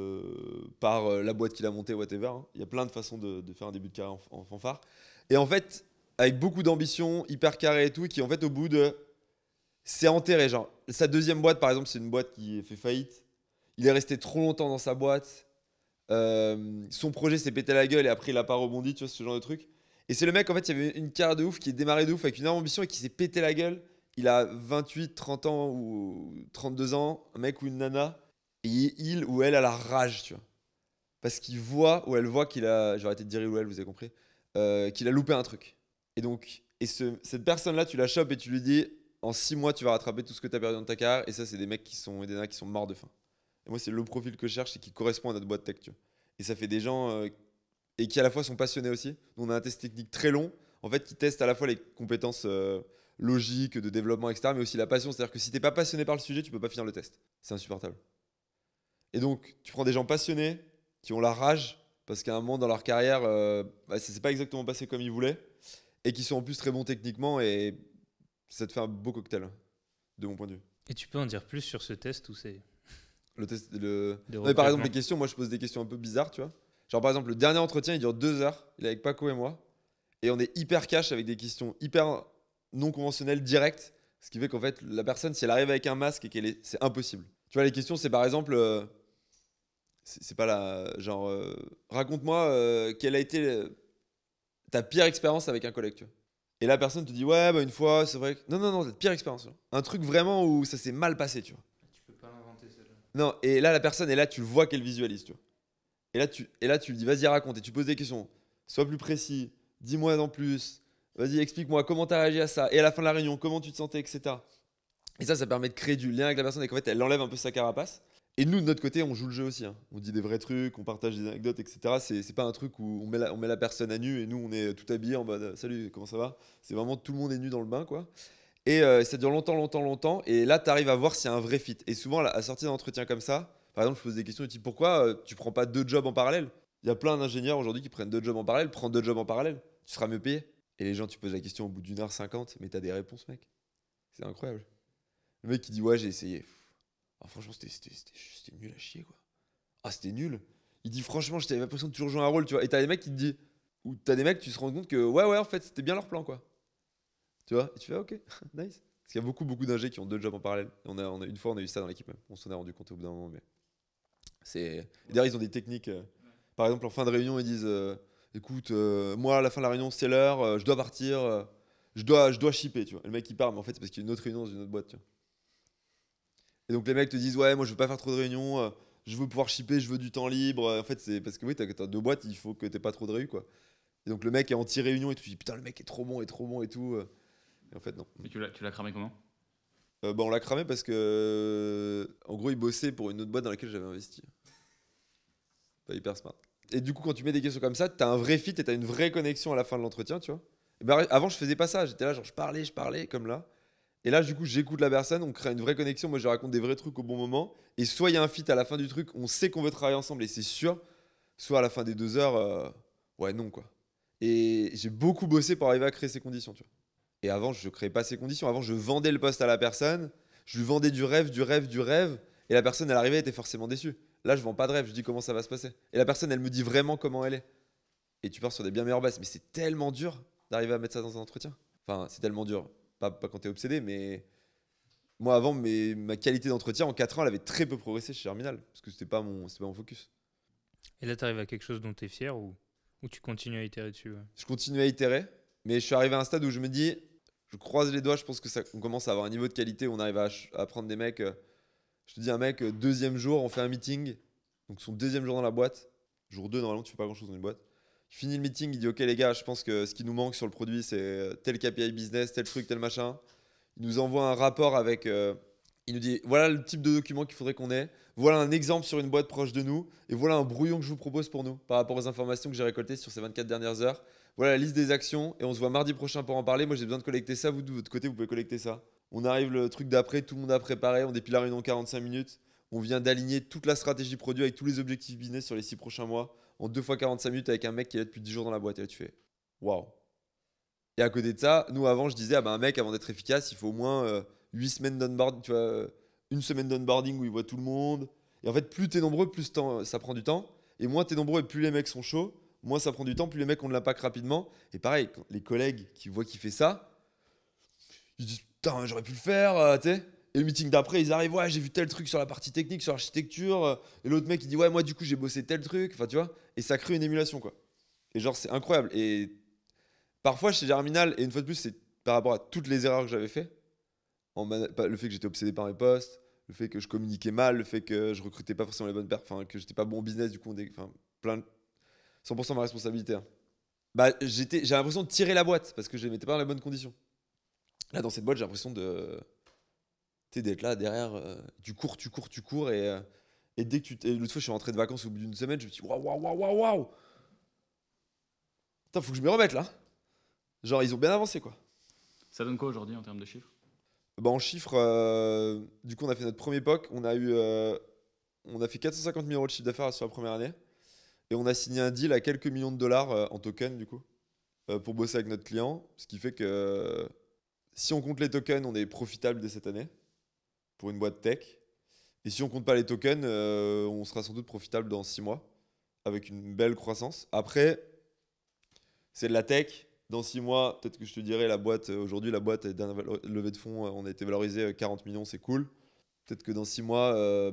par la boîte qu'il a montée, whatever, hein. Il y a plein de façons de faire un début de carrière en fanfare. Et en fait, avec beaucoup d'ambition, hyper carré et tout, qui en fait au bout de... C'est enterré, genre. Sa deuxième boîte, par exemple, c'est une boîte qui fait faillite. Il est resté trop longtemps dans sa boîte. Son projet s'est pété la gueule et après il a pas rebondi, tu vois, ce genre de truc. Et c'est le mec, en fait, il y avait une carrière de ouf qui est démarré de ouf avec une énorme ambition et qui s'est pété la gueule. Il a 28, 30 ans ou 32 ans, un mec ou une nana, et il ou elle a la rage, tu vois. Parce qu'il voit ou elle voit qu'il a, je vais arrêter de dire il ou elle, vous avez compris, qu'il a loupé un truc. Et donc, cette personne-là, tu la chopes et tu lui dis, en 6 mois, tu vas rattraper tout ce que tu as perdu dans ta carrière. Et ça, c'est des mecs des nanas qui sont morts de faim. Et moi, c'est le profil que je cherche et qui correspond à notre boîte tech, tu vois. Et ça fait des gens et qui à la fois sont passionnés aussi. Nous, on a un test technique très long, en fait, qui teste à la fois les compétences logiques, de développement, etc., mais aussi la passion. C'est-à-dire que si t'es pas passionné par le sujet, tu peux pas finir le test. C'est insupportable. Et donc, tu prends des gens passionnés, qui ont la rage, parce qu'à un moment dans leur carrière, bah, ça s'est pas exactement passé comme ils voulaient, et qui sont en plus très bons techniquement, et ça te fait un beau cocktail, de mon point de vue. Et tu peux en dire plus sur ce test ou c'est Le test, de non, mais par exemple, recrutement les questions, moi je pose des questions un peu bizarres, tu vois. Genre par exemple, le dernier entretien, il dure 2 heures, il est avec Paco et moi, et on est hyper cash avec des questions hyper non conventionnelles, directes, ce qui fait qu'en fait, la personne, si elle arrive avec un masque et c'est impossible. Tu vois, les questions, c'est par exemple, c'est pas la. Genre, raconte-moi quelle a été ta pire expérience avec un collègue, tu vois. Et la personne te dit, ouais, bah une fois, c'est vrai que. Non, non, non, ta pire expérience, tu vois. Un truc vraiment où ça s'est mal passé, tu vois. Tu peux pas l'inventer celle-là. Non, et là, la personne est là, tu le vois qu'elle visualise, tu vois. Et là, tu lui dis, vas-y, raconte, et tu poses des questions. Sois plus précis, dis-moi en plus, vas-y, explique-moi comment tu as réagi à ça, et à la fin de la réunion, comment tu te sentais, etc. Et ça permet de créer du lien avec la personne, et qu'en fait, elle enlève un peu sa carapace. Et nous, de notre côté, on joue le jeu aussi, hein. On dit des vrais trucs, on partage des anecdotes, etc. C'est pas un truc où on met la personne à nu, et nous, on est tout habillés en mode, salut, comment ça va? C'est vraiment tout le monde est nu dans le bain, quoi. Et ça dure longtemps, longtemps, longtemps. Et là, tu arrives à voir s'il y a un vrai fit. Et souvent, à la sortie d'un entretien comme ça, par exemple, je pose des questions du type pourquoi tu prends pas 2 jobs en parallèle? Il y a plein d'ingénieurs aujourd'hui qui prennent 2 jobs en parallèle. Prends 2 jobs en parallèle, tu seras mieux payé. Et les gens, tu poses la question au bout d'1h50, mais t'as des réponses, mec. C'est incroyable. Le mec qui dit ouais, j'ai essayé. Ah, franchement, c'était nul à chier, quoi. Ah, c'était nul. Il dit franchement, j'avais l'impression de toujours jouer un rôle, tu vois. Et t'as des mecs qui te disent, ou t'as des mecs, tu te rends compte que ouais, en fait, c'était bien leur plan, quoi. Tu vois, et tu fais ok, nice. Parce qu'il y a beaucoup d'ingés qui ont 2 jobs en parallèle. Une fois, on a eu ça dans l'équipe même. On s'en est rendu compte au bout d'un moment. Mais et d'ailleurs, ils ont des techniques. Par exemple, en fin de réunion, ils disent écoute, moi, à la fin de la réunion, c'est l'heure, je dois partir, je dois shipper, tu vois. Et le mec, il part, mais en fait, c'est parce qu'il y a une autre réunion dans une autre boîte, tu vois. Et donc, les mecs te disent ouais, moi, je veux pas faire trop de réunions, je veux pouvoir shipper, je veux du temps libre. En fait, c'est parce que oui, t'as 2 boîtes, il faut que t'aies pas trop de réunions, quoi. Et donc le mec est anti-réunion et tout. Tu dis putain, le mec est trop bon et tout. Et en fait, non. Mais tu l'as cramé comment? Bah, on l'a cramé parce que, en gros, il bossait pour une autre boîte dans laquelle j'avais investi. Pas hyper smart. Et du coup, quand tu mets des questions comme ça, t'as un vrai fit et t'as une vraie connexion à la fin de l'entretien, tu vois. Et bah, avant, je faisais pas ça. J'étais là, genre, je parlais, comme là. Et là, du coup, j'écoute la personne, on crée une vraie connexion. Moi, je lui raconte des vrais trucs au bon moment. Et soit il y a un fit à la fin du truc, on sait qu'on veut travailler ensemble et c'est sûr. Soit à la fin des 2 heures, ouais, non, quoi. Et j'ai beaucoup bossé pour arriver à créer ces conditions, tu vois. Et avant, je ne créais pas ces conditions. Avant, je vendais le poste à la personne. Je lui vendais du rêve. Et la personne, elle arrivait, elle était forcément déçue. Là, je vends pas de rêve. Je dis comment ça va se passer. Et la personne, elle me dit vraiment comment elle est. Et tu pars sur des bien meilleures bases. Mais c'est tellement dur d'arriver à mettre ça dans un entretien. Enfin, c'est tellement dur. Pas quand t'es obsédé, mais moi, avant, ma qualité d'entretien, en 4 ans, elle avait très peu progressé chez Germinal. Parce que c'était pas mon focus. Et là, tu arrives à quelque chose dont tu es fier ou tu continues à itérer dessus? Ouais. Je continue à itérer. Mais je suis arrivé à un stade où je me dis, je croise les doigts, je pense que on commence à avoir un niveau de qualité où on arrive à prendre des mecs. Je te dis, un mec, deuxième jour, on fait un meeting. Donc son deuxième jour dans la boîte. Jour 2, normalement, tu fais pas grand chose dans une boîte. Il finit le meeting, il dit, ok les gars, je pense que ce qui nous manque sur le produit, c'est tel KPI business, tel truc, tel machin. Il nous envoie un rapport avec... il nous dit, voilà le type de document qu'il faudrait qu'on ait. Voilà un exemple sur une boîte proche de nous. Et voilà un brouillon que je vous propose pour nous, par rapport aux informations que j'ai récoltées sur ces 24 dernières heures. Voilà la liste des actions. Et on se voit mardi prochain pour en parler. Moi, j'ai besoin de collecter ça. Vous, de votre côté, vous pouvez collecter ça. On arrive le truc d'après. Tout le monde a préparé. On dépile la réunion en 45 minutes. On vient d'aligner toute la stratégie produit avec tous les objectifs business sur les 6 prochains mois. En 2 fois 45 minutes avec un mec qui est là depuis 10 jours dans la boîte. Et là, tu fais waouh. Et à côté de ça, nous, avant, je disais, ah ben, un mec, avant d'être efficace, il faut au moins 8 semaines d'onboarding. Tu vois, une semaine d'onboarding où il voit tout le monde. Et en fait, plus t'es nombreux, plus ça prend du temps. Et moins t'es nombreux et plus les mecs sont chauds. Moins ça prend du temps, plus les mecs ont de l'impact rapidement. Et pareil, quand les collègues qui voient qu'il fait ça, ils disent putain, j'aurais pu le faire, tu sais. Et le meeting d'après, ils arrivent, ouais, j'ai vu tel truc sur la partie technique, sur l'architecture. Et l'autre mec, il dit, ouais, moi, du coup, j'ai bossé tel truc. Enfin, tu vois. Et ça crée une émulation, quoi. Et genre, c'est incroyable. Et parfois, chez Germinal, et une fois de plus, c'est par rapport à toutes les erreurs que j'avais fait. Le fait que j'étais obsédé par mes postes, le fait que je communiquais mal, le fait que je recrutais pas forcément les bonnes personnes, enfin, que j'étais pas bon au business, du coup, enfin, plein de 100% ma responsabilité. Hein. Bah, j'ai l'impression de tirer la boîte parce que je ne les mettais pas dans les bonnes conditions. Là, dans cette boîte, j'ai l'impression d'être là derrière. Tu cours. Et dès que l'autre fois, je suis rentré de vacances au bout d'une semaine, je me suis dit waouh. Putain, faut que je me remette là. Genre, ils ont bien avancé, quoi. Ça donne quoi aujourd'hui en termes de chiffres? Bah, en chiffres, du coup, on a fait notre premier POC. On a fait 450 000 € de chiffre d'affaires sur la première année. Et on a signé un deal à quelques millions de dollars en token, du coup, pour bosser avec notre client. Ce qui fait que si on compte les tokens, on est profitable dès cette année pour une boîte tech. Et si on compte pas les tokens, on sera sans doute profitable dans 6 mois avec une belle croissance. Après, c'est de la tech. Dans 6 mois, peut-être que je te dirai, aujourd'hui, la boîte, dernière levée de fonds, on a été valorisé 40 millions, c'est cool. Peut-être que dans 6 mois,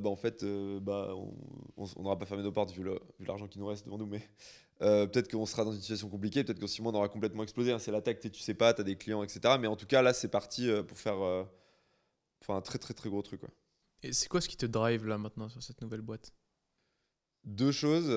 on n'aura pas fermé nos portes vu l'argent qui nous reste devant nous. Mais peut-être qu'on sera dans une situation compliquée. Peut-être qu'en 6 mois, on aura complètement explosé. Hein. C'est la tech, tu sais pas, tu as des clients, etc. Mais en tout cas, là, c'est parti pour faire un très, très, très gros truc. Quoi. Et c'est quoi ce qui te drive là maintenant sur cette nouvelle boîte? 2 choses.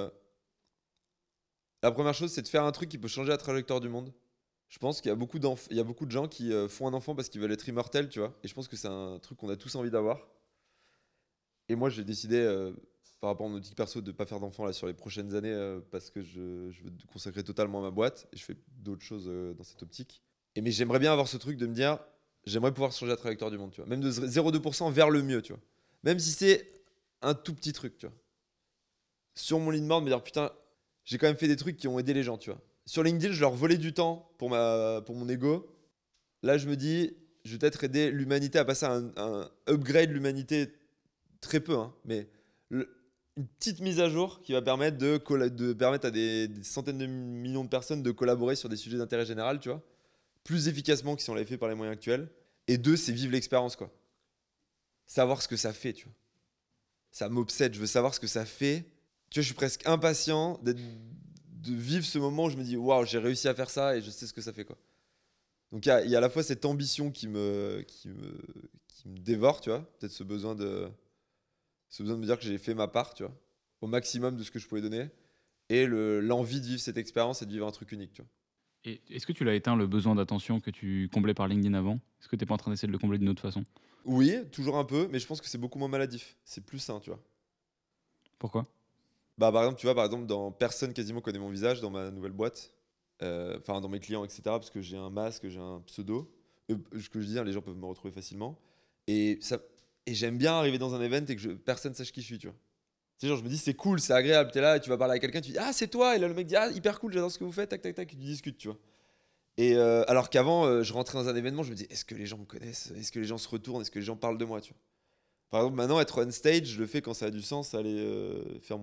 La première chose, c'est de faire un truc qui peut changer la trajectoire du monde. Je pense qu'il y a beaucoup de gens qui font un enfant parce qu'ils veulent être immortels, tu vois. Et je pense que c'est un truc qu'on a tous envie d'avoir. Et moi, j'ai décidé, par rapport à mon optique perso, de ne pas faire d'enfant là, sur les prochaines années parce que je veux consacrer totalement à ma boîte. Et je fais d'autres choses dans cette optique. Mais j'aimerais bien avoir ce truc de me dire, j'aimerais pouvoir changer la trajectoire du monde, tu vois. Même de 0,2% vers le mieux, tu vois. Même si c'est un tout petit truc, tu vois. Sur mon lead board, me dire, putain, j'ai quand même fait des trucs qui ont aidé les gens, tu vois. Sur LinkedIn, je leur volais du temps pour mon ego. Là, je me dis, je vais peut-être aider l'humanité à passer à un upgrade de l'humanité très peu, hein, mais une petite mise à jour qui va permettre de permettre à des centaines de millions de personnes de collaborer sur des sujets d'intérêt général, tu vois, plus efficacement que si on l'avait fait par les moyens actuels. Et 2, c'est vivre l'expérience, quoi. Savoir ce que ça fait, tu vois. Ça m'obsède, je veux savoir ce que ça fait. Tu vois, je suis presque impatient de vivre ce moment où je me dis waouh, j'ai réussi à faire ça et je sais ce que ça fait, quoi. Donc il y a à la fois cette ambition qui me dévore, tu vois, peut-être ce besoin de me dire que j'ai fait ma part, tu vois, au maximum de ce que je pouvais donner. et l'envie de vivre cette expérience et de vivre un truc unique, tu vois. Et est-ce que tu l'as éteint le besoin d'attention que tu comblais par LinkedIn avant? Est-ce que tu n'es pas en train d'essayer de le combler d'une autre façon? Oui, toujours un peu, mais je pense que c'est beaucoup moins maladif. C'est plus sain, tu vois. Pourquoi? Bah, par exemple, tu vois, par exemple, personne quasiment connaît mon visage dans ma nouvelle boîte. Enfin, dans mes clients, etc. Parce que j'ai un masque, j'ai un pseudo. Ce que je dis, hein, les gens peuvent me retrouver facilement. Et, et j'aime bien arriver dans un event et que personne sache qui je suis, tu vois. Tu sais, genre, je me dis, c'est cool, c'est agréable. T'es là et tu vas parler à quelqu'un, tu dis, ah, c'est toi. Et là, le mec dit, ah, hyper cool, j'adore ce que vous faites, tac, tac, tac. Et tu discutes, tu vois. Et alors qu'avant, je rentrais dans un événement, je me dis, est-ce que les gens me connaissent? Est-ce que les gens se retournent? Est-ce que les gens parlent de moi, tu vois? Par exemple, maintenant, être on stage, je le fais quand ça a du sens, aller faire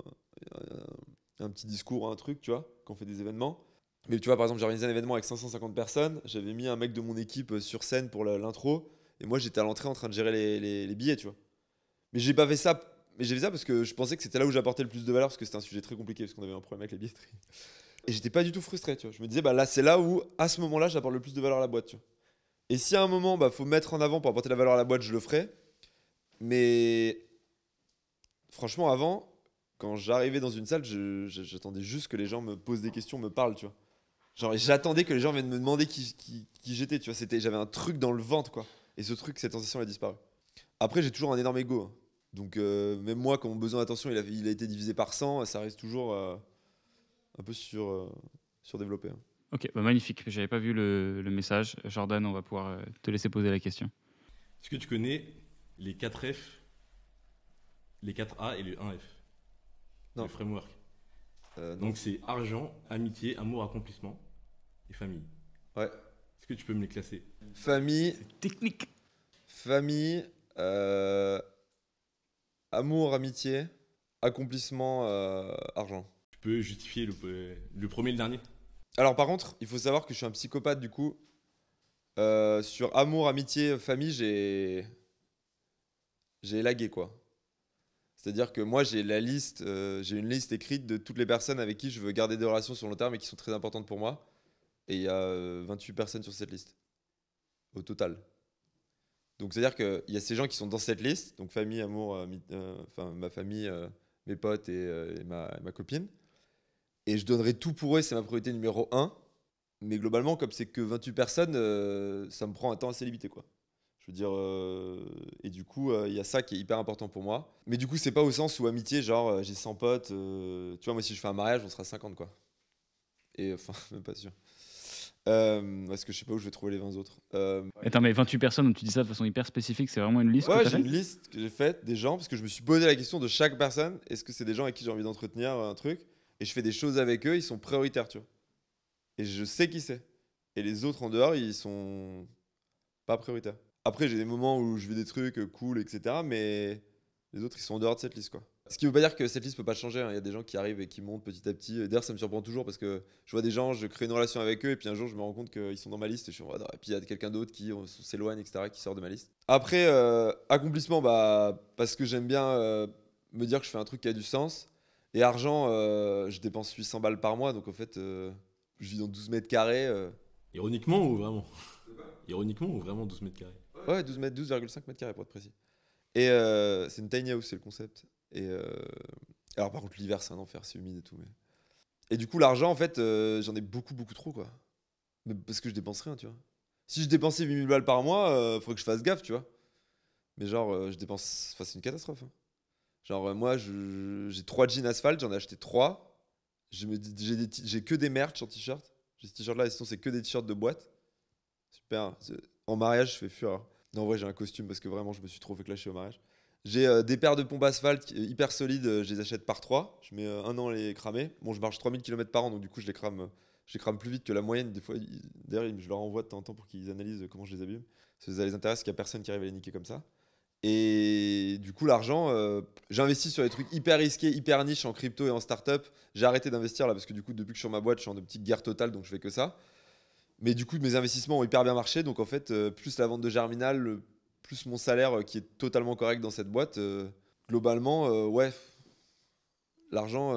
un petit discours, un truc, tu vois, quand on fait des événements. Mais tu vois, par exemple, j'ai organisé un événement avec 550 personnes, j'avais mis un mec de mon équipe sur scène pour l'intro, et moi j'étais à l'entrée en train de gérer les billets, tu vois. Mais j'ai pas fait ça, mais j'ai fait ça parce que je pensais que c'était là où j'apportais le plus de valeur, parce que c'était un sujet très compliqué, parce qu'on avait un problème avec les billetteries. Et j'étais pas du tout frustré, tu vois. Je me disais, bah là, c'est là où, à ce moment-là, j'apporte le plus de valeur à la boîte, tu vois. Et si à un moment, bah, faut mettre en avant pour apporter de la valeur à la boîte, je le ferai. Mais franchement, avant, quand j'arrivais dans une salle, j'attendais juste que les gens me posent des questions, me parlent, tu vois. Genre, j'attendais que les gens viennent me demander qui j'étais, tu vois. J'avais un truc dans le ventre, quoi. Et ce truc, cette sensation, elle a disparu. Après, j'ai toujours un énorme ego, hein. Donc, même moi, quand mon besoin d'attention, il a été divisé par 100, ça reste toujours un peu surdéveloppé, hein. Ok, bah magnifique. J'avais pas vu le message. Jordan, on va pouvoir te laisser poser la question. Est-ce que tu connais les 4 F, les 4 A et le 1 F? Non. Le framework. Non. Donc c'est argent, amitié, amour, accomplissement et famille. Ouais. Est-ce que tu peux me les classer? Famille, Technique. amour, amitié, accomplissement, argent. Tu peux justifier le premier et le dernier? Alors par contre, il faut savoir que je suis un psychopathe du coup. Sur amour, amitié, famille, j'ai élagué quoi. C'est-à-dire que moi j'ai une liste écrite de toutes les personnes avec qui je veux garder des relations sur le long terme et qui sont très importantes pour moi. Et il y a 28 personnes sur cette liste au total. Donc c'est-à-dire qu'il y a ces gens qui sont dans cette liste, donc famille, amour, enfin ma famille, mes potes et ma copine. Et je donnerai tout pour eux, c'est ma priorité numéro 1. Mais globalement, comme c'est que 28 personnes, ça me prend un temps assez limité, quoi. Je veux dire, et du coup, il y a ça qui est hyper important pour moi. Mais du coup, c'est pas au sens où amitié, genre j'ai 100 potes. Tu vois, moi, si je fais un mariage, on sera 50, quoi. Et enfin, même pas sûr. Parce que je sais pas où je vais trouver les 20 autres. Attends, mais 28 personnes, donc tu dis ça de façon hyper spécifique, c'est vraiment une liste que Ouais, t'as j'ai faite? une liste que j'ai faite des gens, parce que je me suis posé la question de chaque personne. Est-ce que c'est des gens avec qui j'ai envie d'entretenir un truc? Et je fais des choses avec eux, ils sont prioritaires, tu vois. Et je sais qui c'est. Et les autres en dehors, ils sont pas prioritaires. Après, j'ai des moments où je vis des trucs cool, etc. Mais les autres, ils sont en dehors de cette liste, quoi. Ce qui veut pas dire que cette liste peut pas changer, hein. Il y a des gens qui arrivent et qui montent petit à petit. Et d'ailleurs, ça me surprend toujours parce que je vois des gens, je crée une relation avec eux, et puis un jour, je me rends compte qu'ils sont dans ma liste. Et, et puis il y a quelqu'un d'autre qui s'éloigne, etc., qui sort de ma liste. Après, accomplissement, bah, parce que j'aime bien me dire que je fais un truc qui a du sens. Et argent, je dépense 800 balles par mois, donc en fait, je vis dans 12 mètres carrés. Ironiquement ou vraiment? Ironiquement ou vraiment 12 mètres carrés? Ouais, 12,5 mètres carrés pour être précis. Et c'est une tiny house, c'est le concept. Et alors par contre, l'hiver, c'est un enfer, c'est humide et tout. Mais... Et du coup, l'argent, en fait, j'en ai beaucoup, beaucoup trop, quoi. Mais parce que je dépense rien, tu vois. Si je dépensais 8000 balles par mois, faudrait que je fasse gaffe, tu vois. Mais genre, je dépense... Enfin, c'est une catastrophe, hein. Genre, moi, j'ai 3 jeans asphalte, j'en ai acheté 3. J'ai que des merch en t-shirt. J'ai ce t-shirt là, sinon c'est que des t-shirts de boîte. Super. En mariage, je fais fureur. Non, en vrai, j'ai un costume parce que vraiment, je me suis trop fait clasher au mariage. J'ai des paires de pompes asphalte hyper solides, je les achète par 3. Je mets un an à les cramer. Bon, je marche 3000 km par an, donc du coup, je les crame plus vite que la moyenne. Des fois, d'ailleurs, je leur envoie de temps en temps pour qu'ils analysent comment je les abîme. Ça les intéresse qu'il n'y a personne qui arrive à les niquer comme ça. Et du coup, l'argent, j'investis sur des trucs hyper risqués, hyper niche en crypto et en start-up. J'ai arrêté d'investir là parce que du coup, depuis que je suis sur ma boîte, je suis en de petite guerre totale, donc je fais que ça. Mais du coup, mes investissements ont hyper bien marché. Donc en fait, plus la vente de Germinal, plus mon salaire qui est totalement correct dans cette boîte, globalement, ouais, l'argent,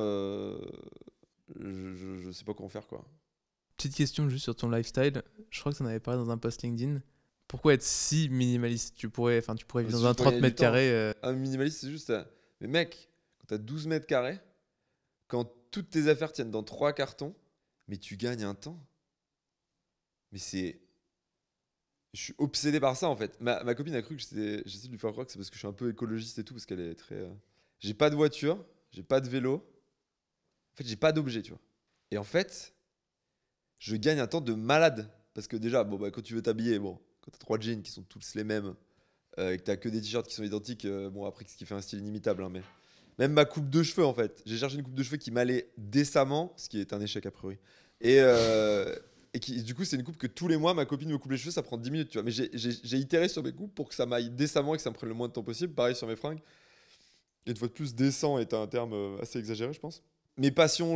je sais pas comment faire, quoi. Petite question juste sur ton lifestyle. Je crois que tu en avais parlé dans un post LinkedIn. Pourquoi être si minimaliste? Tu pourrais vivre Si dans je un pourrais 30 gagner mètres du temps. carrés. Un minimaliste, c'est juste. Mais mec, quand t'as 12 mètres carrés, quand toutes tes affaires tiennent dans 3 cartons, mais tu gagnes un temps. Mais c'est. Je suis obsédé par ça en fait. Ma copine a cru que j'essaie de lui faire croire que c'est parce que je suis un peu écologiste et tout, parce qu'elle est très. J'ai pas de voiture, j'ai pas de vélo. En fait, j'ai pas d'objet, tu vois. Et en fait, je gagne un temps de malade. Parce que déjà, bon, bah, quand tu veux t'habiller, bon, quand t'as 3 jeans qui sont tous les mêmes, et que t'as que des t-shirts qui sont identiques, bon, après, ce qui fait un style inimitable, hein, mais. Même ma coupe de cheveux, en fait. J'ai cherché une coupe de cheveux qui m'allait décemment, ce qui est un échec a priori. Et qui, du coup, c'est une coupe que tous les mois, ma copine me coupe les cheveux, ça prend 10 minutes, tu vois. Mais j'ai itéré sur mes coupes pour que ça m'aille décemment et que ça me prenne le moins de temps possible. Pareil sur mes fringues. Et une fois de plus, décent est un terme assez exagéré, je pense. Mes passions,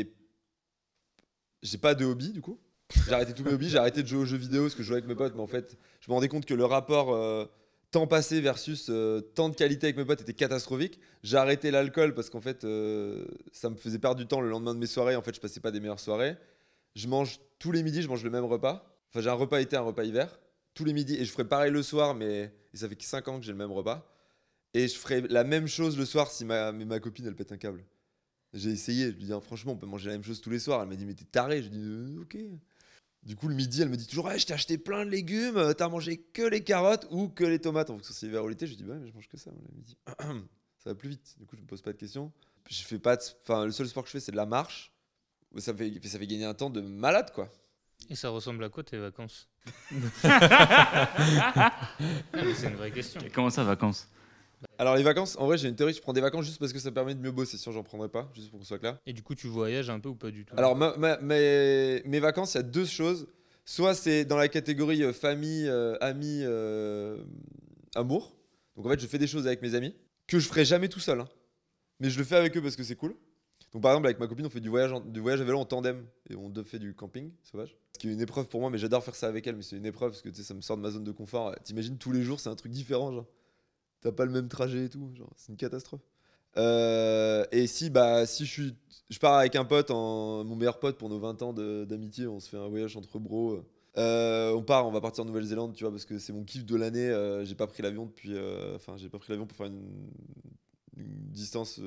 j'ai pas de hobby, du coup. J'ai arrêté tous mes hobbies, j'ai arrêté de jouer aux jeux vidéo parce que je jouais avec mes potes, mais en fait, je me rendais compte que le rapport temps passé versus temps de qualité avec mes potes était catastrophique. J'ai arrêté l'alcool parce qu'en fait, ça me faisait perdre du temps le lendemain de mes soirées. En fait, je passais pas des meilleures soirées. Je mange tous les midis, je mange le même repas. Enfin, j'ai un repas été, un repas hiver. Tous les midis. Et je ferai pareil le soir, mais et ça fait que 5 ans que j'ai le même repas. Et je ferai la même chose le soir si ma copine, elle pète un câble. J'ai essayé, je lui dis, franchement, on peut manger la même chose tous les soirs. Elle m'a dit, mais t'es taré. Je lui dis, ok. Du coup, le midi, elle me dit toujours, ouais, je t'ai acheté plein de légumes, t'as mangé que les carottes ou que les tomates en fonction si c'est l'hiver ou l'été. Je lui dis, bah, mais je mange que ça, le midi. Ça va plus vite. Du coup, je me pose pas de questions. Je fais pas enfin, le seul sport que je fais, c'est de la marche. Ça fait gagner un temps de malade, quoi. Et ça ressemble à quoi tes vacances? C'est une vraie question. Et comment ça, vacances? Alors, les vacances, en vrai, j'ai une théorie. Je prends des vacances juste parce que ça permet de mieux bosser. Sinon, j'en prendrais pas, juste pour qu'on soit clair. Et du coup, tu voyages un peu ou pas du tout? Alors, mes vacances, il y a 2 choses. Soit c'est dans la catégorie famille, amis, amour. Donc, en fait, je fais des choses avec mes amis que je ferai jamais tout seul, hein. Mais je le fais avec eux parce que c'est cool. Donc, par exemple, avec ma copine, on fait du voyage à vélo en tandem et on fait du camping sauvage. Ce qui est une épreuve pour moi, mais j'adore faire ça avec elle. Mais c'est une épreuve parce que tu sais, ça me sort de ma zone de confort. T'imagines tous les jours, c'est un truc différent, genre. T'as pas le même trajet et tout, genre, c'est une catastrophe. Et si je pars avec un pote, mon meilleur pote pour nos 20 ans d'amitié, on se fait un voyage entre bros. On va partir en Nouvelle-Zélande, tu vois, parce que c'est mon kiff de l'année. J'ai pas pris l'avion depuis, j'ai pas pris l'avion pour faire une distance.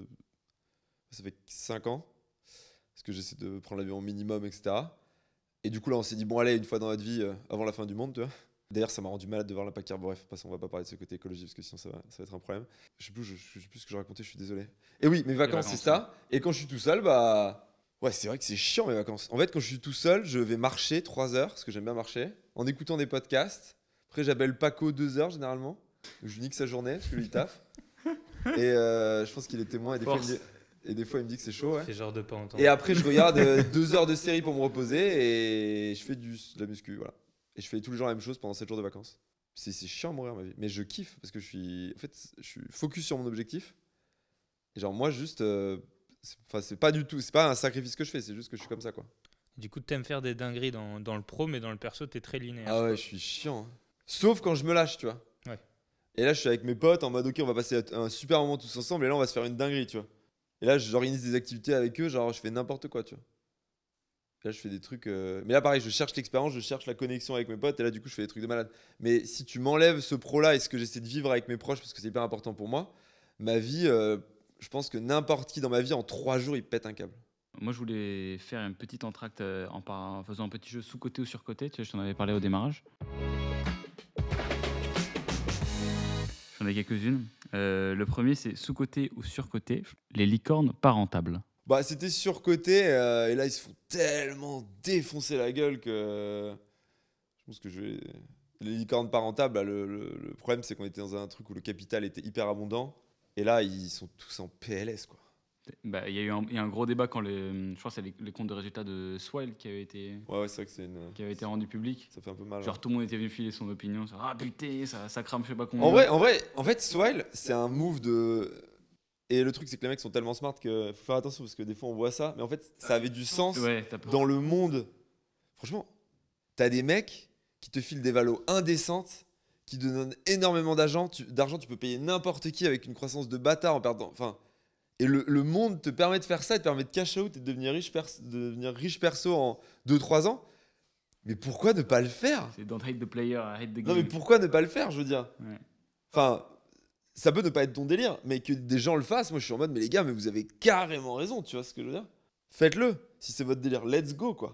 Ça fait 5 ans, parce que j'essaie de prendre l'avion au minimum, etc. Et du coup là, on s'est dit bon allez, une fois dans notre vie, avant la fin du monde, tu vois. D'ailleurs, ça m'a rendu malade de voir l'impact carbone. Bref, on va pas parler de ce côté écologique parce que sinon ça va être un problème. Je sais plus ce que je racontais, je suis désolé. Et oui, mes vacances, c'est ça. Et quand je suis tout seul, bah. Ouais, c'est vrai que c'est chiant mes vacances. En fait, quand je suis tout seul, je vais marcher 3 heures, parce que j'aime bien marcher, en écoutant des podcasts. Après, j'appelle Paco 2 heures généralement. Je lui nique sa journée, parce que lui, il taffe. Et je pense qu'il est témoin. Et des fois, il me dit que c'est chaud. Ouais. C'est genre de pas entendre. Et après, je regarde 2 heures de série pour me reposer et je fais de la muscu, voilà. Et je fais tous les jours la même chose pendant 7 jours de vacances. C'est chiant à mourir ma vie. Mais je kiffe parce que je suis focus sur mon objectif. Et genre, moi, juste. C'est pas du tout. C'est pas un sacrifice que je fais, c'est juste que je suis comme ça, quoi. Du coup, t'aimes faire des dingueries dans le pro, mais dans le perso, t'es très linéaire. Ah ouais, je suis chiant. Sauf quand je me lâche, tu vois. Ouais. Et là, je suis avec mes potes en mode, ok, on va passer un super moment tous ensemble et là, on va se faire une dinguerie, tu vois. Et là, j'organise des activités avec eux, genre, je fais n'importe quoi, tu vois. Là, je fais des trucs. Mais là, pareil, je cherche l'expérience, je cherche la connexion avec mes potes. Et là, du coup, je fais des trucs de malade. Mais si tu m'enlèves ce pro-là et ce que j'essaie de vivre avec mes proches, parce que c'est hyper important pour moi, ma vie, je pense que n'importe qui dans ma vie, en 3 jours, il pète un câble. Moi, je voulais faire une petite entracte en faisant un petit jeu sous-côté ou sur-côté. Tu sais, je t'en avais parlé au démarrage. J'en ai quelques-unes. Le premier, c'est sous-côté ou sur-côté. Les licornes pas rentables. Bah, c'était surcoté et là ils se font tellement défoncer la gueule que je pense que les licornes pas rentables, bah, le problème c'est qu'on était dans un truc où le capital était hyper abondant et là ils sont tous en PLS, quoi. Bah, il y a un gros débat quand je crois que c'est les comptes de résultats de Swile qui avaient été Ouais, c'est vrai que qui avaient été rendus publics. ça fait un peu mal. Genre hein. tout le monde était venu filer son opinion. Ah putain, ça crame je sais pas combien. En fait, Swile, c'est un move de. Et le truc, c'est que les mecs sont tellement smart qu'il faut faire attention parce que des fois on voit ça, mais en fait, ça avait du sens Ouais, t'as peur. dans le monde. Franchement, t'as des mecs qui te filent des valos indécentes, qui te donnent énormément d'argent. Tu peux payer n'importe qui avec une croissance de bâtard en perdant. Enfin, et le monde te permet de faire ça, il te permet de cash out et de devenir riche perso en 2-3 ans. Mais pourquoi ne pas le faire? C'est don't hate the player, hate the game. Non, mais pourquoi ne pas le faire, je veux dire? Ouais. Enfin, ça peut ne pas être ton délire, mais que des gens le fassent, moi je suis en mode, mais les gars, mais vous avez carrément raison, tu vois ce que je veux dire? Faites-le, si c'est votre délire, let's go, quoi.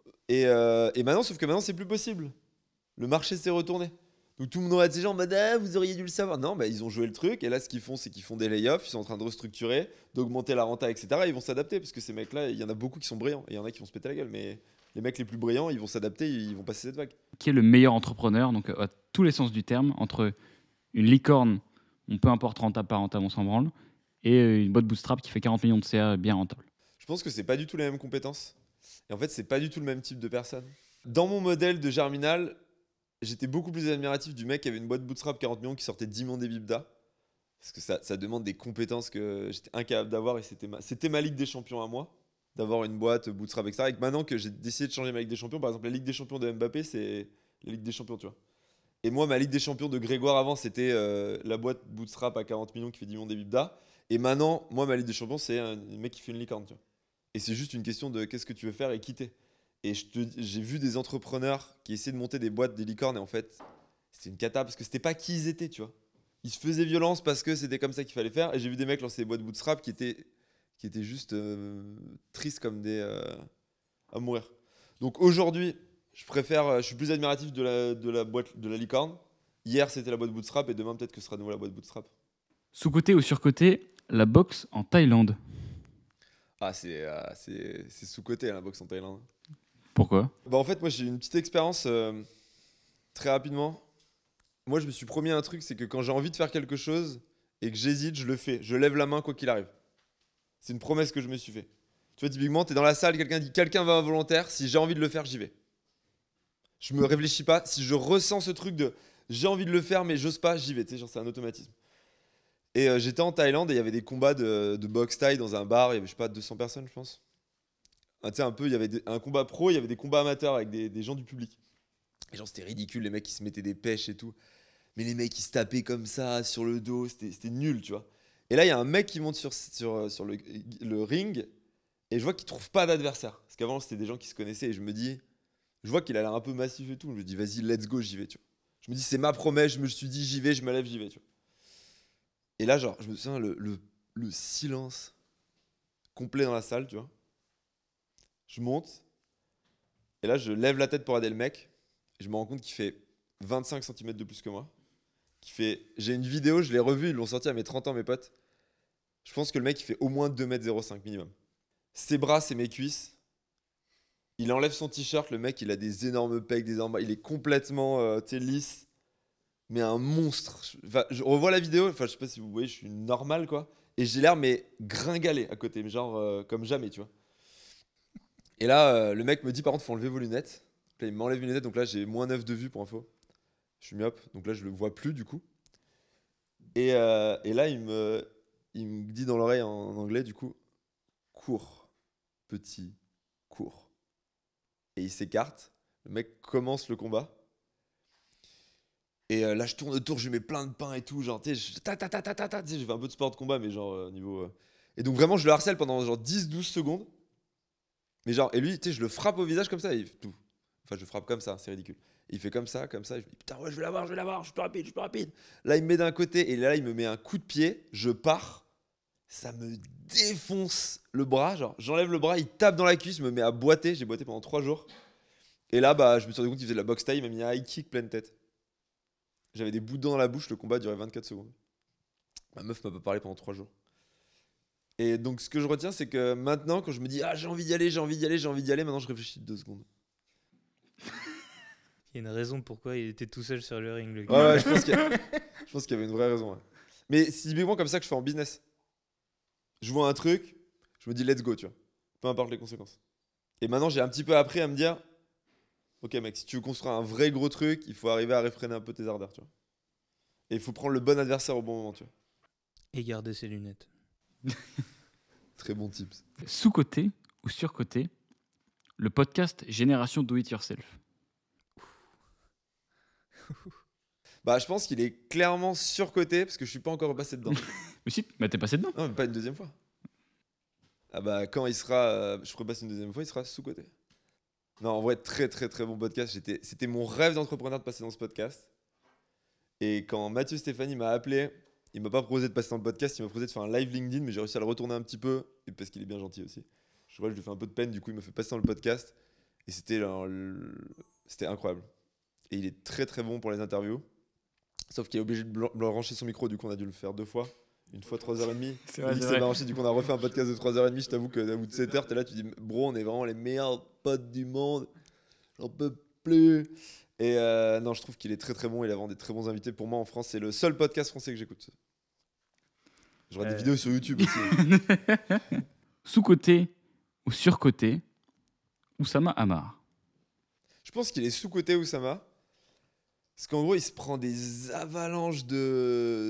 Et maintenant, sauf que maintenant, c'est plus possible. Le marché s'est retourné. Donc tout le monde aurait été genre, vous auriez dû le savoir. Non, bah, ils ont joué le truc, et là, ce qu'ils font, c'est qu'ils font des layoffs, ils sont en train de restructurer, d'augmenter la renta, etc. Ils vont s'adapter, parce que ces mecs-là, il y en a beaucoup qui sont brillants, et il y en a qui vont se péter la gueule, mais les mecs les plus brillants, ils vont s'adapter, ils vont passer cette vague. Qui est le meilleur entrepreneur, donc à tous les sens du terme, entre une licorne, on peu importe rentable, pas rentable, on s'en branle, et une boîte bootstrap qui fait 40 millions de CA bien rentable. Je pense que c'est pas du tout les mêmes compétences. Et en fait, c'est pas du tout le même type de personne. Dans mon modèle de Germinal, j'étais beaucoup plus admiratif du mec qui avait une boîte bootstrap 40 millions qui sortait 10 millions d'EBITDA. Parce que ça demande des compétences que j'étais incapable d'avoir et c'était ma Ligue des Champions à moi, d'avoir une boîte bootstrap, etc. Et que maintenant que j'ai décidé de changer ma Ligue des Champions, par exemple, la Ligue des Champions de Mbappé, c'est la Ligue des Champions, tu vois. Et moi, ma Ligue des Champions de Grégoire avant, c'était la boîte bootstrap à 40 millions qui fait 10 millions d'EBITDA. Et maintenant, moi, ma Ligue des Champions, c'est un mec qui fait une licorne, tu vois. Et c'est juste une question de qu'est-ce que tu veux faire et quitter. Et j'ai vu des entrepreneurs qui essaient de monter des boîtes, des licornes, et en fait, c'était une cata parce que c'était pas qui ils étaient, tu vois. Ils se faisaient violence parce que c'était comme ça qu'il fallait faire. Et j'ai vu des mecs lancer des boîtes bootstrap qui étaient juste tristes comme des. À mourir. Donc aujourd'hui, je suis plus admiratif de la boîte, de la licorne. Hier, c'était la boîte bootstrap et demain, peut-être que ce sera de nouveau la boîte bootstrap. Sous-côté ou sur-côté, la boxe en Thaïlande. Ah, c'est sous-côté, la boxe en Thaïlande. Pourquoi? Bah, en fait, moi, j'ai eu une petite expérience très rapidement. Moi, je me suis promis un truc, c'est que quand j'ai envie de faire quelque chose et que j'hésite, je le fais. Je lève la main quoi qu'il arrive. C'est une promesse que je me suis fait. Tu vois, typiquement, t'es dans la salle, quelqu'un dit quelqu'un va involontaire. Si j'ai envie de le faire, j'y vais. Je me réfléchis pas. Si je ressens ce truc de j'ai envie de le faire, mais j'ose pas, j'y vais. Tu sais, genre, c'est un automatisme. Et j'étais en Thaïlande et il y avait des combats de boxe thaï dans un bar. Il y avait, je sais pas, 200 personnes, je pense. Ah, tu sais, un peu, il y avait un combat pro, il y avait des combats amateurs avec des gens du public. Et genre, c'était ridicule, les mecs qui se mettaient des pêches et tout. Mais les mecs qui se tapaient comme ça sur le dos, c'était nul, tu vois. Et là, il y a un mec qui monte sur le ring et je vois qu'il trouve pas d'adversaire. Parce qu'avant, c'était des gens qui se connaissaient et je me dis, je vois qu'il a l'air un peu massif et tout. Je me dis, vas-y, let's go, j'y vais, tu vois. Je me dis, c'est ma promesse, je me suis dit, j'y vais, je me lève, j'y vais, tu vois. Et là, genre, je me souviens, le silence complet dans la salle, tu vois. Je monte et là, je lève la tête pour aider le mec et je me rends compte qu'il fait 25 cm de plus que moi. J'ai une vidéo, je l'ai revue, ils l'ont sorti à mes 30 ans, mes potes. Je pense que le mec, il fait au moins 2,05 m minimum. Ses bras, c'est mes cuisses. Il enlève son t-shirt, le mec, il a des énormes pecs, des énormes bras. Il est complètement lisse, mais un monstre. Je revois la vidéo, je sais pas si vous voyez, je suis normal, quoi. Et j'ai l'air, mais gringalé à côté, mais genre comme jamais, tu vois. Et là, le mec me dit, par contre, faut enlever vos lunettes. Là, il m'enlève les lunettes, donc là, j'ai moins 9 de vue pour info. Je suis myope, donc là, je le vois plus, du coup. Et là, il me dit dans l'oreille en anglais, du coup, cours, petit, cours. Et il s'écarte. Le mec commence le combat. Et là, je tourne autour, je lui mets plein de pain et tout. Genre, tu sais, je fais un peu de sport de combat, mais genre, niveau. Et donc, vraiment, je le harcèle pendant genre 10-12 secondes. Mais genre, et lui, tu sais, je le frappe au visage comme ça. Et tout. Enfin, je le frappe comme ça, c'est ridicule. Et il fait comme ça, comme ça. Et je me dis, putain, ouais, je vais l'avoir, je suis plus rapide, je suis plus rapide. Là, il me met d'un côté, et là, il me met un coup de pied. Je pars. Ça me défonce le bras. Genre, j'enlève le bras, il tape dans la cuisse, me met à boiter. J'ai boité pendant 3 jours. Et là, bah, je me suis rendu compte qu'il faisait de la boxe taille. Il m'a mis un high kick pleine tête. J'avais des bouts de dents dans la bouche. Le combat durait 24 secondes. Ma meuf m'a pas parlé pendant 3 jours. Et donc, ce que je retiens, c'est que maintenant, quand je me dis, ah, j'ai envie d'y aller, maintenant, je réfléchis 2 secondes. Il y a une raison pourquoi il était tout seul sur le ring, le gars. Ouais, je pense qu'il y avait une vraie raison. Ouais. Mais c'est typiquement comme ça que je fais en business. Je vois un truc, je me dis let's go, tu vois. Peu importe les conséquences. Et maintenant, j'ai un petit peu appris à me dire, ok mec, si tu veux construire un vrai gros truc, il faut arriver à réfréner un peu tes ardeurs, tu vois. Et il faut prendre le bon adversaire au bon moment, tu vois. Et garder ses lunettes. Très bon tips. Sous-côté ou sur-côté, le podcast Génération Do It Yourself. Bah, je pense qu'il est clairement surcoté parce que je suis pas encore repassé dedans. Mais si, mais t'es passé dedans. Non, mais pas une deuxième fois. Ah bah, quand il sera, je repasse une deuxième fois, il sera sous-côté. Non, en vrai, très très très bon podcast. C'était mon rêve d'entrepreneur de passer dans ce podcast. Et quand Mathieu Stéphanie m'a appelé, Il m'a pas proposé de passer dans le podcast, il m'a proposé de faire un live LinkedIn, mais j'ai réussi à le retourner un petit peu, et parce qu'il est bien gentil aussi. Je lui fais un peu de peine, du coup il me fait passer dans le podcast, et c'était incroyable. Et il est très très bon pour les interviews, sauf qu'il est obligé de brancher son micro, du coup on a dû le faire 2 fois. Une fois 3h30. C'est vrai, Il c'est s'est vrai. branché, du coup on a refait un podcast de 3h30. Je t'avoue qu'à bout de 7h, t'es là, tu dis bro, on est vraiment les meilleurs potes du monde. J'en peux plus. Et non, je trouve qu'il est très très bon. Il a vraiment des très bons invités. Pour moi en France, c'est le seul podcast français que j'écoute. J'aurai des vidéos sur YouTube aussi. Sous-côté ou surcoté, Oussama Hamar. Je pense qu'il est sous-coté Oussama. Parce qu'en gros, il se prend des avalanches de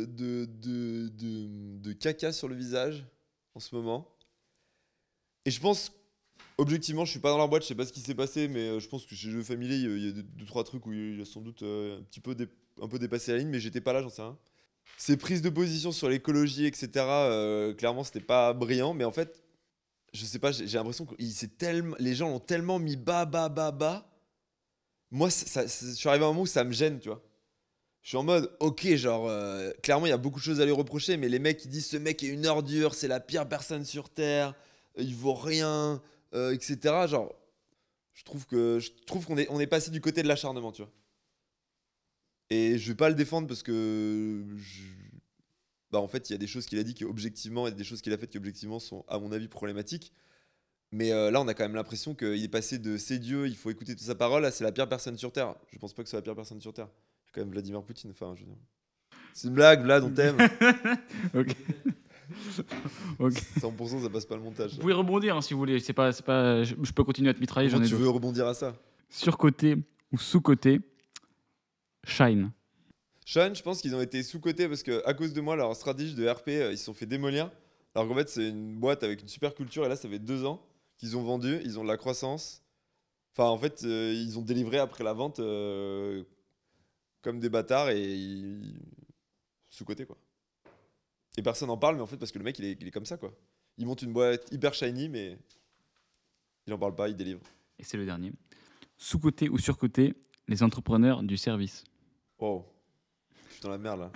caca sur le visage en ce moment. Et je pense, objectivement, je suis pas dans la boîte, je sais pas ce qui s'est passé, mais je pense que chez Jeux Familier, il y a 2-3 trucs où il a sans doute un peu dépassé la ligne, mais j'étais pas là, j'en sais rien. Ses prises de position sur l'écologie, etc., clairement, c'était pas brillant, mais en fait, je sais pas, j'ai l'impression que les gens l'ont tellement mis bas. Moi, je suis arrivé à un moment où ça me gêne, tu vois. Je suis en mode, ok, genre, clairement, il y a beaucoup de choses à lui reprocher, mais les mecs qui disent ce mec est une ordure, c'est la pire personne sur Terre, il vaut rien, etc. Genre, je trouve qu'on est passé du côté de l'acharnement, tu vois. Et je vais pas le défendre parce que, bah, en fait, il y a des choses qu'il a dit qui, objectivement, et des choses qu'il a faites qui, objectivement, sont, à mon avis, problématiques. Mais là, on a quand même l'impression qu'il est passé de c'est Dieu, il faut écouter toute sa parole, à c'est la pire personne sur Terre. Je pense pas que c'est la pire personne sur Terre. C'est quand même Vladimir Poutine. Enfin, je veux dire. C'est une blague, Vlad, on t'aime. Ok. Ok. 100%, ça passe pas le montage. Vous pouvez rebondir hein, si vous voulez. C'est pas, je peux continuer à te mitrailler. Comment J'en ai tu d'autres. veux rebondir à ça? Surcoté ou sous-coté, Shine. Sean, je pense qu'ils ont été sous-cotés parce qu'à cause de moi, leur stratégie de RP, ils se sont fait démolir. Alors qu'en fait, c'est une boîte avec une super culture et là, ça fait 2 ans qu'ils ont vendu, ils ont de la croissance. Enfin, en fait, ils ont délivré après la vente comme des bâtards et sous-cotés, quoi. Et personne n'en parle, mais en fait, parce que le mec, il est comme ça, quoi. Il monte une boîte hyper shiny, mais il en parle pas, il délivre. Et c'est le dernier. Sous-coté ou surcoté, les entrepreneurs du service. Oh, je suis dans la merde, là.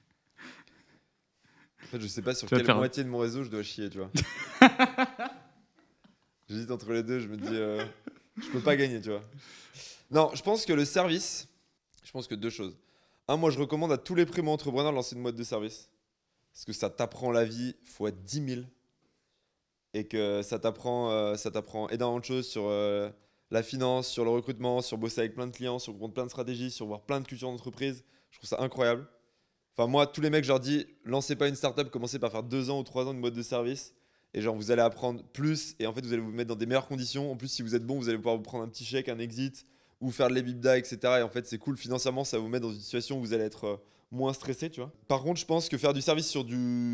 En fait, je sais pas sur Tu vas te quelle faire- moitié de mon réseau je dois chier, tu vois. J'hésite entre les deux, je me dis, je peux pas gagner, tu vois. Non, je pense que le service, je pense que 2 choses. Un, moi, je recommande à tous les primo-entrepreneurs de lancer une boîte de service. Parce que ça t'apprend la vie fois 10 000. Et que ça t'apprend énormément de choses sur la finance, sur le recrutement, sur bosser avec plein de clients, sur comprendre plein de stratégies, sur voir plein de cultures d'entreprise. Je trouve ça incroyable. Enfin, moi, tous les mecs, je leur dis, lancez pas une startup, commencez par faire 2 ans ou 3 ans de boîte de service. Et genre, vous allez apprendre plus. Et en fait, vous allez vous mettre dans des meilleures conditions. En plus, si vous êtes bon, vous allez pouvoir vous prendre un petit chèque, un exit, ou faire de l'EBITDA, etc. Et en fait, c'est cool financièrement, ça va vous mettre dans une situation où vous allez être moins stressé, tu vois. Par contre, je pense que faire du service sur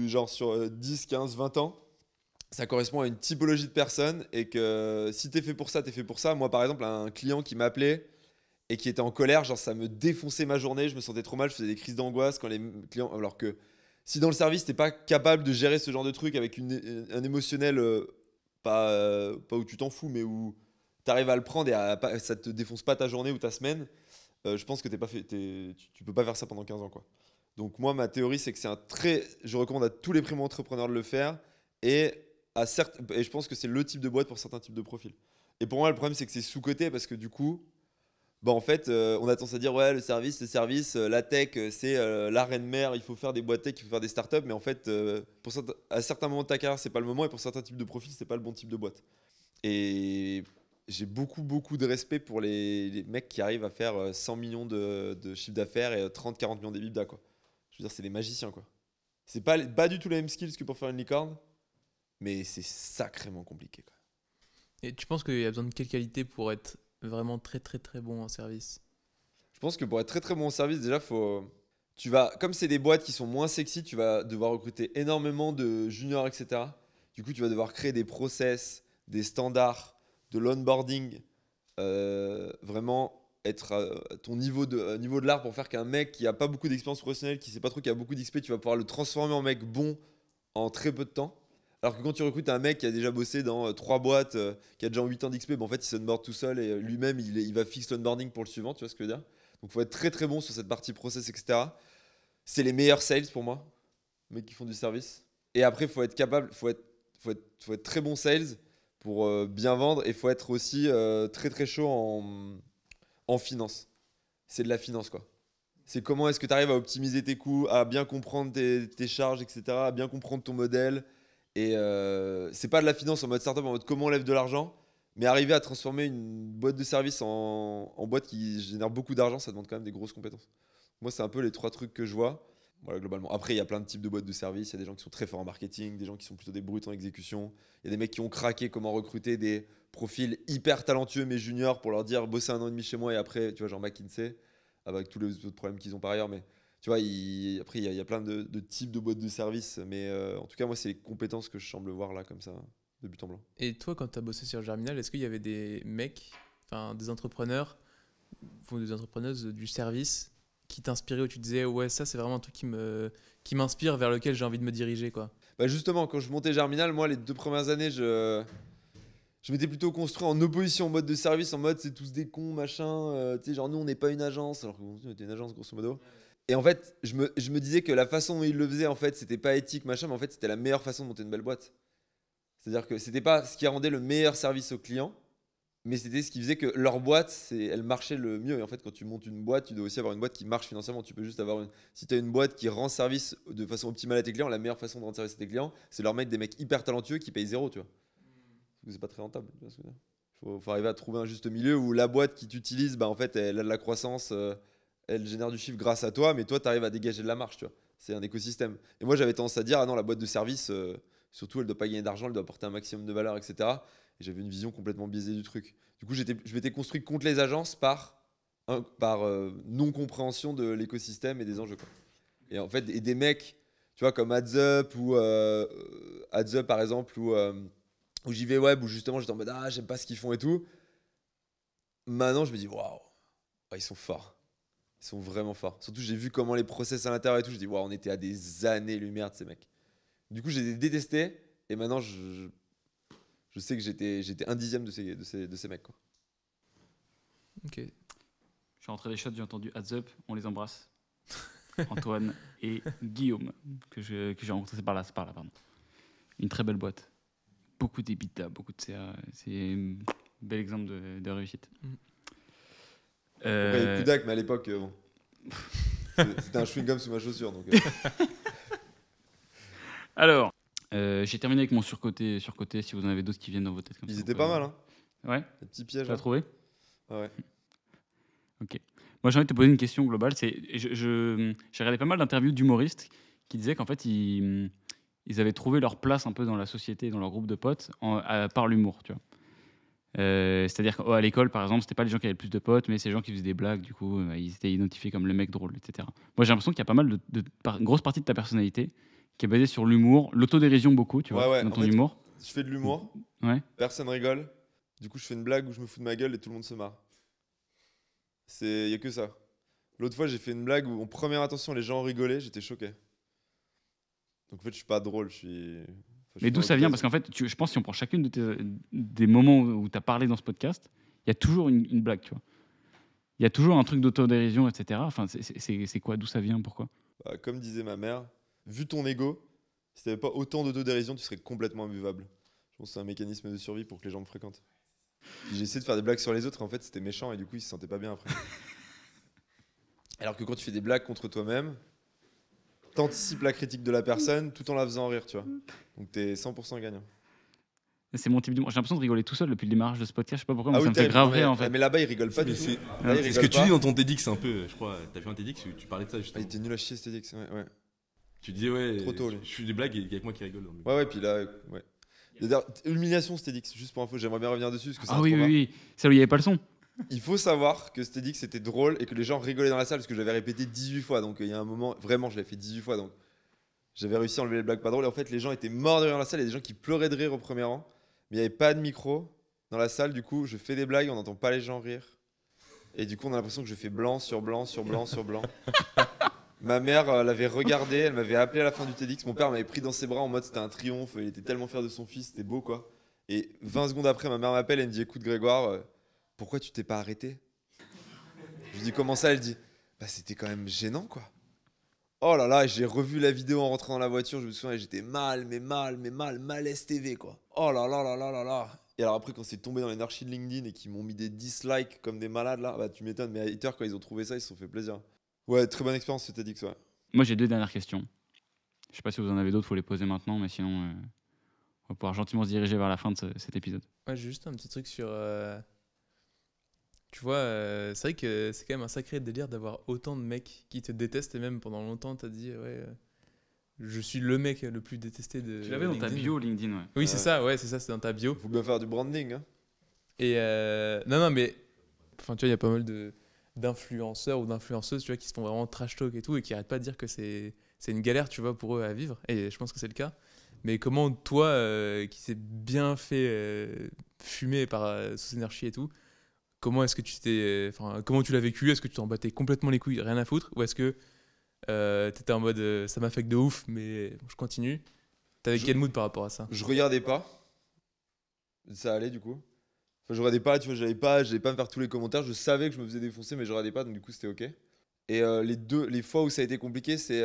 10, 15, 20 ans, ça correspond à une typologie de personnes et que si t'es fait pour ça, t'es fait pour ça. Moi, par exemple, un client qui m'appelait et qui était en colère, genre ça me défonçait ma journée, je me sentais trop mal, je faisais des crises d'angoisse quand les clients... Alors que si dans le service, t'es pas capable de gérer ce genre de truc avec un émotionnel pas où tu t'en fous, mais où t'arrives à le prendre et ça te défonce pas ta journée ou ta semaine, je pense que tu peux pas faire ça pendant 15 ans, quoi. Donc moi, ma théorie, c'est que je recommande à tous les primo-entrepreneurs de le faire et je pense que c'est le type de boîte pour certains types de profils. Et pour moi, le problème, c'est que c'est sous-coté parce que du coup, bah en fait, on a tendance à dire ouais, le service, la tech, c'est la reine mère, il faut faire des boîtes tech, il faut faire des startups, mais en fait, à certains moments de ta carrière, c'est pas le moment et pour certains types de profils, c'est pas le bon type de boîte. Et j'ai beaucoup de respect pour les mecs qui arrivent à faire 100 millions de chiffre d'affaires et 30-40 millions d'EBITDA, quoi. Je veux dire, c'est des magiciens, quoi. C'est pas du tout les mêmes skills que pour faire une licorne, mais c'est sacrément compliqué, quoi. Et tu penses qu'il y a besoin de quelle qualité pour être vraiment très bon en service? Je pense que pour être très bon en service, déjà, comme c'est des boîtes qui sont moins sexy, tu vas devoir recruter énormément de juniors, etc. Du coup, tu vas devoir créer des process, des standards, de l'onboarding, vraiment être à ton niveau de l'art pour faire qu'un mec qui a pas beaucoup d'expérience professionnelle, qui sait pas trop, qui a beaucoup d'XP, tu vas pouvoir le transformer en mec bon en très peu de temps. Alors que quand tu recrutes un mec qui a déjà bossé dans 3 boîtes, qui a déjà 8 ans d'XP, bah en fait il s'onboard tout seul et lui-même il va fixer l'onboarding pour le suivant, tu vois ce que je veux dire. Donc il faut être très bon sur cette partie process, etc. C'est les meilleurs sales pour moi. mecs qui font du service. Et après, il faut être capable, faut être très bon sales pour bien vendre. Et il faut être aussi très très chaud en finance. C'est de la finance, quoi. C'est comment est-ce que tu arrives à optimiser tes coûts, à bien comprendre tes charges, etc., à bien comprendre ton modèle. Et c'est pas de la finance en mode startup, en mode comment on lève de l'argent, mais arriver à transformer une boîte de service en boîte qui génère beaucoup d'argent, ça demande quand même des grosses compétences. Moi, c'est un peu les 3 trucs que je vois. Voilà, globalement. Après, il y a plein de types de boîtes de service. Il y a des gens qui sont très forts en marketing, des gens qui sont plutôt des brutes en exécution. Il y a des mecs qui ont craqué comment recruter des profils hyper talentueux mais juniors pour leur dire bossez 1 an et demi chez moi et après, tu vois, genre McKinsey, avec tous les autres problèmes qu'ils ont par ailleurs. Mais tu vois, après, il y a plein de types de boîtes de service. Mais en tout cas, moi, c'est les compétences que je semble voir là, comme ça, de but en blanc. Et toi, quand tu as bossé sur Germinal, est-ce qu'il y avait des mecs, enfin des entrepreneurs ou des entrepreneuses du service qui t'inspiraient, où tu disais ouais, ça c'est vraiment un truc qui m'inspire, vers lequel j'ai envie de me diriger, quoi? Bah justement, quand je montais Germinal, moi, les 2 premières années, je m'étais plutôt construit en opposition au mode de service, en mode c'est tous des cons, machin. Tu sais, genre nous, on n'est pas une agence, alors qu'on était une agence, grosso modo. Et en fait, je me disais que la façon dont ils le faisaient, en fait, c'était pas éthique, machin, mais en fait, c'était la meilleure façon de monter une belle boîte. C'est-à-dire que c'était pas ce qui rendait le meilleur service aux clients, mais c'était ce qui faisait que leur boîte, elle marchait le mieux. Et en fait, quand tu montes une boîte, tu dois aussi avoir une boîte qui marche financièrement. Tu peux juste avoir si tu as une boîte qui rend service de façon optimale à tes clients, la meilleure façon de rendre service à tes clients, c'est leur mettre des mecs hyper talentueux qui payent 0, tu vois. Parce que c'est pas très rentable. Il faut arriver à trouver un juste milieu où la boîte qui t'utilise, bah, en fait, elle a de la croissance, elle génère du chiffre grâce à toi, mais toi, tu arrives à dégager de la marge, tu vois. C'est un écosystème. Et moi, j'avais tendance à dire, ah non, la boîte de service, surtout, elle doit pas gagner d'argent, elle doit apporter un maximum de valeur, etc. Et j'avais une vision complètement biaisée du truc. Du coup, je m'étais construit contre les agences par non-compréhension de l'écosystème et des enjeux, quoi. Et en fait, et des mecs, tu vois, comme AdsUp ou AdsUp par exemple, ou JV Web, où justement j'étais en mode ah, j'aime pas ce qu'ils font et tout. Maintenant, je me dis waouh, ils sont forts. Ils sont vraiment forts. Surtout, j'ai vu comment les process à l'intérieur et tout. Je dis waouh, on était à des années-lumière de ces mecs. Du coup, j'ai détesté et maintenant, je sais que j'étais un dixième de ces mecs, quoi. Ok. Je suis rentré des shots, j'ai entendu AdsUp, on les embrasse. Antoine et Guillaume, que j'ai rencontré, c'est par là, pardon. Une très belle boîte. Beaucoup d'EBITDA, beaucoup de CA. C'est un bel exemple de réussite. Après, il y avait Kudak, mais à l'époque, bon. C'était un chewing-gum sous ma chaussure. Donc, Alors, j'ai terminé avec mon surcoté. Si vous en avez d'autres qui viennent dans vos têtes comme ils ça. étaient pas mal, hein. Ouais, Les petits pièges. tu l'as Hein. trouvé? Ouais. Ok. Moi, j'ai envie de te poser une question globale. J'ai regardé pas mal d'interviews d'humoristes qui disaient qu'en fait, ils avaient trouvé leur place un peu dans la société, dans leur groupe de potes, par l'humour, tu vois. C'est-à-dire qu'à l'école, par exemple, c'était pas les gens qui avaient le plus de potes, mais c'est les gens qui faisaient des blagues, du coup, ils étaient identifiés comme le mec drôle, etc. Moi, j'ai l'impression qu'il y a pas mal une grosse partie de ta personnalité qui est basée sur l'humour, l'autodérision beaucoup, tu vois, Ouais, dans en ton fait, humour. Je fais de l'humour, Ouais. personne rigole. Du coup, je fais une blague où je me fous de ma gueule et tout le monde se marre. Il y a que ça. L'autre fois, j'ai fait une blague où, en première intention, les gens rigolaient, j'étais choqué. Donc, en fait, je suis pas drôle, je suis Mais d'où ça vient? Parce qu'en fait, je pense que si on prend chacune des moments où tu as parlé dans ce podcast, il y a toujours une blague, tu vois. Il y a toujours un truc d'autodérision, etc. Enfin, c'est quoi? D'où ça vient? Pourquoi? Bah, comme disait ma mère, vu ton ego, si t'avais pas autant d'autodérision, tu serais complètement imbuvable. Je pense que c'est un mécanisme de survie pour que les gens me fréquentent. Puis j'ai essayé de faire des blagues sur les autres et en fait c'était méchant et du coup ils se sentaient pas bien après. Alors que quand tu fais des blagues contre toi-même, t'anticipes la critique de la personne tout en la faisant rire, tu vois. Donc t'es 100% gagnant. C'est mon type d'humour. J'ai l'impression de rigoler tout seul depuis le démarrage de ce podcast. Je sais pas pourquoi, mais Ah ça oui, me fait grave rire en mais, fait. mais là-bas ils rigolent pas Mais du tout. c'est Là, ils c'est ce que rigolent tu pas. dis dans ton TEDx un peu, je crois. T'as fait un TEDx où tu parlais de ça Ah, il justement. était nul à chier c'était dit. Ouais. Tu disais ouais, Trop tôt, lui. je suis des blagues et il y a que moi qui rigole. Ouais, puis là, ouais. D'ailleurs, humiliation Stedix, juste pour info, j'aimerais bien revenir dessus parce que c'est Ah un oui, trauma. oui. Celle où il n'y avait pas le son. Il faut savoir que Stedix c'était drôle et que les gens rigolaient dans la salle parce que j'avais répété 18 fois. Donc il y a un moment, vraiment, je l'avais fait 18 fois. Donc j'avais réussi à enlever les blagues pas drôles. Et en fait, les gens étaient morts de rire dans la salle. Il y a des gens qui pleuraient de rire au premier rang. Mais il n'y avait pas de micro dans la salle. Du coup, je fais des blagues, on n'entend pas les gens rire. Et du coup, on a l'impression que je fais blanc sur blanc sur blanc sur blanc. Ma mère l'avait regardé, elle m'avait appelé à la fin du TEDx. Mon père m'avait pris dans ses bras en mode c'était un triomphe. Il était tellement fier de son fils, c'était beau quoi. Et 20 secondes après, ma mère m'appelle et me dit écoute, Grégoire, pourquoi tu t'es pas arrêté? Je lui dis comment ça? Elle dit bah c'était quand même gênant quoi. Oh là là, j'ai revu la vidéo en rentrant dans la voiture, je me souviens, et j'étais mal STV quoi. Oh là là là là là là. Et alors après, quand c'est tombé dans les archives de LinkedIn et qu'ils m'ont mis des dislikes comme des malades là, bah tu m'étonnes, mes haters quand ils ont trouvé ça, ils se sont fait plaisir. Ouais, très bonne expérience ce TEDx, ouais. Moi, j'ai 2 dernières questions. Je sais pas si vous en avez d'autres, faut les poser maintenant, mais sinon, on va pouvoir gentiment se diriger vers la fin de cet épisode. Ouais, j'ai juste un petit truc sur. Tu vois, c'est vrai que c'est quand même un sacré délire d'avoir autant de mecs qui te détestent et même pendant longtemps t'as dit je suis le mec le plus détesté de Tu l'avais dans ta LinkedIn. bio LinkedIn, ouais. Oui, c'est ça, c'est dans ta bio. Faut bien faire du branding, hein. Et non, mais enfin, tu vois, il y a pas mal d'influenceurs ou d'influenceuses, tu vois, qui se font vraiment trash talk et tout et qui arrêtent pas de dire que c'est une galère, tu vois, pour eux à vivre. Et je pense que c'est le cas. Mais comment toi, qui s'est bien fait fumer par sous énergie et tout, comment est-ce que comment tu l'as vécu? Est-ce que tu t'en battais complètement les couilles, rien à foutre? Ou est-ce que t'étais en mode ça m'affecte de ouf, mais bon, je continue? T'avais quel mood par rapport à ça? Je regardais pas. Ça allait du coup. Enfin, je regardais pas, tu vois, j'allais pas me faire tous les commentaires. Je savais que je me faisais défoncer, mais je regardais pas, donc du coup c'était ok. Et les fois où ça a été compliqué, c'est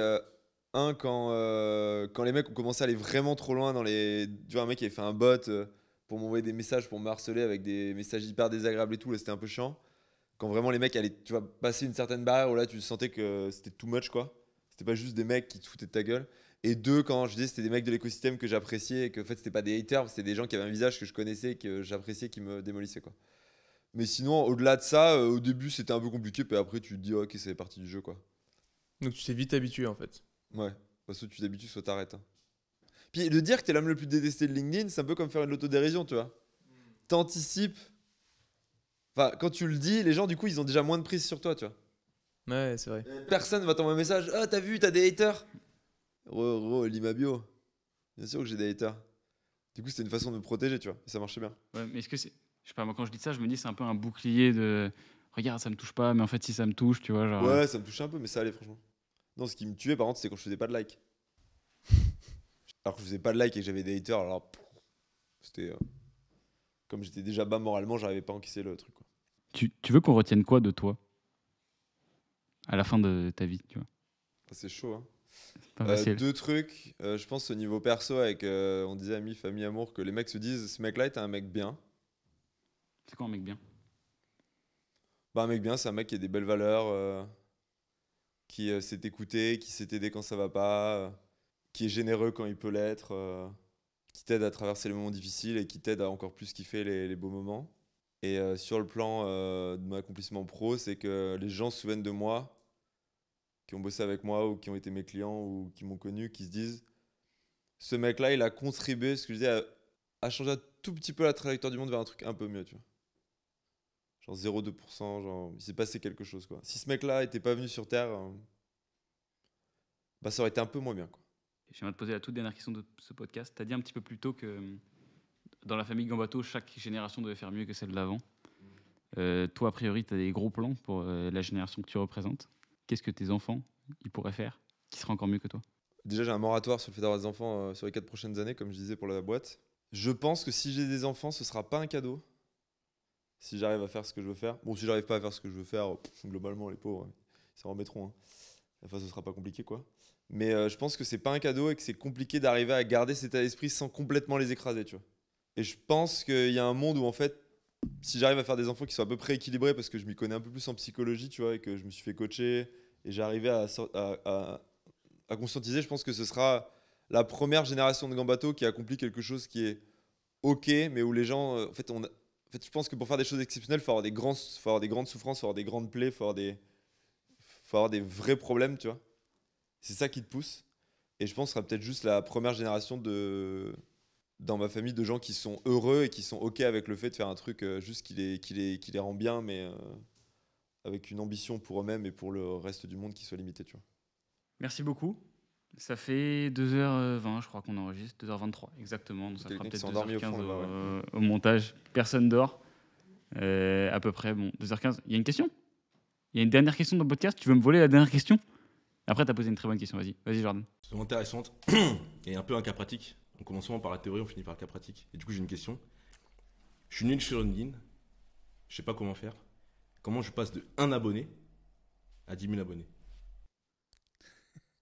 quand les mecs ont commencé à aller vraiment trop loin dans les. Tu vois, un mec qui avait fait un bot pour m'envoyer des messages, pour me harceler avec des messages hyper désagréables et tout, là c'était un peu chiant. Quand vraiment les mecs allaient, tu vois, passer une certaine barrière où là tu sentais que c'était too much quoi. C'était pas juste des mecs qui te foutaient de ta gueule. Et deux, quand je disais c'était des mecs de l'écosystème que j'appréciais et que en fait c'était pas des haters, c'était des gens qui avaient un visage que je connaissais et que j'appréciais qui me démolissaient quoi. Mais sinon, au-delà de ça, au début c'était un peu compliqué, puis après tu te dis ok, c'est partie du jeu quoi. Donc tu t'es vite habitué en fait. Ouais, parce que tu t'habitues, soit t'arrêtes, hein. Puis de dire que t'es l'homme le plus détesté de LinkedIn, c'est un peu comme faire une l'autodérision, tu vois. T'anticipes. Enfin, quand tu le dis, les gens du coup ils ont déjà moins de prise sur toi, tu vois. Ouais, c'est vrai. Personne va t'envoyer un message. Ah, t'as vu, t'as des haters. Lis ma bio. Bien sûr que j'ai des haters. Du coup, c'était une façon de me protéger, tu vois. Et ça marchait bien. Ouais, mais est-ce que c'est. Je sais pas, moi quand je dis ça, je me dis c'est un peu un bouclier de. Regarde, ça me touche pas, mais en fait, si ça me touche, tu vois, genre. Ouais, ça me touchait un peu, mais ça allait, franchement. Non, ce qui me tuait, par contre, c'était quand je faisais pas de like. Alors que je faisais pas de like et que j'avais des haters, alors. C'était. Comme j'étais déjà bas moralement, j'arrivais pas à encaisser le truc, quoi. Tu veux qu'on retienne quoi de toi à la fin de ta vie, tu vois? Ah, c'est chaud, hein. Pas facile. Deux trucs. Je pense au niveau perso, avec. On disait amis, famille, amour, que les mecs se disent ce mec-là est un mec bien. C'est quoi un mec bien? Bah, un mec bien, c'est un mec qui a des belles valeurs, qui sait t'écouter, qui sait t'aider quand ça va pas, qui est généreux quand il peut l'être, qui t'aide à traverser les moments difficiles et qui t'aide à encore plus kiffer les beaux moments. Et sur le plan de mon accomplissement pro, c'est que les gens se souviennent de moi, qui ont bossé avec moi ou qui ont été mes clients ou qui m'ont connu, qui se disent ce mec-là, il a contribué, ce que je disais, à changer un tout petit peu la trajectoire du monde vers un truc un peu mieux, tu vois. Genre 0,2%, genre, il s'est passé quelque chose, quoi. Si ce mec-là était pas venu sur Terre, bah ça aurait été un peu moins bien, quoi. J'aimerais te poser la toute dernière question de ce podcast. Tu as dit un petit peu plus tôt que dans la famille Gambato, chaque génération devait faire mieux que celle d'avant. Toi, a priori, tu as des gros plans pour la génération que tu représentes. Qu'est-ce que tes enfants ils pourraient faire qui sera encore mieux que toi? Déjà, j'ai un moratoire sur le fait d'avoir des enfants sur les 4 prochaines années, comme je disais pour la boîte. Je pense que si j'ai des enfants, ce sera pas un cadeau. Si j'arrive à faire ce que je veux faire. Bon, si j'arrive pas à faire ce que je veux faire, globalement, les pauvres, ils s'en remettront, hein. Enfin, ce sera pas compliqué, quoi. Mais je pense que c'est pas un cadeau et que c'est compliqué d'arriver à garder cet état d'esprit sans complètement les écraser, tu vois. Et je pense qu'il y a un monde où, en fait, si j'arrive à faire des enfants qui sont à peu près équilibrés, parce que je m'y connais un peu plus en psychologie, tu vois, et que je me suis fait coacher, et j'arrivais à conscientiser, je pense que ce sera la première génération de Gambato qui accomplit quelque chose qui est ok, mais où les gens, en fait, je pense que pour faire des choses exceptionnelles, il faut avoir faut avoir des grandes souffrances, il faut avoir des grandes plaies, faut avoir des vrais problèmes, tu vois. C'est ça qui te pousse. Et je pense que ce sera peut-être juste la première génération dans ma famille de gens qui sont heureux et qui sont ok avec le fait de faire un truc juste qui les rend bien, mais avec une ambition pour eux-mêmes et pour le reste du monde qui soit limité, tu vois. Merci beaucoup. Ça fait 2h20, je crois qu'on enregistre, 2h23 exactement. Donc ça fera Quelqu'un qui peut-être s'est endormi au 2h15 fond, là, ouais. au montage. Personne dort. À peu près, bon, 2h15. Il y a une question? Il y a une dernière question dans le podcast? Tu veux me voler la dernière question? Après, tu as posé une très bonne question. Vas-y, Jordan. C'est vraiment intéressante et un peu un cas pratique. On commence souvent par la théorie, on finit par le cas pratique. Et du coup, j'ai une question. Je suis nul sur LinkedIn. Je sais pas comment faire. Comment je passe de 1 abonné à 10 000 abonnés?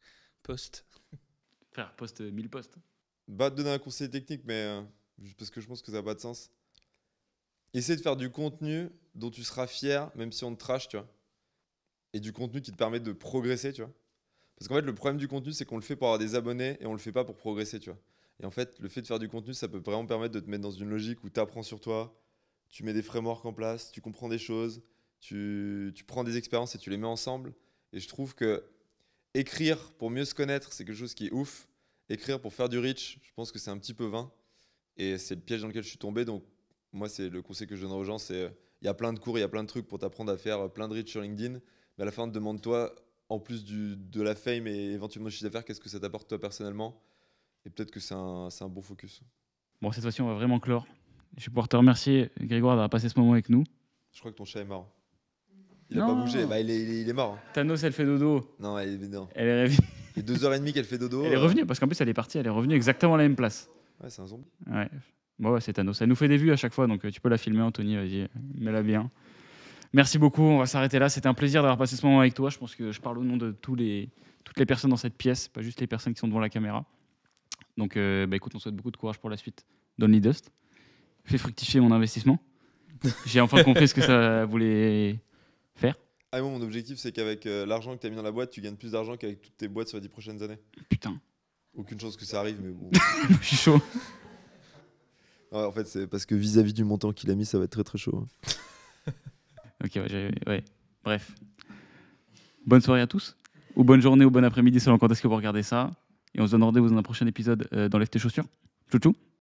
posts. Frère, poste 1000 postes. Bah, te donner un conseil technique, mais juste parce que je pense que ça n'a pas de sens. Essaie de faire du contenu dont tu seras fier, même si on te trash, tu vois. Et du contenu qui te permet de progresser, tu vois. Parce qu'en fait, le problème du contenu, c'est qu'on le fait pour avoir des abonnés et on le fait pas pour progresser, tu vois. Et en fait, le fait de faire du contenu, ça peut vraiment permettre de te mettre dans une logique où tu apprends sur toi, tu mets des frameworks en place, tu comprends des choses, tu prends des expériences et tu les mets ensemble. Et je trouve que écrire pour mieux se connaître, c'est quelque chose qui est ouf. Écrire pour faire du reach, je pense que c'est un petit peu vain. Et c'est le piège dans lequel je suis tombé. Donc, moi, c'est le conseil que je donnerais aux gens, c'est il y a plein de cours, il y a plein de trucs pour t'apprendre à faire plein de reach sur LinkedIn. Mais à la fin, demande-toi, en plus de la fame et éventuellement du chiffre d'affaires, qu'est-ce que ça t'apporte toi personnellement? Et peut-être que c'est un bon focus. Bon, cette fois-ci, on va vraiment clore. Je vais pouvoir te remercier, Grégoire, d'avoir passé ce moment avec nous. Je crois que ton chat est mort. Il a Non. pas bougé. Bah, il est mort. Thanos, elle fait dodo. Non, non. Elle est revenue. Il y a 2h30 qu'elle fait dodo. Elle est revenue, parce qu'en plus, elle est partie, elle est revenue exactement à la même place. Ouais, c'est un zombie. Ouais. Bon, ouais, c'est Thanos. Elle nous fait des vues à chaque fois, donc tu peux la filmer, Anthony, vas-y, mets-la bien. Merci beaucoup, on va s'arrêter là. C'était un plaisir d'avoir passé ce moment avec toi. Je pense que je parle au nom de toutes les personnes dans cette pièce, pas juste les personnes qui sont devant la caméra. Donc, écoute, on souhaite beaucoup de courage pour la suite d'Only Dust. Fais fructifier mon investissement. J'ai enfin compris ce que ça voulait faire. Ah, moi, mon objectif, c'est qu'avec l'argent que tu as mis dans la boîte, tu gagnes plus d'argent qu'avec toutes tes boîtes sur les 10 prochaines années. Putain, Aucune chance que ça arrive, mais bon. je suis chaud. Ouais, en fait, c'est parce que vis-à-vis du montant qu'il a mis, ça va être très très chaud. Ok, ouais. Bref. Bonne soirée à tous. Ou bonne journée ou bon après-midi selon quand est-ce que vous regardez ça. Et on se donne rendez-vous dans un prochain épisode dans Lève tes chaussures. Tchou tchou.